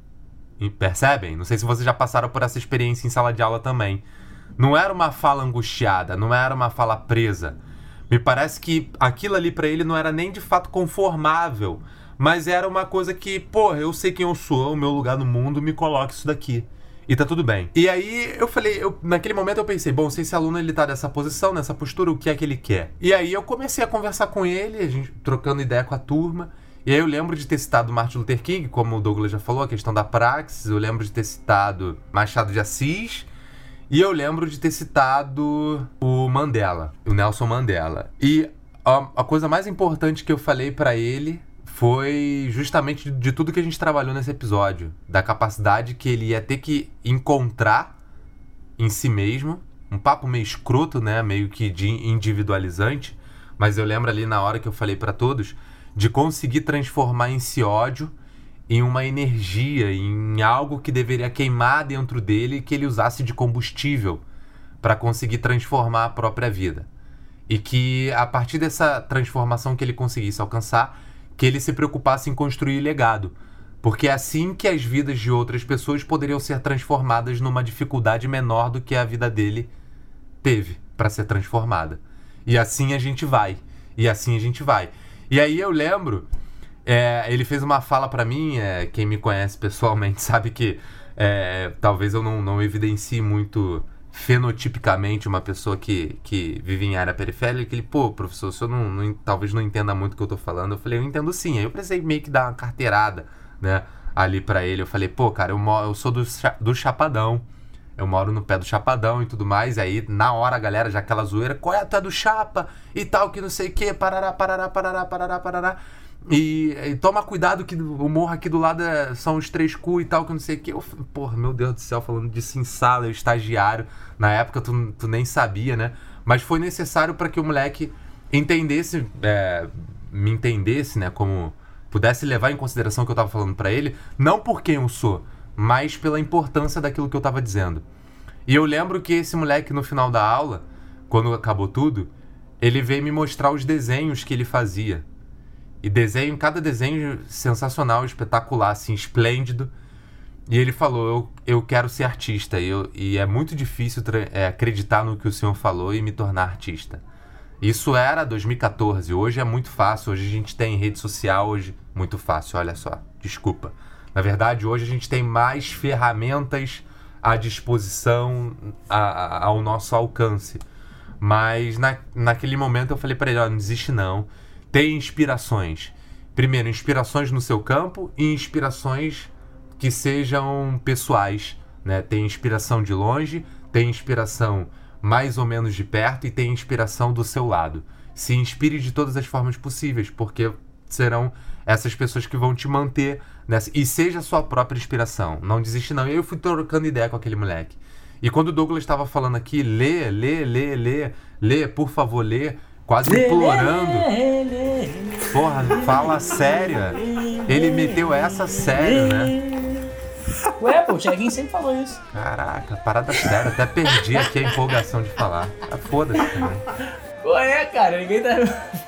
Speaker 2: E percebem? Não sei se vocês já passaram por essa experiência em sala de aula também. Não era uma fala angustiada, não era uma fala presa. Me parece que aquilo ali pra ele não era nem de fato conformável, mas era uma coisa que, porra, eu sei quem eu sou, o meu lugar no mundo, me coloca isso daqui. E tá tudo bem. E aí eu falei, eu, naquele momento eu pensei, bom, se esse aluno ele tá nessa posição, nessa postura, o que é que ele quer? E aí eu comecei a conversar com ele, a gente trocando ideia com a turma. E aí eu lembro de ter citado Martin Luther King, como o Douglas já falou, a questão da praxis. Eu lembro de ter citado Machado de Assis. E eu lembro de ter citado o Mandela, o Nelson Mandela. E a, a coisa mais importante que eu falei pra ele foi justamente de, de tudo que a gente trabalhou nesse episódio. Da capacidade que ele ia ter que encontrar em si mesmo. Um papo meio escroto, né? Meio que de individualizante. Mas eu lembro ali na hora que eu falei pra todos, de conseguir transformar esse ódio em uma energia, em algo que deveria queimar dentro dele e que ele usasse de combustível para conseguir transformar a própria vida. E que a partir dessa transformação que ele conseguisse alcançar, que ele se preocupasse em construir legado. Porque é assim que as vidas de outras pessoas poderiam ser transformadas numa dificuldade menor do que a vida dele teve para ser transformada. E assim a gente vai. E assim a gente vai. E aí eu lembro, é, ele fez uma fala pra mim, é, quem me conhece pessoalmente sabe que é, talvez eu não, não evidencie muito fenotipicamente uma pessoa que, que vive em área periférica. Ele, pô, professor, o senhor não, não, talvez não entenda muito o que eu tô falando. Eu falei, eu entendo sim. Aí eu precisei meio que dar uma carteirada, né, ali pra ele. Eu falei, pô, cara, eu, moro, eu sou do, do Chapadão. Eu moro no pé do Chapadão e tudo mais. E aí, na hora, a galera, já aquela zoeira, qual é a tua do Chapa? E tal, que não sei o que, parará, parará, parará, parará, parará. E, e toma cuidado que o morro aqui do lado é, são os três cu e tal, que não sei o que. Eu, porra, meu Deus do céu, falando disso em sala, eu estagiário. Na época, tu, tu nem sabia, né? Mas foi necessário para que o moleque entendesse, é, me entendesse, né? Como pudesse levar em consideração o que eu tava falando para ele. Não por quem eu sou, mas pela importância daquilo que eu tava dizendo. E eu lembro que esse moleque, no final da aula, quando acabou tudo, ele veio me mostrar os desenhos que ele fazia. E desenho, cada desenho sensacional, espetacular, assim, esplêndido. E ele falou, eu, eu quero ser artista. E, eu, e é muito difícil é, acreditar no que o senhor falou e me tornar artista. Isso era dois mil e catorze, hoje é muito fácil. Hoje a gente tem rede social, hoje muito fácil, olha só, desculpa. Na verdade, hoje a gente tem mais ferramentas à disposição, a, a, ao nosso alcance. Mas na, naquele momento eu falei para ele, ó, não desiste não. Tem inspirações. Primeiro, inspirações no seu campo e inspirações que sejam pessoais, né? Tem inspiração de longe, tem inspiração mais ou menos de perto e tem inspiração do seu lado. Se inspire de todas as formas possíveis, porque serão essas pessoas que vão te manter nessa. E seja a sua própria inspiração. Não desiste não. E eu fui trocando ideia com aquele moleque. E quando o Douglas estava falando aqui, lê, lê, lê, lê, lê, por favor, lê, quase lê, implorando. Lê, lê, lê, porra, fala sério. Ele meteu essa sério, né?
Speaker 1: Ué, pô, o Thiaguinho sempre falou isso.
Speaker 2: Caraca, parada séria. Até perdi aqui a empolgação de falar. Ah, foda-se também.
Speaker 1: Ué, cara, ninguém tá...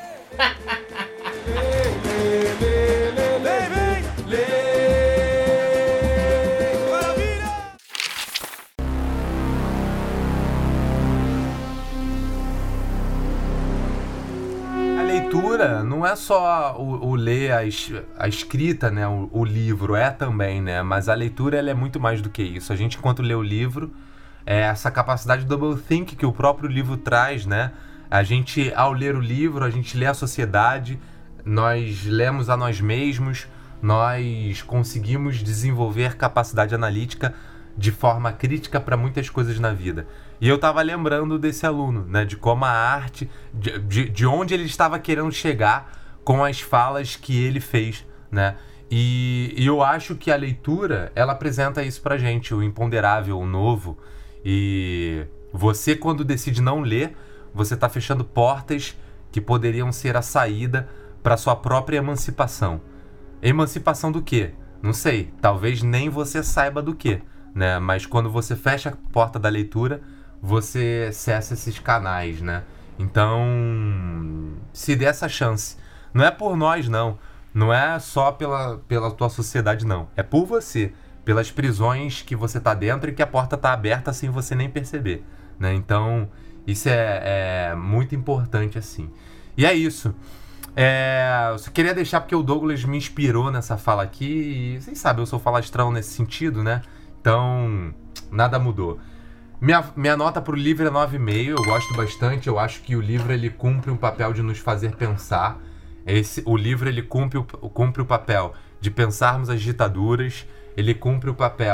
Speaker 2: Leitura não é só o, o ler a, es, a escrita, né, o, o livro, é também, né, mas a leitura ela é muito mais do que isso. A gente, enquanto lê o livro, é essa capacidade de double think que o próprio livro traz, né, a gente, ao ler o livro, a gente lê a sociedade, nós lemos a nós mesmos, nós conseguimos desenvolver capacidade analítica de forma crítica para muitas coisas na vida. E eu estava lembrando desse aluno, né, de como a arte, de, de, de onde ele estava querendo chegar com as falas que ele fez, né? E, e eu acho que a leitura, ela apresenta isso pra gente, o imponderável, o novo. E você, quando decide não ler, você está fechando portas que poderiam ser a saída para sua própria emancipação. Emancipação do quê? Não sei, talvez nem você saiba do quê, né? Mas quando você fecha a porta da leitura, você acessa esses canais, né? Então, se dê essa chance. Não é por nós, não. Não é só pela, pela tua sociedade, não. É por você. Pelas prisões que você tá dentro e que a porta tá aberta sem você nem perceber, né? Então, isso é, é muito importante, assim. E é isso. É, eu só queria deixar porque o Douglas me inspirou nessa fala aqui. E vocês sabem, eu sou falastrão nesse sentido, né? Então, nada mudou. Minha, minha nota pro livro é nove vírgula cinco, eu gosto bastante, eu acho que o livro ele cumpre um papel de nos fazer pensar. Esse, o livro ele cumpre, cumpre o papel de pensarmos as ditaduras, ele cumpre o papel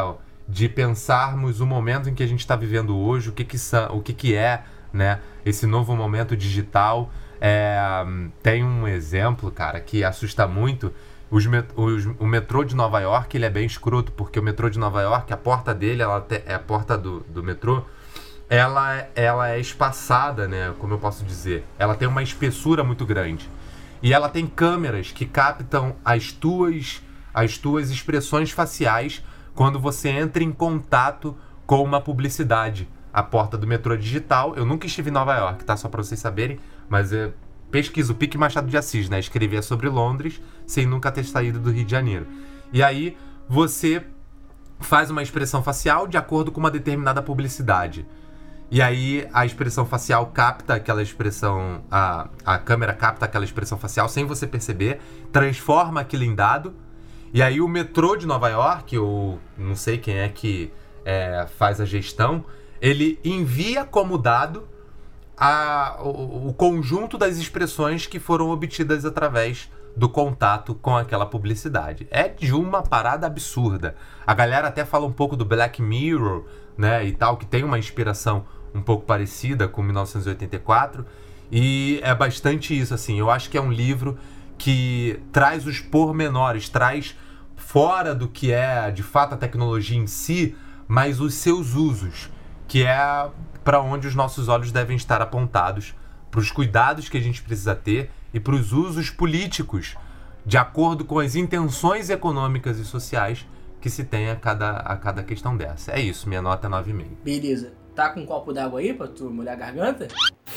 Speaker 2: de pensarmos o momento em que a gente está vivendo hoje, o que que, são, o que, que é, né, esse novo momento digital. É, tem um exemplo, cara, que assusta muito. Os met- os, o metrô de Nova York, ele é bem escroto, porque o metrô de Nova York, a porta dele, ela te, é a porta do, do metrô, ela, ela é espaçada, né, como eu posso dizer. Ela tem uma espessura muito grande. E ela tem câmeras que captam as tuas, as tuas expressões faciais quando você entra em contato com uma publicidade. A porta do metrô digital, eu nunca estive em Nova York, tá? Só pra vocês saberem, mas é, pesquisa o Pique Machado de Assis, né? Escrevia sobre Londres sem nunca ter saído do Rio de Janeiro. E aí você faz uma expressão facial de acordo com uma determinada publicidade. E aí a expressão facial capta aquela expressão, a, a câmera capta aquela expressão facial sem você perceber, transforma aquilo em dado. E aí o metrô de Nova York, ou não sei quem é que é, faz a gestão, ele envia como dado a, o, o conjunto das expressões que foram obtidas através do contato com aquela publicidade. É de uma parada absurda. A galera até fala um pouco do Black Mirror, né, e tal, que tem uma inspiração um pouco parecida com mil novecentos e oitenta e quatro, e é bastante isso, assim. Eu acho que é um livro que traz os pormenores, traz fora do que é de fato a tecnologia em si, mas os seus usos, que é para onde os nossos olhos devem estar apontados, para os cuidados que a gente precisa ter e para os usos políticos, de acordo com as intenções econômicas e sociais que se tem a cada, a cada questão dessa. É isso, minha nota é nove vírgula cinco.
Speaker 1: Beleza. Tá com um copo d'água aí pra tu molhar a garganta?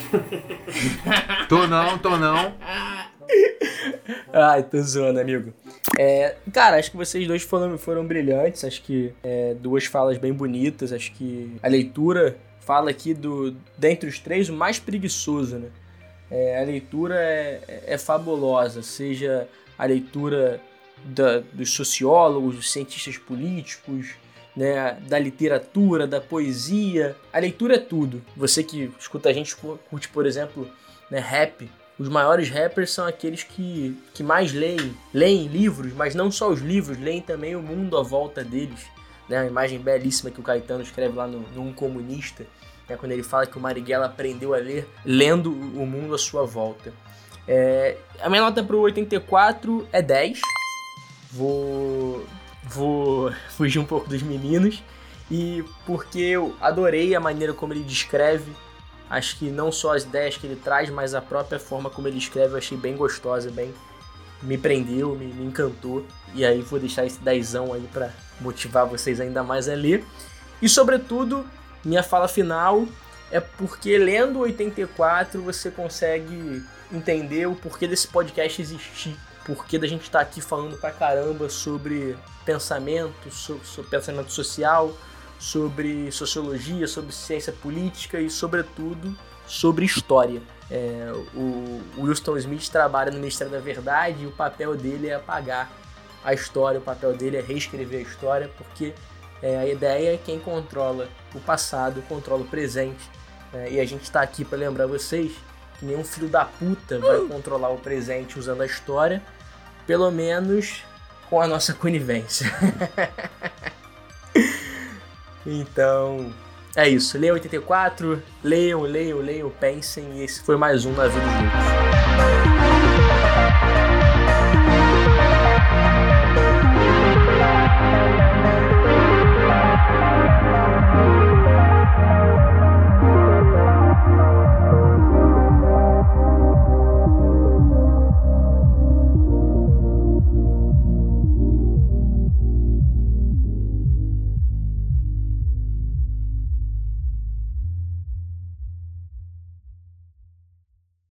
Speaker 2: Tô não, tô não.
Speaker 1: Ai, tô zoando, amigo. É, cara, acho que vocês dois foram, foram brilhantes. Acho que é, duas falas bem bonitas. Acho que a leitura fala aqui do, dentre os três, o mais preguiçoso, né? É, a leitura é, é fabulosa, seja a leitura da, dos sociólogos, dos cientistas políticos, né, da literatura, da poesia. A leitura é tudo. Você que escuta a gente, curte, por exemplo, né, rap. Os maiores rappers são aqueles que, que mais leem. Leem livros, mas não só os livros, leem também o mundo à volta deles. Né, a imagem belíssima que o Caetano escreve lá no, no Um Comunista, né, quando ele fala que o Marighella aprendeu a ler lendo o mundo à sua volta. É, a minha nota para o oitenta e quatro é dez. Vou... Vou fugir um pouco dos meninos, e porque eu adorei a maneira como ele descreve. Acho que não só as ideias que ele traz, mas a própria forma como ele escreve eu achei bem gostosa, bem, me prendeu, me, me encantou. E aí vou deixar esse dezão aí para motivar vocês ainda mais a ler. E sobretudo, minha fala final é porque lendo oitenta e quatro você consegue entender o porquê desse podcast existir. Porquê da gente estar aqui falando pra caramba sobre pensamento, sobre, sobre pensamento social, sobre sociologia, sobre ciência política e, sobretudo, sobre história. É, o Wilson Smith trabalha no Ministério da Verdade e o papel dele é apagar a história, o papel dele é reescrever a história, porque é, a ideia é quem controla o passado, controla o presente. É, e a gente está aqui para lembrar vocês que nenhum filho da puta vai controlar o presente usando a história, pelo menos com a nossa conivência. Então, é isso. Leiam oitenta e quatro, leiam, leiam, leiam, pensem, e esse foi mais um Na Vida dos Loucos.